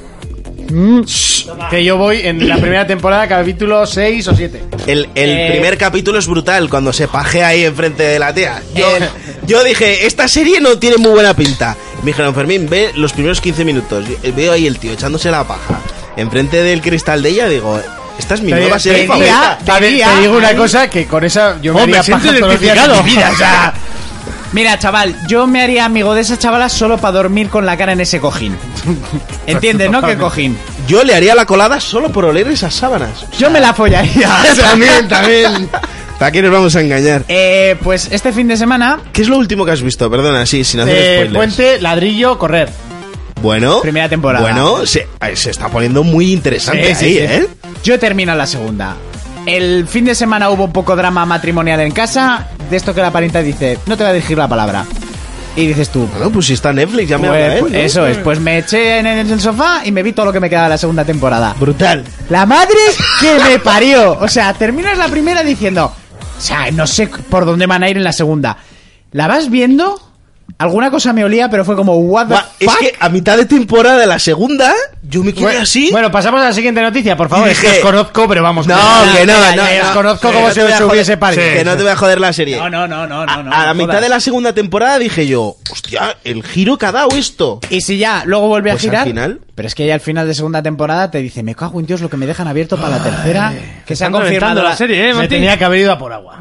Que yo voy en la primera temporada, capítulo 6 o 7. El primer capítulo es brutal, cuando se pajea ahí enfrente de la tía. Yo dije, esta serie no tiene muy buena pinta. Me dijeron, Fermín, ve los primeros 15 minutos. Veo ahí el tío echándose la paja enfrente del cristal de ella, digo, esta es mi nueva serie favorita. Te digo una cosa, que con esa yo me haría paja todos los días de mi vida, o sea... Mira, chaval, yo me haría amigo de esa chavala solo para dormir con la cara en ese cojín. ¿Entiendes, no? ¿Qué cojín? Yo le haría la colada solo por oler esas sábanas. Yo me la follaría. También. ¿Para qué nos vamos a engañar? Pues este fin de semana... ¿Qué es lo último que has visto? Perdona, sí, sin hacer spoilers. Puente, ladrillo, correr. Bueno. Primera temporada. Bueno, se está poniendo muy interesante Sí, ahí, sí. ¿eh? Yo termino la segunda. El fin de semana hubo un poco drama matrimonial en casa. De esto que la parienta dice, no te voy a dirigir la palabra. Y dices tú, Bueno, pues si está Netflix, ya me habla él, ¿no? eso es, pues me eché en el sofá y me vi todo lo que me quedaba de la segunda temporada. Brutal. La madre que me parió. O sea, terminas la primera diciendo, o sea, no sé por dónde van a ir en la segunda. La vas viendo, alguna cosa me olía, pero fue como, what the Es fuck. que a mitad de temporada de la segunda, yo me quedé así. Bueno, pasamos a la siguiente noticia, por favor. Y Es que dije- os conozco, pero vamos. No, que no. Os conozco como Que si no te voy a os joder- hubiese parido. Que no te voy a joder la serie. No. A la no mitad jodas. de la segunda temporada dije yo, hostia, el giro que ha dado esto. Y si ya luego vuelve Pues a girar. al final- Pero es que ya al final de segunda temporada te dice, me cago en Dios lo que me dejan abierto para la tercera. Que se ha Están confirmado reventando la serie, Me Martín. tenía que haber ido a por agua.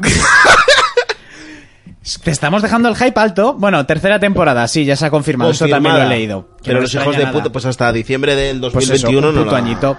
Te estamos dejando el hype alto. Bueno, tercera temporada, sí, ya se ha confirmado. Eso también lo he leído. Que Pero no me los hijos extraña de puta, nada. pues hasta diciembre del Pues 2021 eso, un no puto lo añito.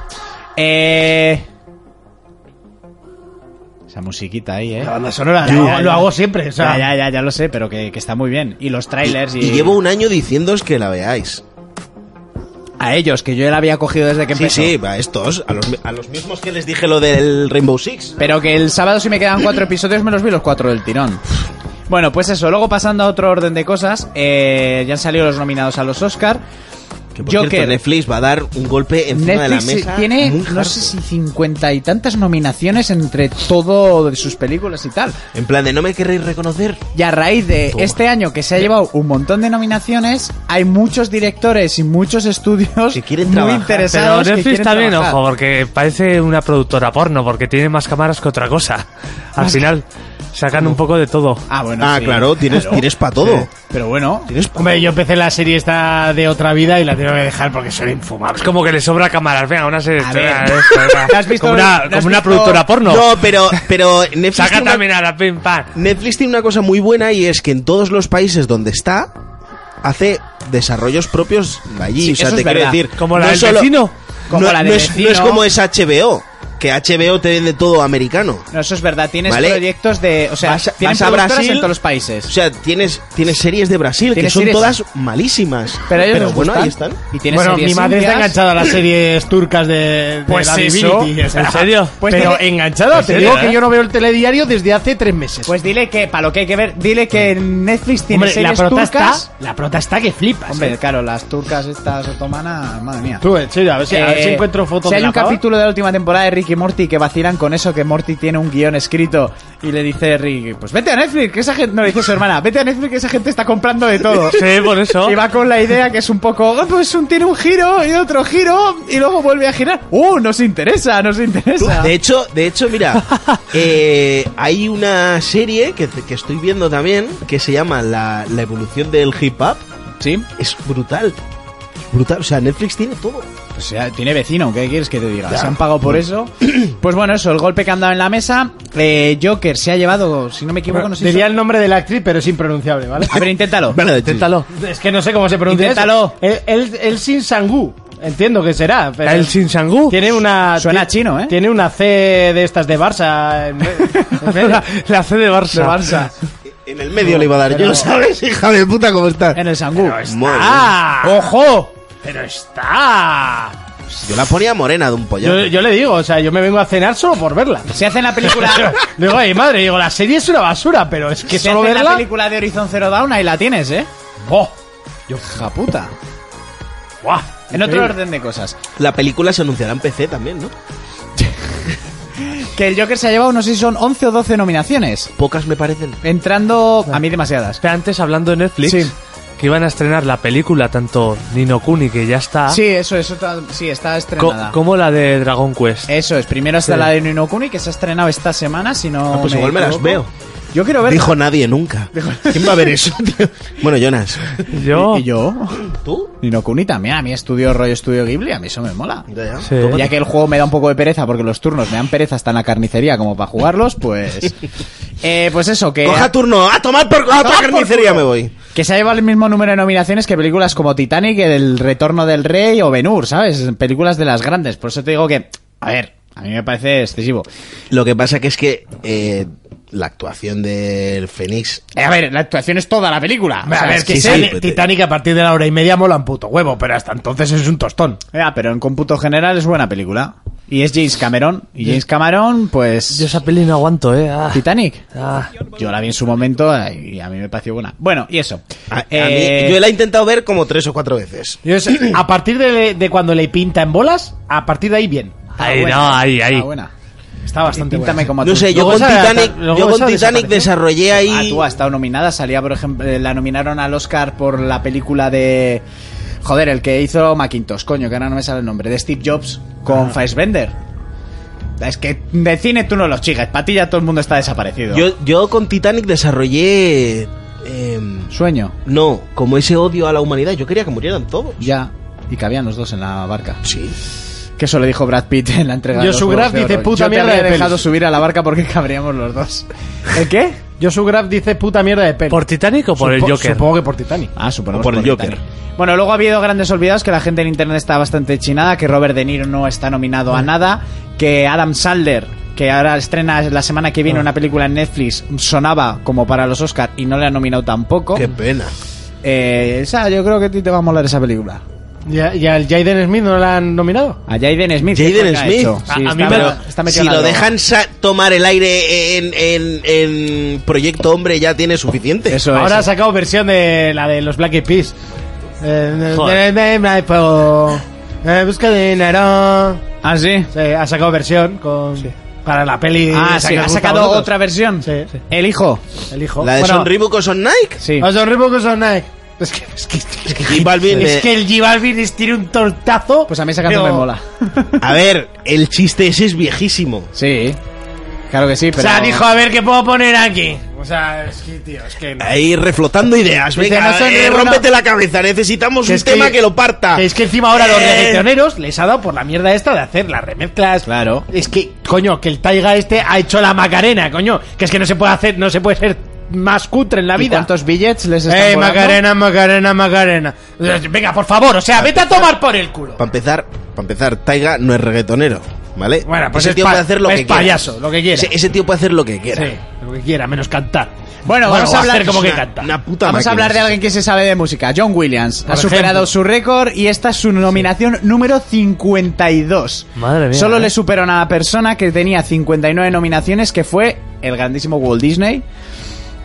Esa musiquita ahí, La banda sonora, lo hago siempre. O sea, Ya lo sé, pero que está muy bien. Y los trailers Y llevo un año diciéndoos que la veáis. A ellos, que yo la había cogido desde que Sí, empezó. sí, a estos, a los mismos que les dije lo del Rainbow Six. Pero que el sábado si me quedan 4 episodios me los vi los 4 del tirón. Bueno, pues eso, luego pasando a otro orden de cosas, ya han salido los nominados a los Oscar. Que por cierto, Netflix va a dar un golpe encima de la Netflix mesa. tiene, muy no hardcore. sé si 50 y tantas nominaciones entre todo de sus películas y tal. En plan de no me queréis reconocer. Y a raíz de Toma. este año que se ha llevado un montón de nominaciones, hay muchos directores y muchos estudios Que quieren muy trabajar. Pero interesados que Netflix quieren también, trabajar. ojo, porque parece una productora porno, porque tiene más cámaras que otra cosa. Al final, sacan un poco de todo. Ah, bueno, Ah, sí. claro, tienes para todo. Pero bueno, Tienes pa' hombre, yo empecé la serie esta de otra vida y la tengo que dejar porque son infumables. Es como que le sobra cámaras. Venga, una serie. A ver. venga, ¿Has visto- como ¿no una, has como una visto- productora porno. No, pero Netflix Saca tiene, también a la pim pam. Netflix tiene una cosa muy buena y es que en todos los países donde está, hace desarrollos propios de allí. Sí, o sea, eso te es quiero verdad. decir. Como la no del solo- vecino. Como no, la de no es, no es Vecino. como es HBO, que HBO te vende todo americano. no, eso es verdad. Tienes Vale. proyectos de... O sea, tienen vas a productoras Brasil, en todos los países. O sea, tienes series de Brasil que Tienes son series- todas malísimas. pero a ellos les bueno, gustan. ahí están. Y tienes Bueno, series mi madre está indias. enganchada a las series turcas de Pues la eso, Divinity, o sea, ¿en serio? Pues pero tiene- enganchada, ¿En te serio, digo que eh? yo no veo el telediario desde hace 3 meses. Pues dile que, para lo que hay que ver, dile que Netflix tiene hombre, series la prota turcas... está que flipas. Hombre, claro, las turcas estas otomanas, madre mía. Tú, en serio, a ver si encuentro fotos si de hay la un pava. capítulo de la última temporada de Ricky y Morty que vacilan con eso, que Morty tiene un guión escrito y le dice Rick, pues vete a Netflix, que esa gente... No, le dice su hermana, vete a Netflix, que esa gente está comprando de todo. Sí, por eso. Y va con la idea que es un poco, tiene un giro y otro giro y luego vuelve a girar. Nos interesa. De hecho, mira, hay una serie que estoy viendo también que se llama la evolución del hip hop. Sí. Es brutal. O sea, Netflix tiene todo. O sea, tiene vecino, ¿qué quieres que te diga? Se han pagado por eso. Pues bueno, eso, el golpe que han dado en la mesa. Joker se ha llevado, si no me equivoco, no sé diría el nombre de la actriz, pero es impronunciable, ¿vale? A ver, inténtalo. Vale, Inténtalo. Es que no sé cómo se pronuncia. Inténtalo. El Sin Sangu. Entiendo que será. Pero ¿El Sin Sangu? Tiene una... Suena chino, ¿eh? Tiene una C de estas de Barça. La C de Barça. En el medio le iba a dar yo, ¿sabes? Hija de puta, ¿cómo está? En el Sangú. ¡Ojo! Pero está... Yo la ponía morena de un pollo. Yo le digo, o sea, yo me vengo a cenar solo por verla. Se hace en la película... Digo, ay, madre, digo, la serie es una basura, pero es que se solo hace en verla... la película de Horizon Zero Dawn, ahí la tienes, ¿eh? ¡Oh! Hija puta. ¡Buah! En otro orden de cosas. La película se anunciará en PC también, ¿no? Que el Joker se ha llevado, no sé si son 11 o 12 nominaciones. Pocas me parecen. Entrando... A mí demasiadas. Pero antes, hablando de Netflix, Sí. que iban a estrenar la película, tanto Ni no Kuni, que ya está, Sí, eso sí, está estrenada. como la de Dragon Quest. Eso es, primero está Sí. la de Ni no Kuni, que se ha estrenado esta semana, si no Pues igual me las equivoco. veo. Yo quiero ver. Dijo nadie nunca. ¿Quién va a ver eso, tío? Bueno, Jonas. Yo... ¿Y yo? ¿Tú? Ni no Kuni también, a mí rollo estudio Ghibli, a mí eso me mola. Ya. Sí. Ya que el juego me da un poco de pereza, porque los turnos me dan pereza hasta en la carnicería como para jugarlos, pues... pues eso, que... Coja turno, a tomar por a otra Tomar por carnicería culo. me voy. Que se ha llevado el mismo número de nominaciones que películas como Titanic, El Retorno del Rey o Ben-Hur, ¿sabes? Películas de las grandes. Por eso te digo que, a ver, a mí me parece excesivo. Lo que pasa que es que la actuación del Fénix... A ver, la actuación es toda la película. O sea, A ver, es que sí, sé- sí. Titanic a partir de la hora y media mola un puto huevo, pero hasta entonces es un tostón. pero en cómputo general es buena película. Y es James Cameron. Y James Cameron, pues... Yo esa peli no aguanto, Titanic. Ah. Yo la vi en su momento y a mí me pareció buena. Bueno, y eso. A mí, yo la he intentado ver como 3 o 4 veces. A partir de cuando le pinta en bolas, a partir de ahí bien. Ahí, no, ahí. Está buena. Está bastante Píntame buena. como No tú. sé, yo Luego con esa- Titanic, luego yo con esa Titanic desapareció. desarrollé ahí... Tú ha estado nominada, salía por ejemplo, la nominaron al Oscar por la película de... Joder, el que hizo Macintosh, coño, que ahora no me sale el nombre, de Steve Jobs con Fassbender. Es que de cine tú no los chigues, para ti ya todo el mundo está desaparecido. Yo con Titanic desarrollé... Sueño, no, como ese odio a la humanidad. Yo quería que murieran todos. ya. Y cabían los dos en la barca. Sí. Que eso le dijo Brad Pitt en la entrega de los Joshua Globos Graf de dice, Oro. puta Yo te mierda habría de dejado pelis. subir a la barca porque cabríamos los dos. ¿El qué? Joshua Graf dice puta mierda de peli. ¿Por Titanic o por el Joker? Supongo que por Titanic. Ah, suponemos Por el Joker. Titanic. Bueno, luego ha habido grandes olvidados, que la gente en internet está bastante chinada, que Robert De Niro no está nominado a nada, que Adam Sandler, que ahora estrena la semana que viene una película en Netflix, sonaba como para los Oscar y no le han nominado tampoco. Qué pena. Esa, yo creo que a ti te va a molar esa película. ¿Y al Jaden Smith no la han nominado? A Jaden Smith. Jaden ¿qué coño ha Smith. hecho? Sí, A mí está- me- está metido Si en la lo droga. dejan tomar el aire en Proyecto Hombre ya tiene suficiente. Eso Ahora ha es. sacado versión de la de los Black Eyed Peas. Busca dinero. Ah, sí. Sí, ha sacado versión para la peli. Ah, esa sí, que ha os gusta a sacado vosotros. otra versión. Sí. El hijo. El hijo. La de Bueno, Son Reebok o Son Nike. Sí. a Son Reebok o Son Nike. Es que J Balvin, es que el J Balvin tiene un tortazo. Pues a mí esa canción Digo, me mola. A ver, el chiste ese es viejísimo. Sí. Claro que sí, O pero... sea, dijo, a ver qué puedo poner aquí. O sea, es que, tío, es que no. Ahí reflotando ideas. Dice, Venga, no son re bueno. rómpete la cabeza. Necesitamos Que un es tema que- que lo parta. Es que encima ahora los reggaetoneros les ha dado por la mierda esta de hacer las remezclas. Claro. Es que, coño, que el Taiga este ha hecho la Macarena, coño. Que es que no se puede hacer, no se puede ser más cutre en la ¿Y vida. cuántos billets les están volando? Macarena, Macarena, Macarena. Venga, por favor, o sea, vete a tomar por el culo. Para empezar, Taiga no es reggaetonero, ¿vale? Bueno, pues ese es tío puede hacer lo es que quiera. payaso, lo que quiera. Ese tío puede hacer lo que quiera. Sí, lo que quiera, menos cantar. Bueno, vamos a hablar hacer como que una- canta. una puta Vamos a máquina. hablar de alguien que se sabe de música. John Williams ha Por superado ejemplo. su récord y esta es su nominación número 52. Madre mía, Solo le superó a una persona que tenía 59 nominaciones, que fue el grandísimo Walt Disney.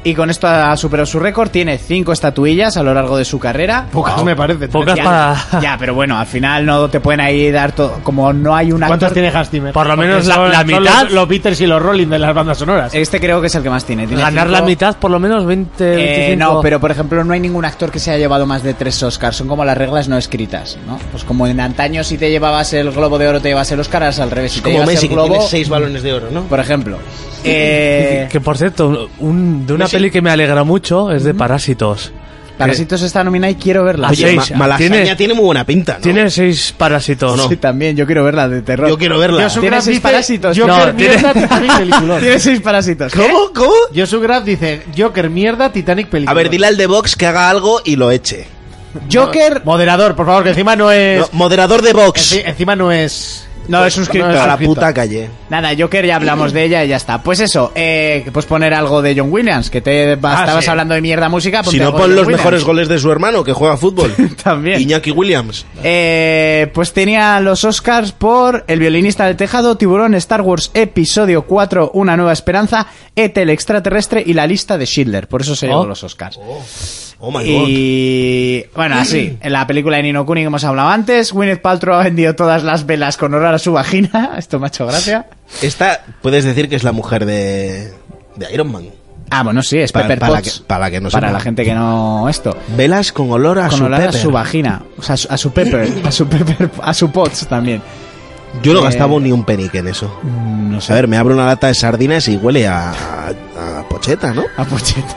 Y con esto ha superado su récord. Tiene 5 estatuillas a lo largo de su carrera. Pocas me parece. Pocas Ya, para... ya, pero bueno, al final no te pueden ahí dar todo. Como no hay una. ¿Cuántos tiene Hans Zimmer? Por lo menos Porque la son mitad. los Beatles y los Rolling de las bandas sonoras. Este creo que es el que más tiene. Tiene Ganar 5. la mitad, por lo menos 20, 25... No, pero por ejemplo no hay ningún actor que se haya llevado más de 3 Oscars. Son como las reglas no escritas, ¿no? Pues como en antaño si te llevabas el Globo de Oro te llevas el Oscar, ahora es al revés. Si te Como llevas Messi, el que Globo, tiene 6 balones de oro, ¿no? por ejemplo. Que por cierto, de una Messi. peli que me alegra mucho es de Parásitos. Parásitos está nominada y quiero verla. Oye, seis. Malasaña tiene muy buena pinta, ¿no? Tiene 6 Parásitos. Sí, también, yo quiero verla de terror. Yo quiero verla. Josu Tiene Graf 6 dice, parásitos. Joker No, mierda, Titanic peliculón. Tiene 6 parásitos. ¿Cómo? Josu Graf dice, Joker mierda, Titanic A peliculón. ver, dile al de Vox que haga algo y lo eche. Joker. Moderador, por favor, que encima no es... No, moderador de Vox. Encima no es... No, es suscriptor. A la puta calle. Nada, Joker ya hablamos de ella y ya está. Pues eso, puedes poner algo de John Williams, que estabas sí. hablando de mierda música. Si ponte no, algo de pon John los Williams. mejores goles de su hermano, que juega fútbol. También. Iñaki Williams. Pues tenía los Oscars por El violinista del tejado, Tiburón, Star Wars Episodio 4, Una nueva esperanza, E.T. el extraterrestre y La lista de Schindler. Por eso se llevó los Oscars. Oh my god. Y bueno, así, en la película de Ni no Kuni que hemos hablado antes, Gwyneth Paltrow ha vendido todas las velas con olor a su vagina. Esto me ha hecho gracia. Esta, puedes decir que es la mujer de Iron Man. Ah, bueno, sí, es Pepper Potts. Para que no Para sepa. la gente que no esto. Velas con olor a Con su olor a pepper. su vagina. O sea, a su pepper. A su Potts también. Yo no gastaba ni un penique en eso. No sé. A ver, me abro una lata de sardinas y huele a pocheta, ¿no? A pocheta.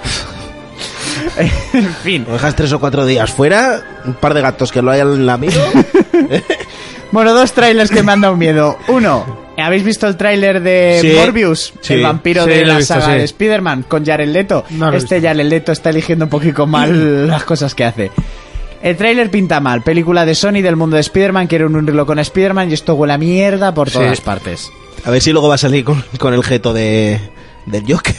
En fin. Lo dejas 3 o 4 días fuera, un par de gatos que lo hayan lamido. Bueno, 2 trailers que me han dado miedo. Uno, ¿habéis visto el tráiler de Sí. Morbius? Sí. El vampiro Sí, de lo he la visto, saga sí. de Spider-Man con Jared Leto. No lo he visto. Jared Leto está eligiendo un poquito mal las cosas que hace. El tráiler pinta mal. Película de Sony del mundo de Spider-Man. Quieren unirlo con Spider-Man y esto huele a mierda por todas Sí. partes. A ver si luego va a salir con el jeto del Joker.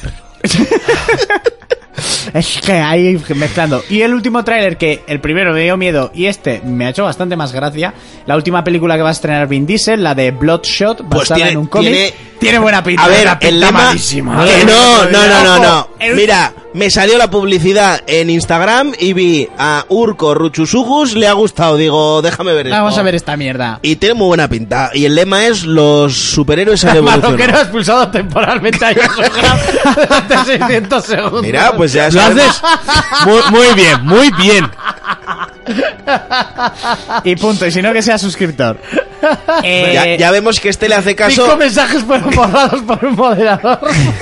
Es que ahí mezclando. Y el último tráiler, que el primero me dio miedo y este me ha hecho bastante más gracia. La última película que va a estrenar Vin Diesel, la de Bloodshot, Pues basada tiene- en un cómic. tiene- buena pinta. A ver, una pinta el lema... malísima. Que no. El- Mira, me salió la publicidad en Instagram y vi a Urko Ruchusugus, le ha gustado. Digo, déjame ver esto. Vamos a ver esta mierda. Y tiene muy buena pinta. Y el lema es: los superhéroes han Marroquero evolucionado. expulsado temporalmente a Josu Graf durante 600 segundos. Mira, pues ya Lo sabemos. haces muy bien, muy bien. Y punto. Y si no, que sea suscriptor. Ya vemos que este le hace 5 caso. mensajes fueron borrados por un moderador.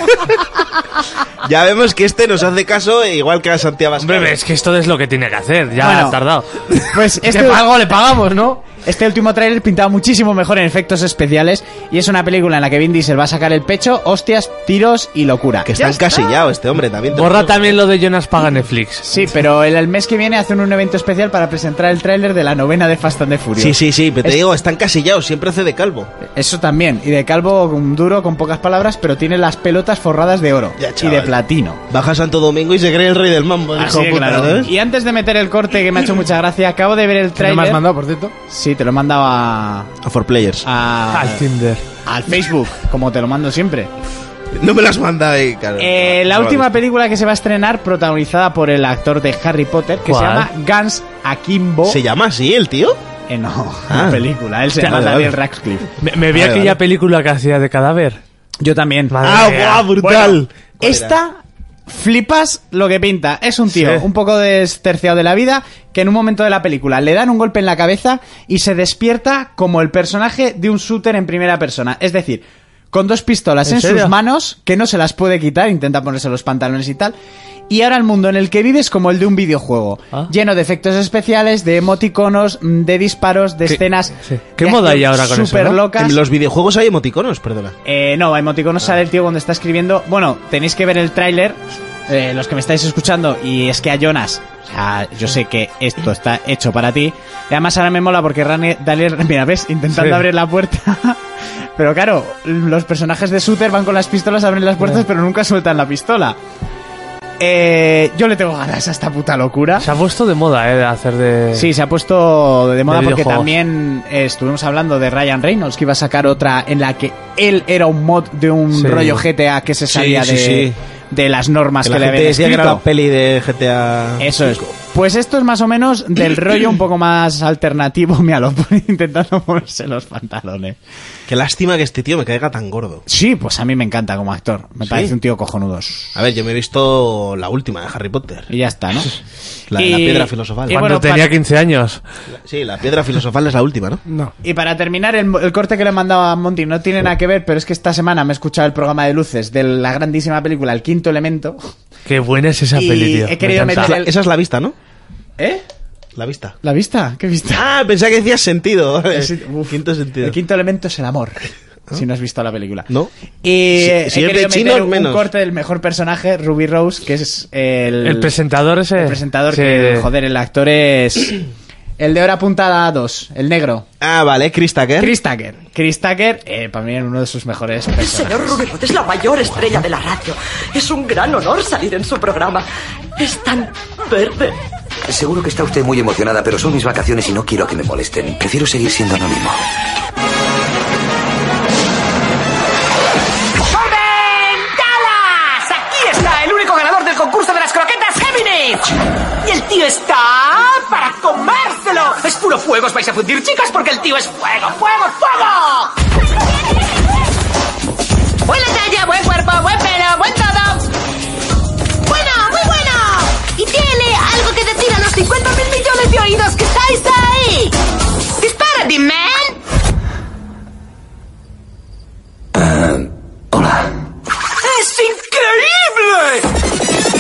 Ya vemos que este nos hace caso igual que a Santiago Abascal. Hombre, es que esto es lo que tiene que hacer. Ya Bueno. ha tardado. Pues Que algo le pagamos, ¿no? Este último tráiler pintaba muchísimo mejor en efectos especiales y es una película en la que Vin Diesel va a sacar el pecho, hostias, tiros y locura. Que está encasillado este hombre también. te lo Borra digo. también lo de Jonas paga Netflix. Sí, pero el mes que viene hacen un evento especial para presentar el tráiler de la 9ª de Fast and the Furious. Sí, pero te digo, está encasillado, siempre hace de calvo. Eso también. Y de calvo duro, con pocas palabras, pero tiene las pelotas forradas de oro Ya, y chaval. de platino. Baja a Santo Domingo y se cree el rey del mambo. el Así hijo que, puta, claro. ¿sabes? Y antes de meter el corte que me ha hecho mucha gracia, acabo de ver el ¿Qué me has tráiler. mandado, por cierto? Sí, te lo he mandado A For Players. Al Tinder. al Facebook, como te lo mando siempre. No me las manda ahí, claro. La Chaval. última película que se va a estrenar, protagonizada por el actor de Harry Potter, que ¿Cuál? se llama Guns Akimbo. ¿Se llama así el tío? No, Ah. la película. Él se llama Vale, Daniel vale. Radcliffe. Me vi Vale, aquella vale. película que hacía de cadáver. Yo también. Madre mía. guau, brutal. Bueno, esta flipas lo que pinta. Es un tío Sí. un poco desterciado de la vida que en un momento de la película le dan un golpe en la cabeza y se despierta como el personaje de un shooter en primera persona. Es decir, con 2 pistolas ¿En en serio? sus manos, que no se las puede quitar, intenta ponerse los pantalones y tal. Y ahora el mundo en el que vive es como el de un videojuego, Ah. lleno de efectos especiales, de emoticonos, de disparos, de Sí, escenas. sí. ¿Qué de moda hay acción ahora con eso, súper no? locas. En los videojuegos hay emoticonos, perdona. No, emoticonos sale el tío cuando está escribiendo. Bueno, tenéis que ver el tráiler, los que me estáis escuchando, y es que a Jonas, o sea, yo sé que esto está hecho para ti. Y además ahora me mola porque Daniel, mira, ves, intentando Sí. abrir la puerta. Pero claro, los personajes de Shooter van con las pistolas, abren las puertas, pero nunca sueltan la pistola. Yo le tengo ganas a esta puta locura. Se ha puesto de moda, de hacer de... Sí, se ha puesto de moda De porque videojuegos. también estuvimos hablando de Ryan Reynolds, que iba a sacar otra en la que él era un mod de un Sí. rollo GTA que se salía sí, de... sí. de las normas que la le gente habían decía que era escrito. la peli de GTA. Eso es. Pues esto es más o menos del rollo un poco más alternativo. Mira, lo pone intentando ponerse los pantalones. Qué lástima que este tío me caiga tan gordo. Sí, pues a mí me encanta como actor. Me ¿Sí? parece un tío cojonudo. A ver, yo me he visto la última de Harry Potter. Y ya está, ¿no? La de la piedra filosofal. y Cuando bueno, tenía 15 años. Sí, la piedra filosofal es la última, ¿no? No. Y para terminar, el corte que le he mandado a Monty no tiene nada que ver, pero es que esta semana me he escuchado el programa de luces de la grandísima película El Quinto Elemento. Qué buena es esa Y peli, tío. he querido Me encanta. meter Esa es la vista, ¿no? ¿Eh? La vista. ¿La vista? ¿Qué vista? Ah, pensaba que decías sentido. Uf, Quinto sentido. El quinto elemento es el amor. Si no has visto la película. ¿No? Y Si he es de querido chinos, meter un menos. corte del mejor personaje, Ruby Rose, que es El presentador ese. el presentador Sí. que, joder, el actor es el de Hora Puntada 2, el negro. Ah, vale, Chris Tucker. Chris Tucker. Chris Tucker, para mí, es uno de sus mejores personajes. Señor Rubirot es la mayor estrella de la radio. Es un gran honor salir en su programa. Es tan verde. Seguro que está usted muy emocionada, pero son mis vacaciones y no quiero que me molesten. Prefiero seguir siendo anónimo. ¡Dallas! Aquí está el único ganador del concurso de las croquetas Géminis. Y el tío está para comérselo. Es puro fuego, os vais a fundir, chicas, porque el tío es fuego, fuego, fuego. Buena talla, buen cuerpo, buen pelo, buen todo. Bueno, muy bueno. Y tiene algo que decir a los 50.000 millones de oídos que estáis ahí. ¡Dispara, man! Hola. ¡Es increíble!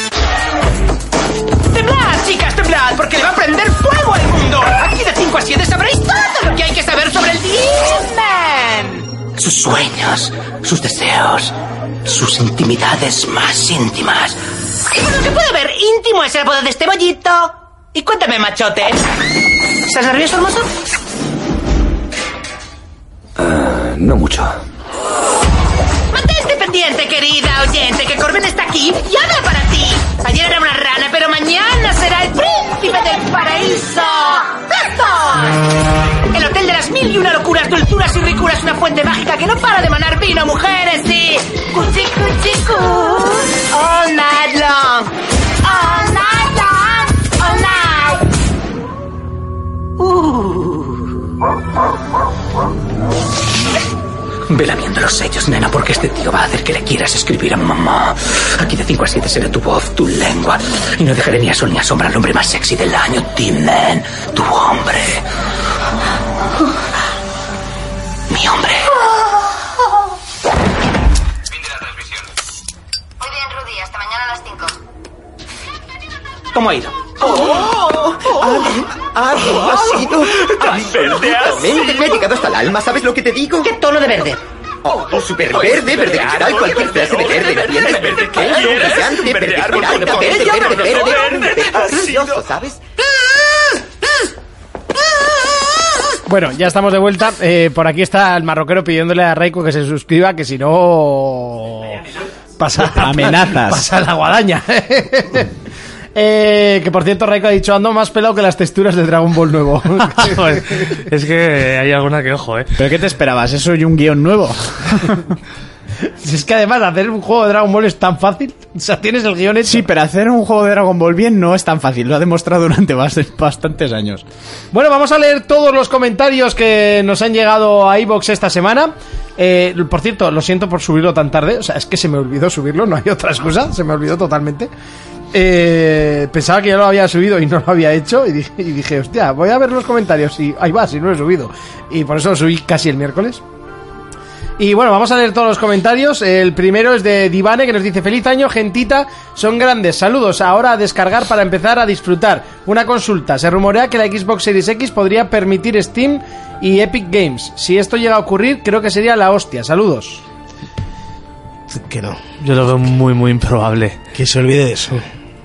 ¡Temblad, chicas, temblad! Porque le va a prender fuego al mundo. Aquí de 5 a 7 sabréis todo lo que hay que saber sobre el D-Man. Sus sueños, sus deseos, sus intimidades más íntimas. Y por lo que puedo ver, íntimo es el apodo de este bollito. Y cuéntame, machote. ¿Estás nervioso, hermoso? No mucho. Mantente pendiente, querida oyente, que Corbin está aquí y habla para ti. Ayer era una rana, pero mañana será el príncipe del paraíso. ¡Esto! El hotel de las 1001 locuras, dulzuras y ricuras, una fuente mágica que no para de emanar vino, mujeres y... cuchi, cuchi, cu. All night long. All night long. All night. Vela viendo los sellos, nena, porque este tío va a hacer que le quieras escribir a mamá. Aquí de 5 a 7 será tu voz, tu lengua. Y no dejaré ni a sol ni a sombra al hombre más sexy del año, D-Man. Tu hombre. Mi hombre. Muy bien, Rudy. Hasta mañana a las 5. ¿Cómo ha ido? Algo ha sido absolutamente. Me ha llegado hasta el alma, ¿sabes lo que te digo? ¿Qué tono de verde? Oh, súper verde, verde cristal, cualquier clase de verde. Verde, verde, brillante, verde esmeralda, verde, precioso, ¿sabes? Bueno, ya estamos de vuelta. Por aquí está el marroquero pidiéndole a Raiko que se suscriba, que si no... pasa Amenazas. Pasa la guadaña. Que por cierto, Raiko ha dicho, ando más pelado que las texturas del Dragon Ball nuevo. Pues, es que hay alguna que ojo, ¿Pero qué te esperabas? ¿Eso y un guión nuevo? Si es que además hacer un juego de Dragon Ball es tan fácil. O sea, tienes el guión hecho. Sí, pero hacer un juego de Dragon Ball bien no es tan fácil. Lo ha demostrado durante bastantes años. Bueno, vamos a leer todos los comentarios que nos han llegado a iVoox esta semana. Por cierto, lo siento por subirlo tan tarde. O sea, es que se me olvidó subirlo, no hay otra excusa. Se me olvidó totalmente. Pensaba que ya lo había subido y no lo había hecho. Y dije, hostia, voy a ver los comentarios. Y ahí va, si no lo he subido. Y por eso lo subí casi el miércoles. Y bueno, vamos a leer todos los comentarios. El primero es de Divane, que nos dice: feliz año, gentita, son grandes, saludos, ahora a descargar para empezar a disfrutar. Una consulta, se rumorea que la Xbox Series X podría permitir Steam y Epic Games. Si esto llega a ocurrir, creo que sería la hostia, saludos. Que no. Yo lo veo muy, muy improbable. Que se olvide de eso.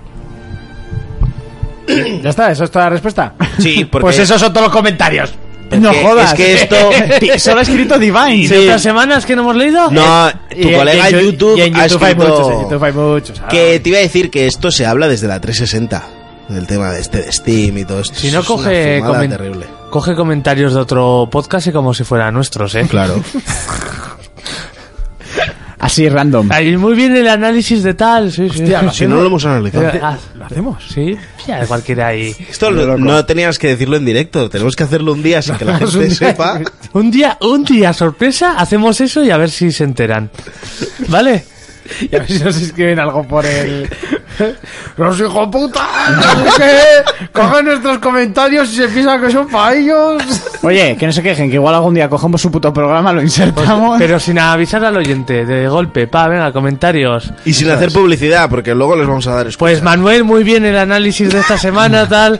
Ya está, ¿eso es toda la respuesta? Sí, porque... Pues esos son todos los comentarios. No jodas. Es que esto... Solo ha escrito Divine. ¿Y de otras semanas que no hemos leído? No, tu colega en YouTube, y en ha YouTube hay escrito... muchos, en YouTube hay muchos. Que te iba a decir que esto se habla desde la 360. Del tema de Steam y todo esto. Si no, Es una coge, fumada terrible. coge comentarios de otro podcast y como si fueran nuestros, Claro. Así, random. Ahí muy bien el análisis de tal. Sí, sí. Hostia, Si no lo hemos analizado. ¿Lo hacemos? Sí, ya cualquiera ahí. Esto no tenías que decirlo en directo. Tenemos que hacerlo un día sin que la gente sepa. Un día, sorpresa, hacemos eso y a ver si se enteran. ¿Vale? Y a ver si nos escriben algo por el... ¡Los hijoputas! ¿Qué? Cogen nuestros comentarios y se piensan que son para ellos. Oye, que no se quejen, que igual algún día cogemos su puto programa, lo insertamos. Pero sin avisar al oyente, de golpe, venga, comentarios. Y sin hacer publicidad, porque luego les vamos a dar escucha. Pues Manuel, muy bien el análisis de esta semana, tal.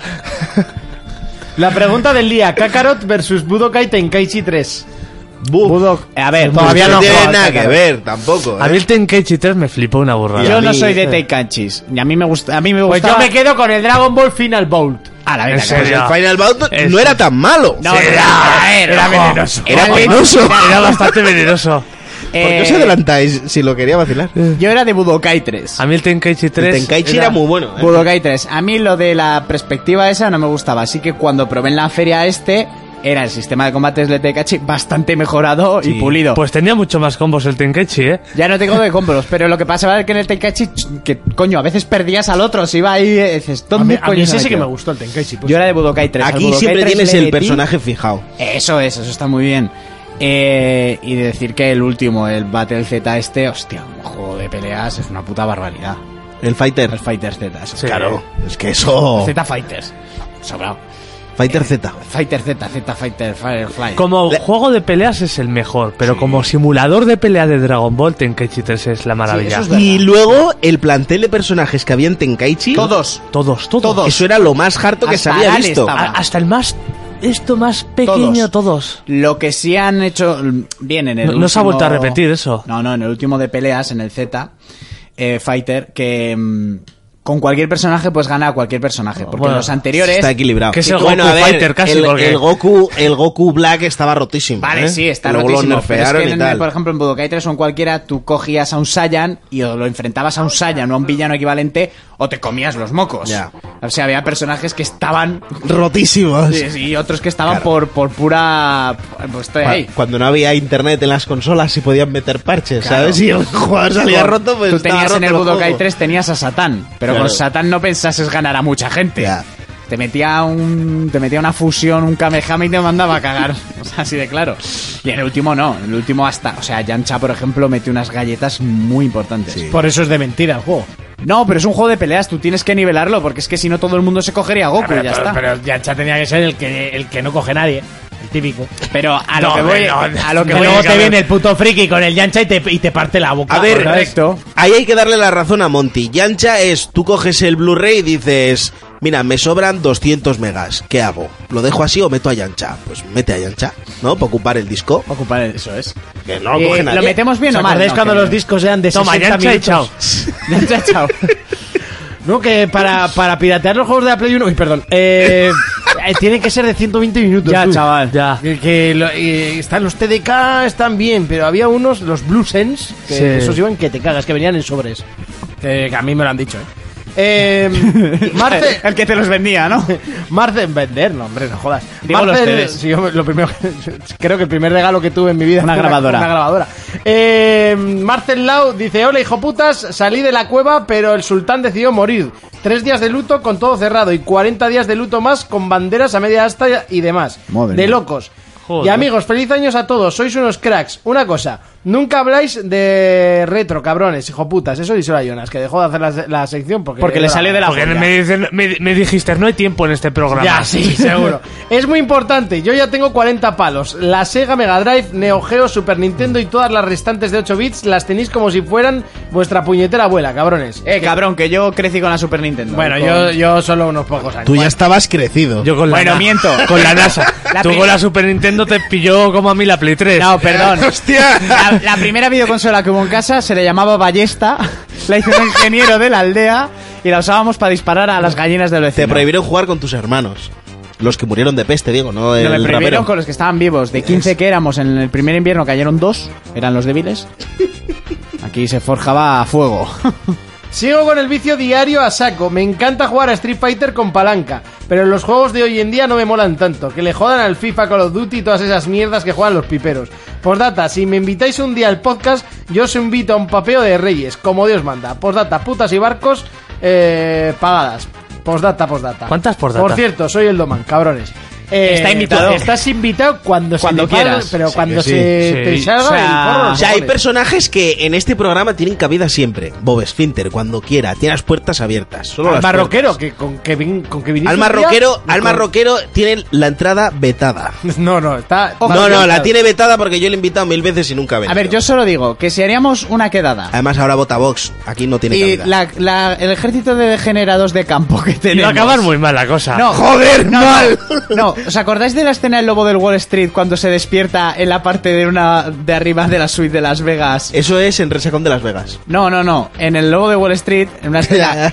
La pregunta del día: Kakarot versus Budokai Tenkaichi 3. Budok, a ver, Todavía no tiene juega nada al que Kakarot. ver, tampoco. A mí el Tenkaichi 3 me flipó una burrada. yo a no mí, soy de Tenkaichis. Y a mí me gusta. Pues yo me quedo con el Dragon Ball Final Bolt. A la ¿En vez. serio? El Final Bout no Eso. era tan malo. No, Era venenoso. Era penoso. Era bastante venenoso. ¿Por qué os adelantáis si lo quería vacilar? Yo era de Budokai 3. A mí el Tenkaichi 3... El Tenkaichi era muy bueno. Budokai 3. A mí lo de la perspectiva esa no me gustaba. Así que cuando probé en la feria era el sistema de combates de Tenkaichi bastante mejorado y pulido. Pues tenía mucho más combos el Tenkaichi, ¿eh? Ya no tengo de combos, pero lo que pasaba es que en el Tenkaichi, que coño, a veces perdías al otro, se iba ahí, dices, A ¿dónde mí coño ese sí que quedó? me gustó el Tenkaichi. Pues. Yo era de Budokai 3. al Aquí Budokai siempre 3 tienes le el metí- personaje fijado. Eso está muy bien. Y de decir que el último, el Battle Z hostia, un juego de peleas es una puta barbaridad. El Fighter. El Fighter Z, eso. Sí. Claro. Es que eso... Z Fighters. Sobrado. Fighter Z. Fighter Z Fighter Firefly. Como juego de peleas es el mejor, pero como simulador de pelea de Dragon Ball, Tenkaichi 3 es la maravilla. Y luego el plantel de personajes que había en Tenkaichi. Todos. Todos. Eso era lo más harto que se Hasta había Aral visto. estaba. Hasta el más pequeño, todos. Lo que sí han hecho bien en el No se ha último- vuelto a repetir eso. No, en el último de peleas, en el Z Fighter, que con cualquier personaje pues gana a cualquier personaje. Porque Bueno, en los anteriores... Está equilibrado. Que es el Bueno, Goku a ver, Fighter casi, porque- el Goku Black estaba rotísimo. Vale, ¿eh? sí, está Luego rotísimo. lo Pero es nerfearon que y tal. por ejemplo, en Budokai 3 o en cualquiera, tú cogías a un Saiyan y o lo enfrentabas a un Saiyan o a un villano equivalente o te comías los mocos. Ya. O sea, había personajes que estaban... Rotísimos. y otros que estaban por pura... Pues estoy ahí. Cuando no había internet en las consolas se podían meter parches, ¿sabes? Si el jugador salía roto, pues tú estaba tenías en roto el Budokai juego. 3 tenías a Satán, pero Claro. con Satán no pensases ganar a mucha gente. Ya. Te metía una fusión, un Kamehame y te mandaba a cagar. O sea, así de claro. Y en el último no, en el último hasta, o sea, Yamcha, por ejemplo, metió unas galletas muy importantes. Por eso es de mentira el juego. No, pero es un juego de peleas, tú tienes que nivelarlo, porque es que si no todo el mundo se cogería a Goku y ya está. Pero Yancha tenía que ser el que no coge nadie. El típico. Pero a lo que voy, a lo que Que voy luego es te viene el puto friki con el Yancha y te parte la boca. A ver, correcto. ahí hay que darle la razón a Monty. Yancha es, tú coges el Blu-ray y dices, mira, me sobran 200 megas, ¿qué hago? ¿Lo dejo así o meto a Yancha? Pues mete a Yancha, ¿no? Para ocupar el disco. Ocupar eso es. Que no lo coge nadie. ¿Lo metemos bien ¿Os o mal? acordáis No, cuando que- los discos eran de Toma, 60 Yancha y minutos? chao. Yancha, chao. No, que para piratear los juegos de la Play 1... Uy, perdón. Tienen que ser de 120 minutos. Ya, tú. chaval. Ya. Están los TDK, están bien, pero había unos, los Blue Sense, que Sí. esos iban que te cagas, que venían en sobres. Que a mí me lo han dicho, Marcel... El que te los vendía, ¿no? Marcel... Vender, no, hombre, no jodas. Digo los Marcel... CDs. sí, yo lo primero... creo que el primer regalo que tuve en mi vida Una fue grabadora. Una grabadora. Marcel Lau dice: hola, hijo putas, salí de la cueva, pero el sultán decidió morir. 3 días de luto con todo cerrado y 40 días de luto más con banderas a media asta y demás. Madre de mía. locos. Joder. Y amigos, feliz años a todos, sois unos cracks. Una cosa, nunca habláis de retro, cabrones, hijo putas. Eso díselo a Jonas, que dejó de hacer la sección porque le salió de la Porque polla. me dijiste, no hay tiempo en este programa. Ya, sí, seguro. Es muy importante, yo ya tengo 40 palos. La Sega Mega Drive, Neo Geo, Super Nintendo y todas las restantes de 8 bits las tenéis como si fueran vuestra puñetera abuela, cabrones. Cabrón, que yo crecí con la Super Nintendo. Bueno, Con- yo solo unos pocos años. Tú ya estabas crecido. Yo con la Bueno, miento. Con la NASA. La Tú prim- con la Super Nintendo te pilló como a mí la Play 3. No, perdón. ¡Hostia! La primera videoconsola que hubo en casa se le llamaba Ballesta, la hizo un ingeniero de la aldea y la usábamos para disparar a las gallinas del Te vecino. prohibieron jugar con tus hermanos. Los que murieron de peste, digo, no No, el me prohibieron rapero. con los que estaban vivos. De 15 que éramos en el primer invierno cayeron 2, eran los débiles. Aquí se forjaba a fuego. Sigo con el vicio diario a saco. Me encanta jugar a Street Fighter con palanca, pero los juegos de hoy en día no me molan tanto. Que le jodan al FIFA, Call of Duty y todas esas mierdas que juegan los piperos. Postdata, si me invitáis un día al podcast, yo os invito a un papeo de Reyes, como Dios manda. Postdata, putas y barcos pagadas. Postdata. ¿Cuántas postdata? Por cierto, soy el Doman, cabrones. Está invitado. Estás invitado cuando quieras. Pero Sí, cuando sí. te salga el porro. O sea, hay personajes que en este programa tienen cabida siempre. Bob Esfínter, cuando quiera, tiene las puertas abiertas. Solo las Alma puertas. Roquero, que con que viniste Alma un día, Roquero tiene la entrada vetada. No, está... No, la tiene vetada porque yo le he invitado 1000 veces y nunca ha venido. A ver, yo solo digo que si haríamos una quedada Además ahora vota Vox, aquí no tiene y cabida. el ejército de degenerados de campo que Y va tenemos... a acabar muy mal la cosa. No, ¡Joder, mal! No, ¿os acordáis de la escena del lobo del Wall Street cuando se despierta en la parte de arriba de la suite de Las Vegas? Eso es en Resacón de Las Vegas. No. En el lobo de Wall Street, en una escena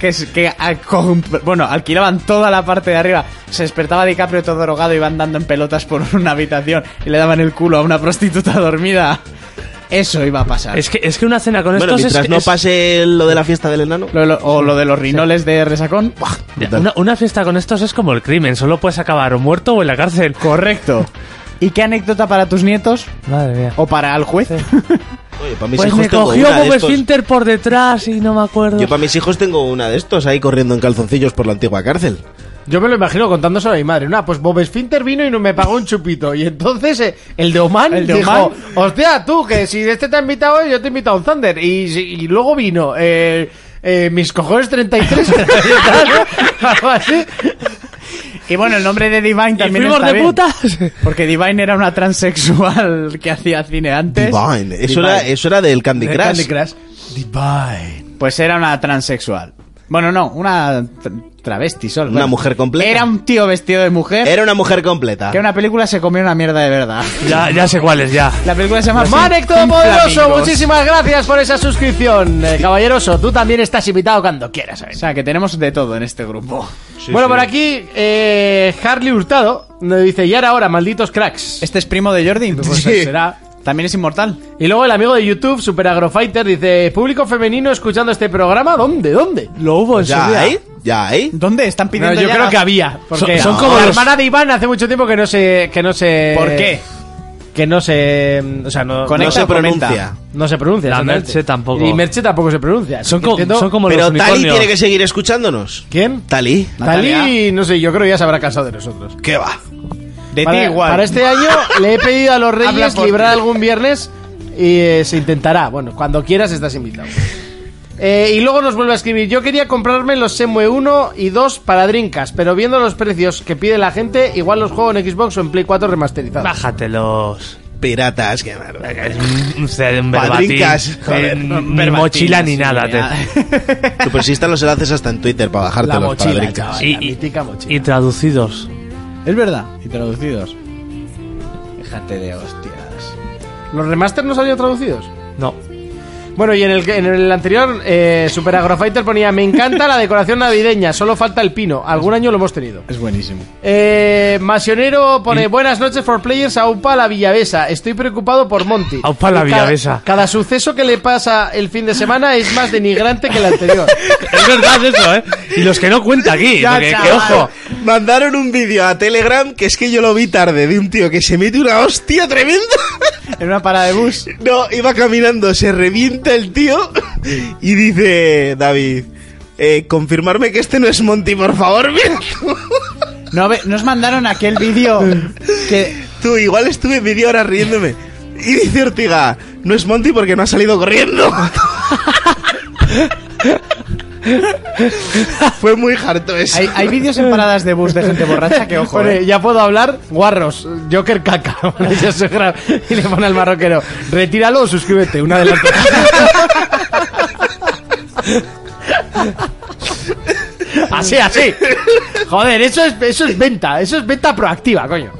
alquilaban toda la parte de arriba. Se despertaba DiCaprio todo drogado y iba andando en pelotas por una habitación y le daban el culo a una prostituta dormida. Eso iba a pasar. Es que una cena con Bueno, estos mientras no pase lo de la fiesta del enano. O lo de los rinoles de Resacón. Una fiesta con estos es como el crimen. Solo puedes acabar o muerto o en la cárcel. Correcto. ¿Y qué anécdota para tus nietos? Madre mía. ¿O para el juez? Oye, para mis Pues hijos me tengo cogió una de Bob estos. Esfínter por detrás y no me acuerdo. Yo para mis hijos tengo una de estos ahí corriendo en calzoncillos por la antigua cárcel. Yo me lo imagino contándoselo a mi madre. Pues Bob Esfínter vino y no me pagó un chupito. Y entonces el de Oman dijo, hostia, tú, que si este te ha invitado hoy, yo te he invitado a un Thunder. Y luego vino mis cojones 33. Algo así. Y bueno, el nombre de Divine también fuimos está de bien, putas. porque Divine era una transexual que hacía cine antes. Divine. Eso era del Candy De Crush. Candy Crush. Divine. Pues era una transexual. Bueno, no, una travesti solo. Una mujer completa. Era un tío vestido de mujer Era una mujer completa. que en una película se comió una mierda de verdad. Ya sé cuál es, ya. La película se llama Manek Sin Todopoderoso, Flamingos. muchísimas gracias por esa suscripción. Caballeroso, tú también estás invitado cuando quieras. O sea, que tenemos de todo en este grupo. Bueno, por aquí, Harley Hurtado nos dice, y ahora, malditos cracks. Este es primo de Jordi. Pues Sí. será. También es inmortal. Y luego el amigo de YouTube, Super Agrofighter, dice, público femenino escuchando este programa, ¿dónde? Lo hubo en su día. Ya hay. ¿Dónde? Están pidiendo Yo ya creo que había. Porque Son como la los- hermana de Iván hace mucho tiempo que no se... ¿Por qué? Que no se... O sea, no, Conecta No se o comenta. pronuncia. no se pronuncia. La exactamente. Merche tampoco. Y Merche tampoco se pronuncia. Son, Entiendo- son como Pero los Tali unicornios. tiene que seguir escuchándonos. ¿Quién? Tali. Tali, no sé, yo creo que ya se habrá cansado de nosotros. ¿Qué va? De ti Para, igual. para este año le he pedido a los Habla Reyes por librar ti. algún viernes y se intentará. Bueno, cuando quieras estás invitado. Y luego nos vuelve a escribir, yo quería comprarme los Semue 1 y 2 para Dreamcast, pero viendo los precios que pide la gente, igual los juego en Xbox o en Play 4 remasterizados. Bájatelos. Piratas, qué mierda. Es un verbatim. Padrincas, joder. Ni mochila ni nada. Pero si están los enlaces hasta en Twitter para bajarte La los mochila, padrincas. chaval, Y- la mítica mochila. Y traducidos. Es verdad. Y traducidos. Déjate de hostias. ¿Los remaster no salieron traducidos? No. Bueno, y en el anterior, Super Agrofighter ponía, me encanta la decoración navideña, solo falta el pino. Algún año lo hemos tenido. Es buenísimo. Masionero pone, buenas noches for players, Aupa la Villavesa. Estoy preocupado por Monty. Aupa la Villavesa. Cada suceso que le pasa el fin de semana es más denigrante que el anterior. Es verdad eso, ¿eh? Y los que no cuenta aquí. Ya, Porque, que chaval. ojo. Mandaron un vídeo a Telegram que es que yo lo vi tarde de un tío que se mete una hostia tremenda. En una parada de bus. No, iba caminando, se revienta el tío y dice David, confirmarme que este no es Monty, por favor. Mira tú. No, nos mandaron aquel vídeo que... Tú, igual estuve media hora riéndome. Y dice Ortiga, no es Monty porque no ha salido corriendo. Fue muy harto eso. Hay vídeos en paradas de bus de gente borracha que, ojo, Pone, ya puedo hablar, guarros, Joker caca. Ya se graba. Y le pone al marroquero, retíralo o suscríbete, una de las dos. Así. Joder, eso es venta proactiva, coño.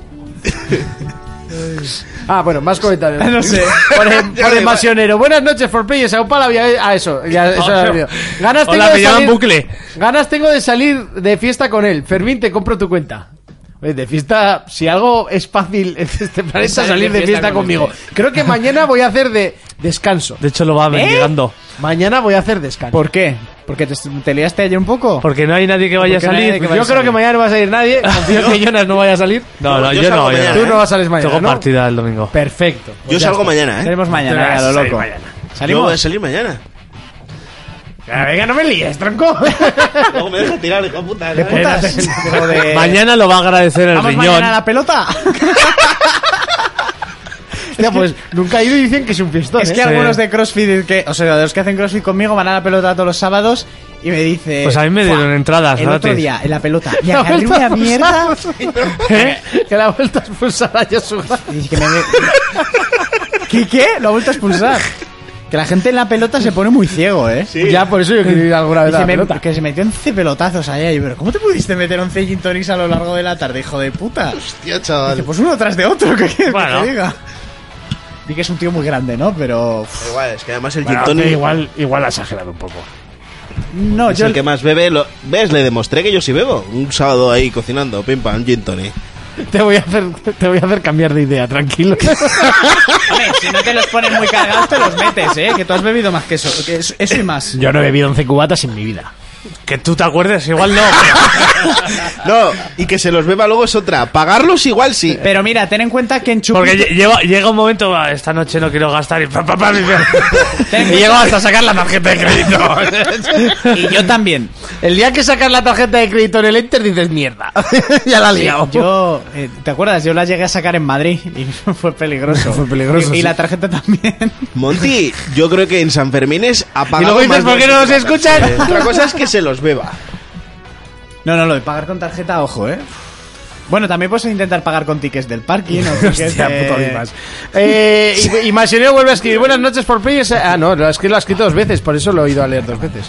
Bueno, más comentarios. No sé. Por Masionero. Buenas noches, for players. Aupa la Villavesa. Eso ya lo he olvidado. Ganas tengo Hola, de me llaman salir. bucle. Ganas tengo de salir de fiesta con él. Fermín, te compro tu cuenta. Oye, de fiesta, si algo es fácil en este planeta, salir de fiesta conmigo. Creo que mañana voy a hacer de descanso. De hecho, lo va mendigando. Mañana voy a hacer descanso. ¿Por qué? ¿Porque te liaste ayer un poco? Porque no hay nadie que vaya a salir. Yo creo que mañana no va a salir nadie. Confío que Jonas no vaya a salir. No, yo no. Tú no vas a salir mañana, Tengo ¿no? partida el domingo. Perfecto. Pues Yo salgo mañana, ¿eh? Salimos mañana, a lo loco. Yo voy a salir mañana. Venga, no me líes, tronco. No me deja tirar, hijo de puta. ¿De putas? Pero de... Mañana lo va a agradecer el ¿Vamos riñón. mañana a la pelota? Hostia, pues nunca he ido y dicen que es un fiestón. Es que algunos de CrossFit, o sea, de los que hacen CrossFit conmigo, van a la pelota todos los sábados y me dice... Pues a mí me dieron entradas, el otro gratis. día, en la pelota, me agarré una mierda... Que la vuelta a expulsar a Joshua. Y que ¿Qué? Lo ha vuelto a expulsar. Que la gente en la pelota se pone muy ciego, ¿eh? Sí. Ya, por eso yo quiero ir alguna vez a la pelota. Que se metió 11 pelotazos allá. Y pero ¿cómo te pudiste meter 11 gin tonics a lo largo de la tarde, hijo de puta? Hostia, chaval. Dice, pues uno tras de otro, ¿qué quieres Bueno. que te diga? Vi que es un tío muy grande, ¿no? Pero... Igual, es que además el Bueno, gin tonic igual ha exagerado un poco. No, es yo... el que más bebe. ¿Ves? Le demostré que yo sí bebo. Un sábado ahí cocinando, pim pam, gin tonic. Te voy a hacer cambiar de idea, tranquilo. Hombre, si no te los pones muy cargados, te los metes, ¿eh? Que tú has bebido más que eso. Que eso y más. Yo no he bebido 11 cubatas en mi vida. Que tú te acuerdes, igual no. No, y que se los beba luego es otra. Pagarlos igual sí. Pero mira, ten en cuenta que en Chupito... Porque llega un momento, esta noche no quiero gastar y Y llego hasta sacar la tarjeta de crédito. Y yo también. El día que sacas la tarjeta de crédito en el Enter dices mierda. Ya la has liado. Yo, ¿te acuerdas? Yo la llegué a sacar en Madrid y fue peligroso. Fue peligroso, Y sí. la tarjeta también. Monty, yo creo que en San Fermín ha pagado. Y luego dices, más ¿por qué de no nos 8 escuchan? Otra cosa es que se los beba. No, lo de pagar con tarjeta, ojo, ¿eh? Bueno, también puedes intentar pagar con tickets del parking o tickets Hostia, de... puto Dimas. Y Masioneo vuelve a escribir buenas noches por Players. No, lo ha escrito 2 veces, por eso lo he ido a leer 2 veces.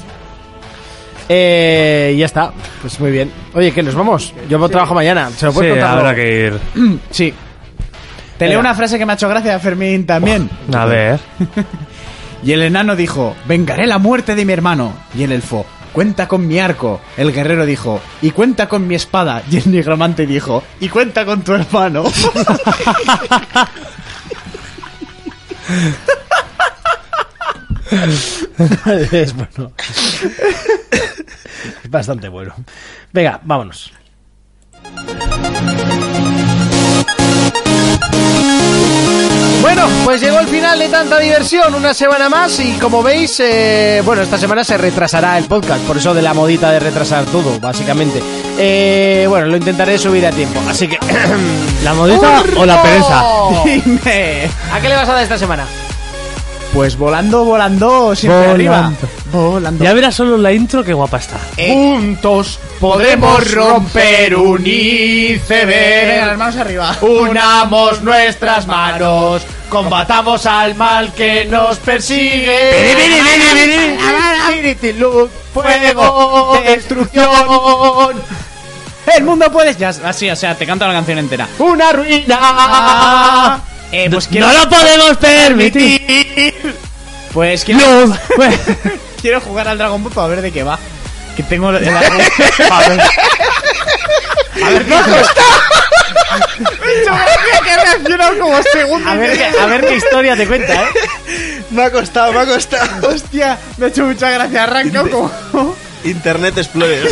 Ya está, pues muy bien. Oye, ¿qué? ¿Nos vamos? Yo trabajo mañana, ¿se lo puedo Sí, contar? habrá que ir. Sí. Te leo una frase que me ha hecho gracia, Fermín, también. A ver. Y el enano dijo, vengaré la muerte de mi hermano. Y el elfo, cuenta con mi arco. El guerrero dijo, y cuenta con mi espada. Y el nigromante dijo, y cuenta con tu hermano. Es bueno. Es bastante bueno. Venga, vámonos. Bueno, pues llegó el final de tanta diversión, una semana más y como veis, bueno, esta semana se retrasará el podcast, por eso de la modita de retrasar todo, básicamente. Bueno, lo intentaré subir a tiempo, así que... ¿La modita o la pereza? Dime. ¿A qué le vas a dar esta semana? Pues volando, siempre arriba. Volando. Ya verás solo la intro, qué guapa está. Juntos podemos romper un Venga, iceberg. las manos arriba. Unamos nuestras manos, combatamos al mal que nos persigue. Luz, fuego, destrucción, El mundo puedes... Ya, así, o sea, te canto la canción entera. una ruina. Pues quiero... ¡No lo podemos permitir! Pues quiero... quiero jugar al Dragon Ball para ver de qué va. Que tengo... A ver qué que reaccionado como segundo. A ver qué historia te cuenta, ¿eh? Me ha costado. Hostia, me ha hecho mucha gracia. Arranca como... Internet Explorer.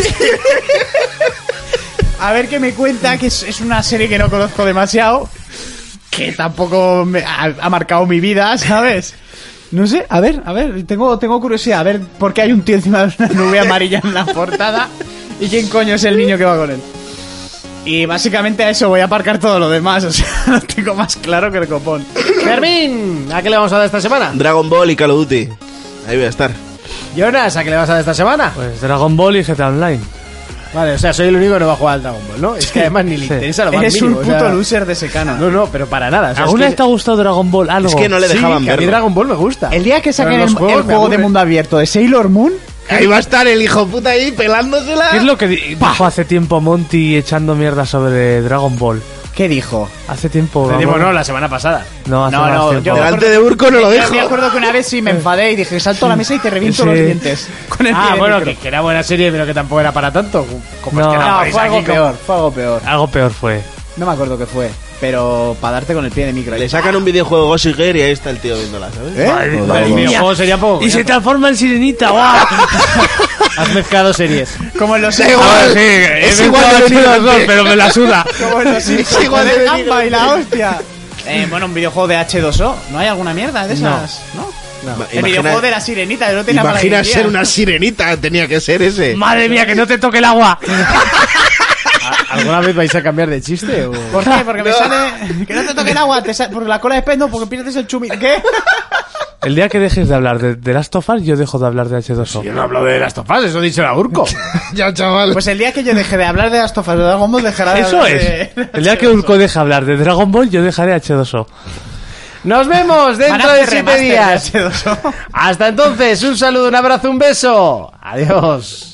A ver qué me cuenta, que es una serie que no conozco demasiado, que tampoco ha marcado mi vida, ¿sabes? No sé, a ver, tengo curiosidad, a ver por qué hay un tío encima de una nube amarilla en la portada y quién coño es el niño que va con él. Y básicamente a eso voy a aparcar todo lo demás, o sea, lo tengo más claro que el copón. Fermín, ¿a qué le vamos a dar esta semana? Dragon Ball y Call of Duty. Ahí voy a estar. Jonas, ¿a qué le vas a dar esta semana? Pues Dragon Ball y GTA Online. Vale, o sea, soy el único que no va a jugar al Dragon Ball, ¿no? Es que además ni le interesa lo más Eres mínimo, un o sea, puto loser de secano. No, pero para nada. O sea, ¿Alguna es vez te ha gustado Dragon Ball algo? Es que no le dejaban que a mí verlo. Dragon Ball me gusta. El día que saquen Pero el los juegos me juego de aburren. mundo abierto de Sailor Moon, Ahí va a estar el hijo puta ahí pelándosela. ¿Qué es lo que dijo hace tiempo Monty echando mierda sobre Dragon Ball? ¿Qué dijo? Hace tiempo. Decimos, no, la semana pasada. No, hace más tiempo. yo Delante de Urco no lo Yo dejo. me acuerdo que una vez sí me enfadé y dije, salto a la mesa y te reviento Sí. los dientes. Con el pie de Bueno, micro. que era buena serie, pero que tampoco era para tanto. Como No. es que No, ponéis fue algo aquí como- peor, fue algo peor. Algo peor fue. No me acuerdo qué fue, pero para darte con el pie de micro. Le sacan un videojuego Gossip Girl y ahí está el tío viéndola, ¿sabes? El videojuego sería poco. Y se transforma en sirenita, guau. Has mezclado series. Como en los Ah, sí, es he igual mezclado de los dos, pero me la suda. Como en los Simpsons, igual de con el denigrante. gamba y la hostia. Bueno, un videojuego de H2O. ¿No hay alguna mierda de esas? ¿No? El videojuego de la sirenita, no tiene Imagina ser una sirenita, tenía que ser ese. Madre mía, que no te toque el agua. ¿Alguna vez vais a cambiar de chiste? O... ¿Por qué? Porque me sale... Que no te toque el agua, por la cola de pez, no, porque pierdes el chumi. ¿Qué? El día que dejes de hablar de Last of Us, yo dejo de hablar de H2O. Yo no hablo de las tofas, eso ha dicho la Urco. Ya, chaval. Pues el día que yo deje de hablar de las tofas de Dragon Ball, dejará de Eso hablar es. de... El día que Urco deje hablar de Dragon Ball, yo dejaré H2O. Nos vemos Van dentro a de hacer 7 remaster de días. H2O. Hasta entonces, un saludo, un abrazo, un beso. Adiós.